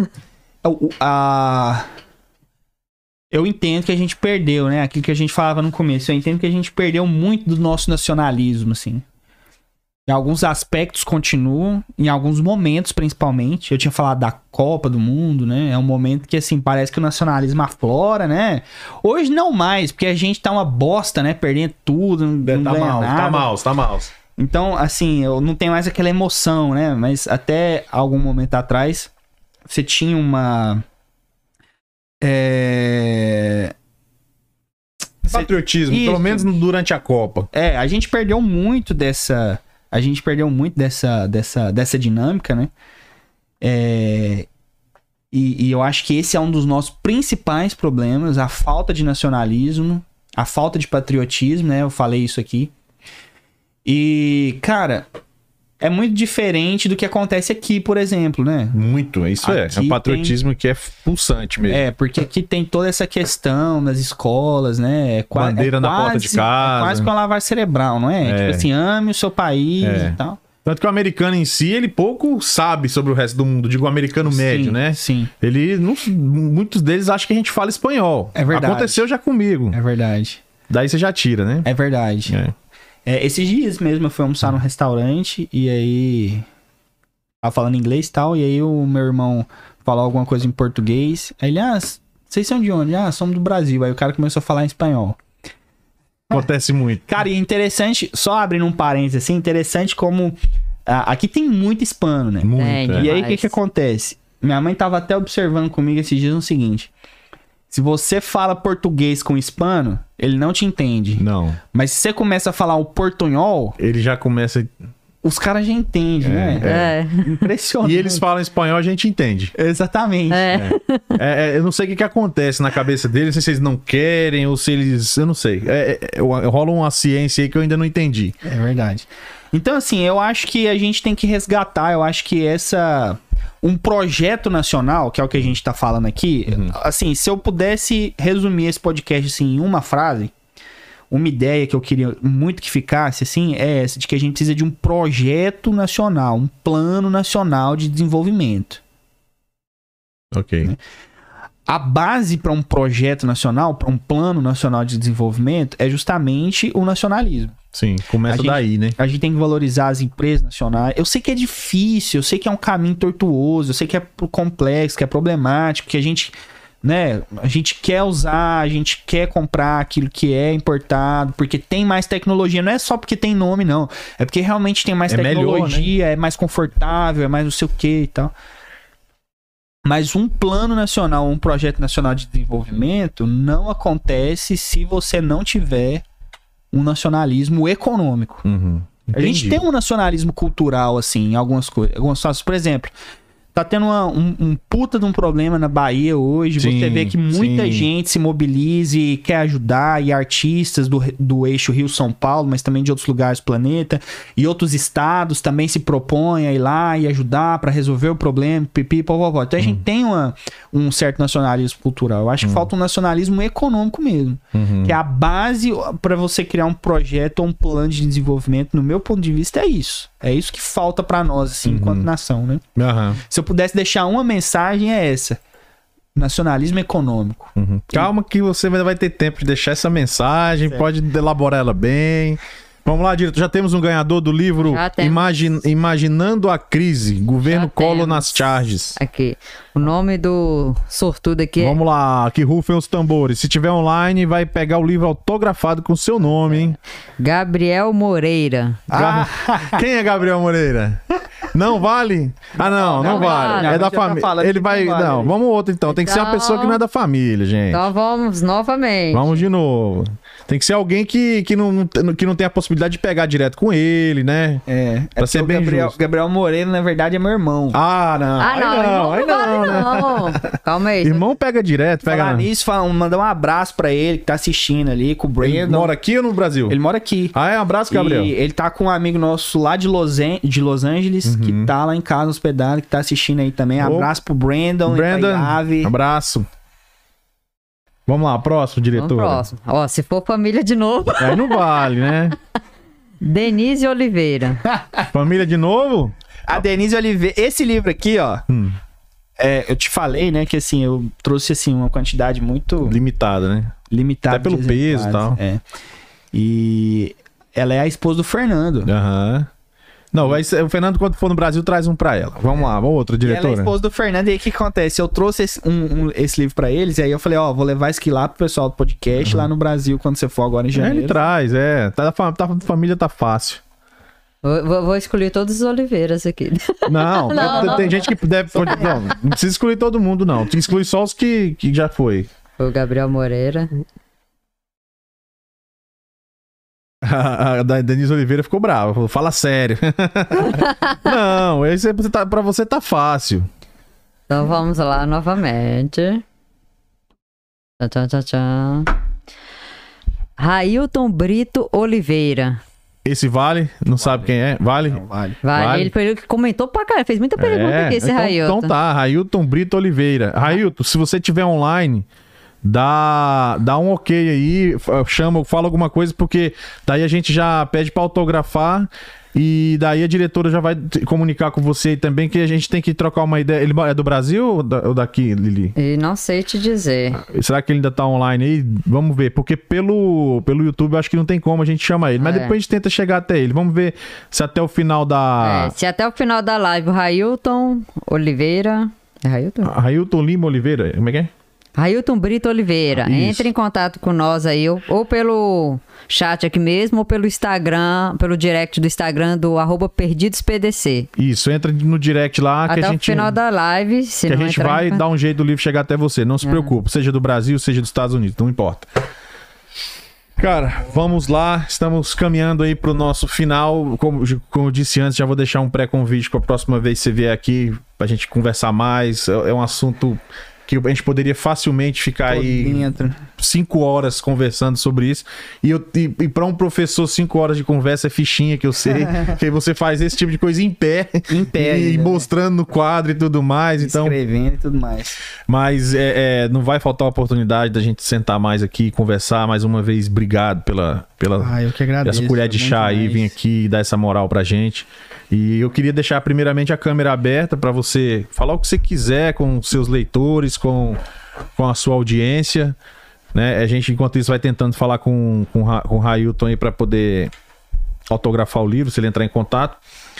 Eu entendo que a gente perdeu, né? Aquilo que a gente falava no começo. Eu entendo que a gente perdeu muito do nosso nacionalismo, assim. Em alguns aspectos continuam, em alguns momentos principalmente. Eu tinha falado da Copa do Mundo, né? É um momento que, assim, parece que o nacionalismo aflora, né? Hoje não mais, porque a gente tá uma bosta, né? Perdendo tudo, não ganha nada. Tá mal. Então, assim, eu não tenho mais aquela emoção, né? Mas até algum momento atrás, você tinha uma... Patriotismo, pelo menos durante a Copa. A gente perdeu muito dessa dinâmica, né? E eu acho que esse é um dos nossos principais problemas, a falta de nacionalismo, a falta de patriotismo, né? Eu falei isso aqui. E, cara, é muito diferente do que acontece aqui, por exemplo, né? Muito, isso aqui é um patriotismo que é pulsante mesmo. Porque aqui tem toda essa questão nas escolas, né? Bandeira na porta de casa. É quase com a lavagem cerebral, não é? Tipo assim, ame o seu país e tal. Tanto que o americano em si, ele pouco sabe sobre o resto do mundo. Digo, o americano médio, né? Sim. Muitos deles acham que a gente fala espanhol. É verdade. Aconteceu já comigo. É verdade. Daí você já tira, né? É verdade. Esses dias mesmo eu fui almoçar num restaurante e aí... Tava falando inglês e tal, e aí o meu irmão falou alguma coisa em português. Aí ele, vocês são de onde? Somos do Brasil. Aí o cara começou a falar em espanhol. Acontece muito. Cara, e é interessante, só abrindo um parênteses assim, interessante como... aqui tem muito hispano, né? Muito, E aí o que acontece? Minha mãe tava até observando comigo esses dias o seguinte... Se você fala português com hispano, ele não te entende. Não. Mas se você começa a falar o portunhol... Ele já começa... os caras já entendem, né? Impressionante. E eles falam espanhol, a gente entende. Exatamente. Eu não sei o que acontece na cabeça deles, não sei se eles não querem ou se eles... Eu não sei. Rola uma ciência aí que eu ainda não entendi. É verdade. Então, assim, eu acho que a gente tem que resgatar, eu acho que um projeto nacional, que é o que a gente tá falando aqui, assim, se eu pudesse resumir esse podcast, assim, em uma frase, uma ideia que eu queria muito que ficasse, assim, é essa, de que a gente precisa de um projeto nacional, um plano nacional de desenvolvimento. Ok. A base para um projeto nacional, para um plano nacional de desenvolvimento, é justamente o nacionalismo. Sim, começa daí, né? A gente tem que valorizar as empresas nacionais. Eu sei que é difícil, eu sei que é um caminho tortuoso, eu sei que é complexo, que é problemático, que a gente, né, a gente quer usar, a gente quer comprar aquilo que é importado, porque tem mais tecnologia. Não é só porque tem nome, não. É porque realmente tem mais tecnologia, melhor, né? É mais confortável, é mais não sei o que e tal. Mas um plano nacional, um projeto nacional de desenvolvimento não acontece se você não tiver um nacionalismo econômico. A gente tem um nacionalismo cultural, assim, em algumas coisas. Por exemplo, tá tendo um puta de um problema na Bahia hoje. Sim, você vê que muita gente se mobiliza e quer ajudar, e artistas do eixo Rio-São Paulo, mas também de outros lugares do planeta, e outros estados também se propõem a ir lá e ajudar para resolver o problema, Então a gente tem um certo nacionalismo cultural. Eu acho que falta um nacionalismo econômico mesmo, que é a base para você criar um projeto ou um plano de desenvolvimento. No meu ponto de vista, é isso. É isso que falta para nós, assim, enquanto nação, né? Se eu pudesse deixar uma mensagem, é essa. Nacionalismo econômico. Calma que você vai ter tempo de deixar essa mensagem, pode elaborar ela bem. Vamos lá, diretor. Já temos um ganhador do livro Imaginando a Crise, Governo Collor nas Charges. Aqui. O nome do sortudo aqui é... Vamos lá, que rufem os tambores. Se tiver online, vai pegar o livro autografado com o seu nome, hein? Gabriel Moreira. Quem é Gabriel Moreira? Não vale? Não vale. É da família. Ele vai... Não, vamos outro então. Tem que ser uma pessoa que não é da família, gente. Então vamos novamente. Vamos de novo. Tem que ser alguém que não tem a possibilidade de pegar direto com ele, né? Pra ser bem justo. Gabriel Moreira, na verdade, é meu irmão. Não. Calma aí. Irmão pega direto, pega... Falar nisso, mandar um abraço pra ele, que tá assistindo ali, com o Brandon. Ele mora aqui ou no Brasil? Ele mora aqui. Um abraço, Gabriel. E ele tá com um amigo nosso lá de Los Angeles, que tá lá em casa hospedado, que tá assistindo aí também. Abraço pro Brandon. Abraço. Vamos lá, próximo, diretor. Próximo. Ó, se for família de novo... Aí não vale, né? Denise Oliveira. Família de novo? A Denise Oliveira. Esse livro aqui, ó... eu te falei, né, que assim, eu trouxe assim uma quantidade muito... Limitada, né? Limitada. Até pelo peso e tal. E ela é a esposa do Fernando. Não, o Fernando, quando for no Brasil, traz um pra ela. Vamos lá, vamos outro, diretora. Ela é a esposa do Fernando, e aí o que acontece? Eu trouxe esse livro pra eles, e aí eu falei, vou levar isso aqui lá pro pessoal do podcast, lá no Brasil, quando você for agora em janeiro. Ele traz, família tá fácil. Vou excluir todos os Oliveiras aqui. Não, tem gente que deve... Não precisa excluir todo mundo, não. Exclui só os que já foi. O Gabriel Moreira... A Denise Oliveira ficou brava. Falou, fala sério. Não, esse pra você fácil. Então vamos lá novamente. Railton Brito Oliveira. Esse vale? Não sabe quem é? Vale? Não, vale. Ele foi o que comentou pra cá. Fez muita pergunta aqui, esse Railton. Então tá, Railton Brito Oliveira. Railton, se você tiver online... Dá um ok aí, fala alguma coisa, porque daí a gente já pede pra autografar e daí a diretora já vai comunicar com você aí também, que a gente tem que trocar uma ideia. Ele é do Brasil ou daqui, Lili? E não sei te dizer. Será que ele ainda tá online aí? Vamos ver, porque pelo YouTube eu acho que não tem como a gente chamar ele, mas depois a gente tenta chegar até ele. Vamos ver se até o final da... se até o final da live o Railton Oliveira... É Railton? Railton Lima Oliveira, como é que é? Railton Brito Oliveira, entre em contato com nós aí, ou pelo chat aqui mesmo, ou pelo Instagram, pelo direct do Instagram do @perdidospdc. Isso, entra no direct lá até que a gente... Até o final da live, se que a gente vai dar um jeito do livro chegar até você, não se preocupe, seja do Brasil, seja dos Estados Unidos, não importa. Cara, vamos lá, estamos caminhando aí pro nosso final. Como eu disse antes, já vou deixar um pré-convite para a próxima vez que você vier aqui, pra gente conversar mais. É um assunto que a gente poderia facilmente ficar aí 5 horas conversando sobre isso. E para um professor, 5 horas de conversa é fichinha, que eu sei. Que aí você faz esse tipo de coisa em pé. E mostrando no quadro e tudo mais. Então, escrevendo e tudo mais. Mas não vai faltar a oportunidade da gente sentar mais aqui e conversar. Mais uma vez, obrigado pela eu que agradeço, essa colher de chá aí, vir aqui e dar essa moral pra gente. E eu queria deixar primeiramente a câmera aberta para você falar o que você quiser com seus leitores, com a sua audiência, né? A gente, enquanto isso, vai tentando falar com o Railton aí para poder autografar o livro, se ele entrar em contato.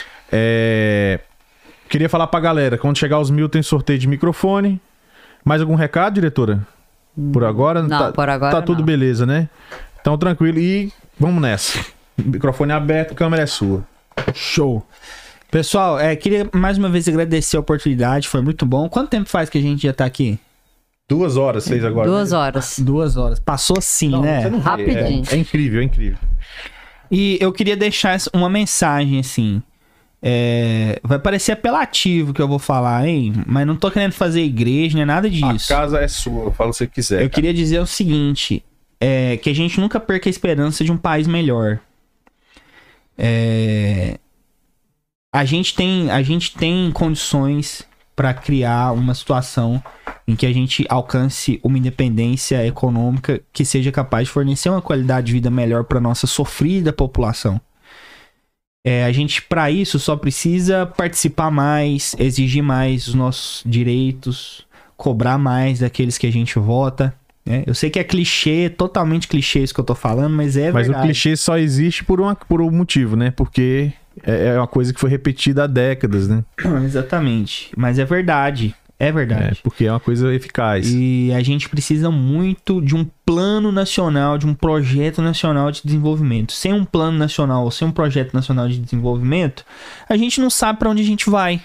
Queria falar pra galera, quando chegar os 1000 tem sorteio de microfone. Mais algum recado, diretora? Por agora? Não, por agora tá tudo beleza, né? Então, tranquilo. E vamos nessa. Microfone aberto, câmera é sua. Show. Pessoal, queria mais uma vez agradecer a oportunidade, foi muito bom. Quanto tempo faz que a gente já tá aqui? 2 horas, 6 agora. 2 horas. 2 horas. Passou assim, não, né? Rapidinho. É incrível, é incrível. E eu queria deixar uma mensagem, assim. Vai parecer apelativo que eu vou falar, hein? Mas não tô querendo fazer igreja, não é nada disso. A casa é sua, fala o que você quiser. Eu queria dizer o seguinte, que a gente nunca perca a esperança de um país melhor. A gente tem condições para criar uma situação em que a gente alcance uma independência econômica que seja capaz de fornecer uma qualidade de vida melhor para nossa sofrida população. A gente, para isso, só precisa participar mais, exigir mais os nossos direitos, cobrar mais daqueles que a gente vota. Eu sei que é clichê, totalmente clichê isso que eu tô falando, mas verdade. Mas o clichê só existe por um motivo, né? Porque é uma coisa que foi repetida há décadas, né? Exatamente. Mas é verdade. É verdade. Porque é uma coisa eficaz. E a gente precisa muito de um plano nacional, de um projeto nacional de desenvolvimento. Sem um plano nacional ou sem um projeto nacional de desenvolvimento, a gente não sabe para onde a gente vai.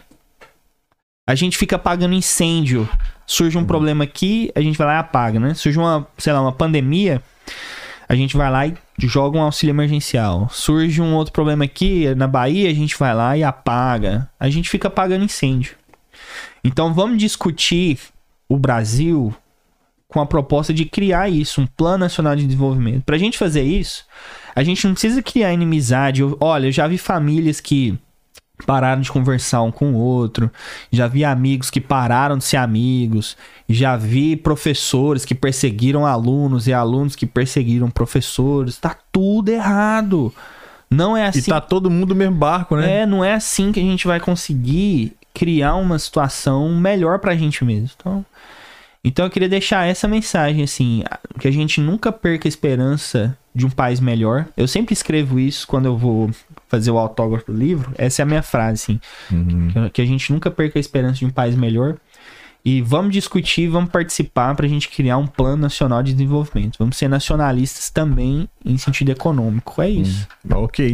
A gente fica apagando incêndio. Surge um problema aqui, a gente vai lá e apaga, né? Surge uma pandemia, a gente vai lá e joga um auxílio emergencial. Surge um outro problema aqui, na Bahia, a gente vai lá e apaga. A gente fica apagando incêndio. Então vamos discutir o Brasil com a proposta de criar isso, um Plano Nacional de Desenvolvimento. Pra gente fazer isso, a gente não precisa criar inimizade. Olha, eu já vi famílias que pararam de conversar um com o outro, já vi amigos que pararam de ser amigos, já vi professores que perseguiram alunos e alunos que perseguiram professores. Tá tudo errado. Não é assim. E tá todo mundo no mesmo barco, né? Não é assim que a gente vai conseguir criar uma situação melhor pra gente mesmo. Então eu queria deixar essa mensagem, assim, que a gente nunca perca a esperança de um país melhor. Eu sempre escrevo isso quando eu vou fazer o autógrafo do livro. Essa é a minha frase, assim. Que a gente nunca perca a esperança de um país melhor. E vamos discutir, vamos participar pra gente criar um plano nacional de desenvolvimento. Vamos ser nacionalistas também em sentido econômico. É isso. Ok.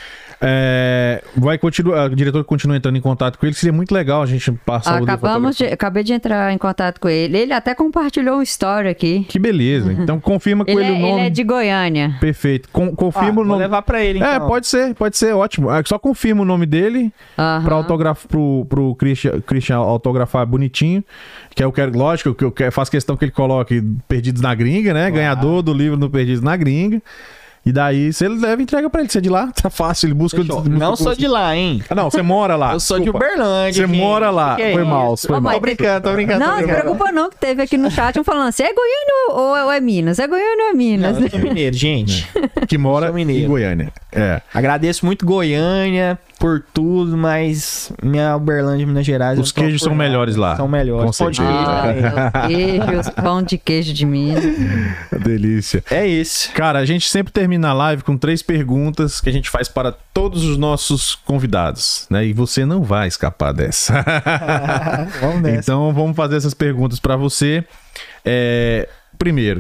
Vai continuar, o diretor continua entrando em contato com ele. Seria muito legal a gente passar Acabei de entrar em contato com ele. Ele até compartilhou uma história aqui. Que beleza. Então confirma com ele o nome. Ele é de Goiânia. Perfeito. Confirma o nome. Vou levar pra ele, então. Pode ser, ótimo. Só confirma o nome dele pra autografar pro Christian autografar bonitinho. Que eu quero, lógico, que eu faço questão que ele coloque Perdidos na Gringa, né? Ganhador do livro no Perdidos na Gringa. E daí, se ele leve, entrega pra ele. Você é de lá, tá fácil. Ele busca... Não sou de lá, hein? Não, você mora lá. Eu sou de Uberlândia. Você mora lá. Foi mal. Tô brincando. Não se preocupa não, que teve aqui no chat falando assim, é Goiânia ou é Minas? É Goiânia ou é Minas? Não, eu sou mineiro, gente. Que mora em Goiânia. Agradeço muito Goiânia por tudo, mas minha Uberlândia, Minas Gerais... Os queijos são melhores lá. São melhores. Com certeza. Queijos, pão de queijo de Minas. Delícia. É isso. Cara, a gente sempre termina a live com 3 perguntas que a gente faz para todos os nossos convidados, né? E você não vai escapar dessa. Vamos nessa. Então, vamos fazer essas perguntas para você. Primeiro,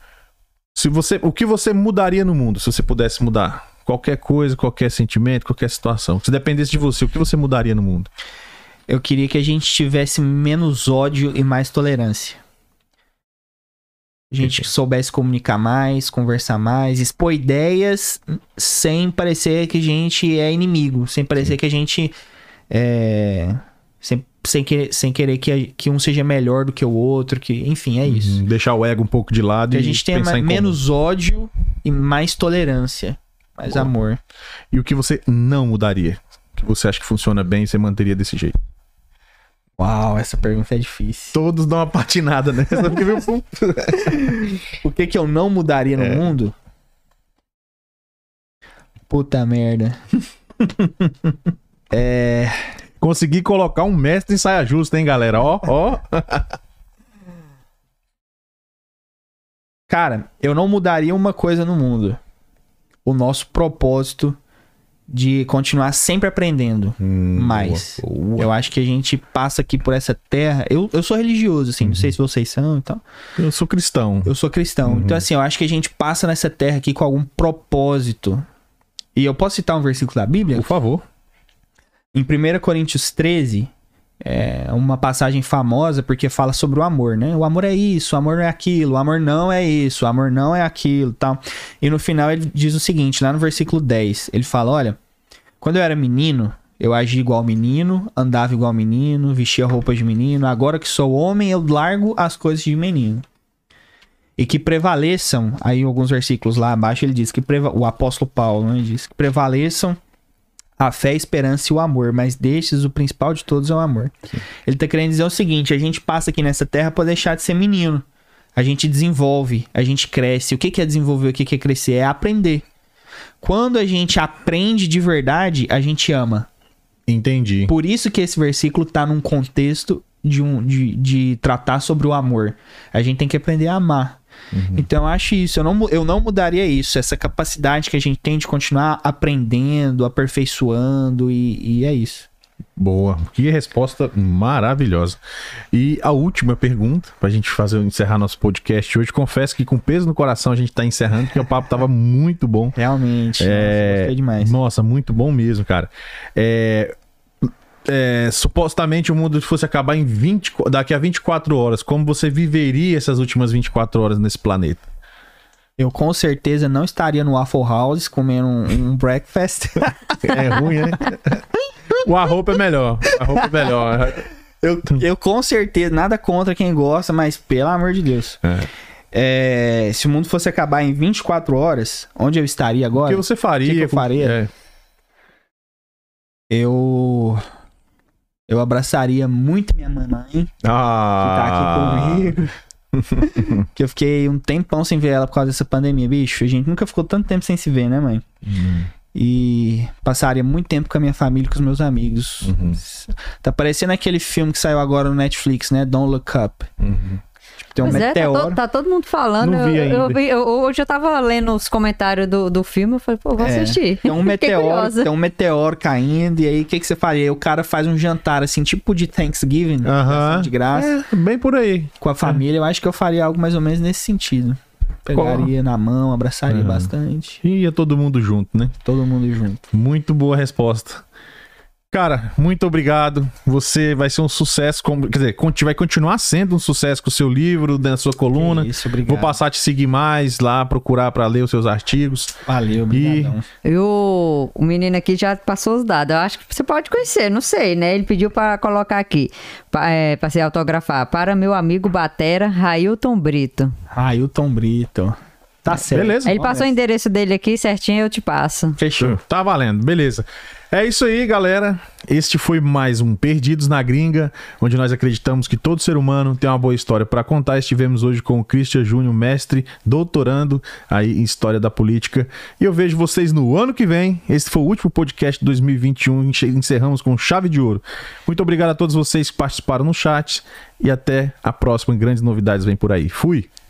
o que você mudaria no mundo se você pudesse mudar? Qualquer coisa, qualquer sentimento, qualquer situação. Se dependesse de você, o que você mudaria no mundo? Eu queria que a gente tivesse menos ódio e mais tolerância. A gente soubesse comunicar mais, conversar mais, expor ideias sem parecer que a gente é inimigo, sem parecer que a gente sem querer que um seja melhor do que o outro, que enfim, é isso. Deixar o ego um pouco de lado que a gente tenha menos ódio e mais tolerância, mais amor. E o que você não mudaria? O que você acha que funciona bem e você manteria desse jeito? Uau, essa pergunta é difícil. Todos dão uma patinada nessa. O que eu não mudaria no mundo? Puta merda. Consegui colocar um mestre em saia justa, hein, galera? Ó. Cara, eu não mudaria uma coisa no mundo. O nosso propósito de continuar sempre aprendendo mais. Boa. Eu acho que a gente passa aqui por essa terra. Eu sou religioso, assim, não sei se vocês são e tal. Eu sou cristão. Eu sou cristão. Então, assim, eu acho que a gente passa nessa terra aqui com algum propósito. E eu posso citar um versículo da Bíblia? Por favor. Em 1 Coríntios 13, é uma passagem famosa porque fala sobre o amor, né? O amor é isso, o amor não é aquilo, o amor não é isso, o amor não é aquilo, tal. E no final ele diz o seguinte, lá no versículo 10, ele fala, olha, quando eu era menino, eu agia igual menino, andava igual menino, vestia roupas de menino, agora que sou homem, eu largo as coisas de menino. E que prevaleçam, aí alguns versículos lá abaixo ele diz que o apóstolo Paulo, né, diz que prevaleçam a fé, a esperança e o amor, mas destes o principal de todos é o amor. Sim. Ele tá querendo dizer o seguinte, a gente passa aqui nessa terra pra deixar de ser menino. A gente desenvolve, a gente cresce. O que é desenvolver, o que é crescer? É aprender. Quando a gente aprende de verdade, a gente ama. Entendi. Por isso que esse versículo tá num contexto de tratar sobre o amor. A gente tem que aprender a amar. Então eu acho isso, eu não mudaria isso, essa capacidade que a gente tem de continuar aprendendo, aperfeiçoando e é isso. Boa, que resposta maravilhosa. E a última pergunta, pra gente encerrar nosso podcast hoje, confesso que com peso no coração a gente tá encerrando, porque o papo tava muito bom. Realmente, nossa, gostei demais. Nossa, muito bom mesmo, cara. Supostamente o mundo fosse acabar daqui a 24 horas, como você viveria essas últimas 24 horas nesse planeta? Eu com certeza não estaria no Waffle House comendo um breakfast. É ruim, né? O arroba é melhor. Eu com certeza, nada contra quem gosta, mas pelo amor de Deus. Se o mundo fosse acabar em 24 horas, onde eu estaria agora? O que você faria? O que eu faria? Eu abraçaria muito minha mamãe, que tá aqui comigo. Que eu fiquei um tempão sem ver ela por causa dessa pandemia, bicho. A gente nunca ficou tanto tempo sem se ver, né, mãe? E passaria muito tempo com a minha família e com os meus amigos. Tá parecendo aquele filme que saiu agora no Netflix, né? Don't Look Up. Tipo, tem um meteoro. Tá todo mundo falando. Não vi ainda. Hoje eu tava lendo os comentários do filme, eu falei, pô, vou assistir. Tem um meteoro caindo, e aí o que você faria? Aí o cara faz um jantar, assim, tipo de Thanksgiving, assim, de graça. Bem por aí. Com a família, eu acho que eu faria algo mais ou menos nesse sentido. Pegaria na mão, abraçaria bastante. E ia todo mundo junto, né? Todo mundo junto. Muito boa resposta. Cara, muito obrigado. Você vai ser um sucesso, quer dizer, vai continuar sendo um sucesso com o seu livro, na sua coluna. Isso, obrigado. Vou passar a te seguir mais lá, procurar para ler os seus artigos. Valeu, obrigadão. O menino aqui já passou os dados. Eu acho que você pode conhecer, não sei, né? Ele pediu para colocar aqui, para se autografar. Para meu amigo batera, Railton Brito. Railton Brito. Tá certo. Beleza. Ele passou o endereço dele aqui certinho, eu te passo. Fechou. Tá valendo, beleza. É isso aí, galera. Este foi mais um Perdidos na Gringa, onde nós acreditamos que todo ser humano tem uma boa história para contar. Estivemos hoje com o Christian Júnior, mestre, doutorando aí em História da Política. E eu vejo vocês no ano que vem. Esse foi o último podcast de 2021. Encerramos com chave de ouro. Muito obrigado a todos vocês que participaram no chat. E até a próxima. Grandes novidades vêm por aí. Fui!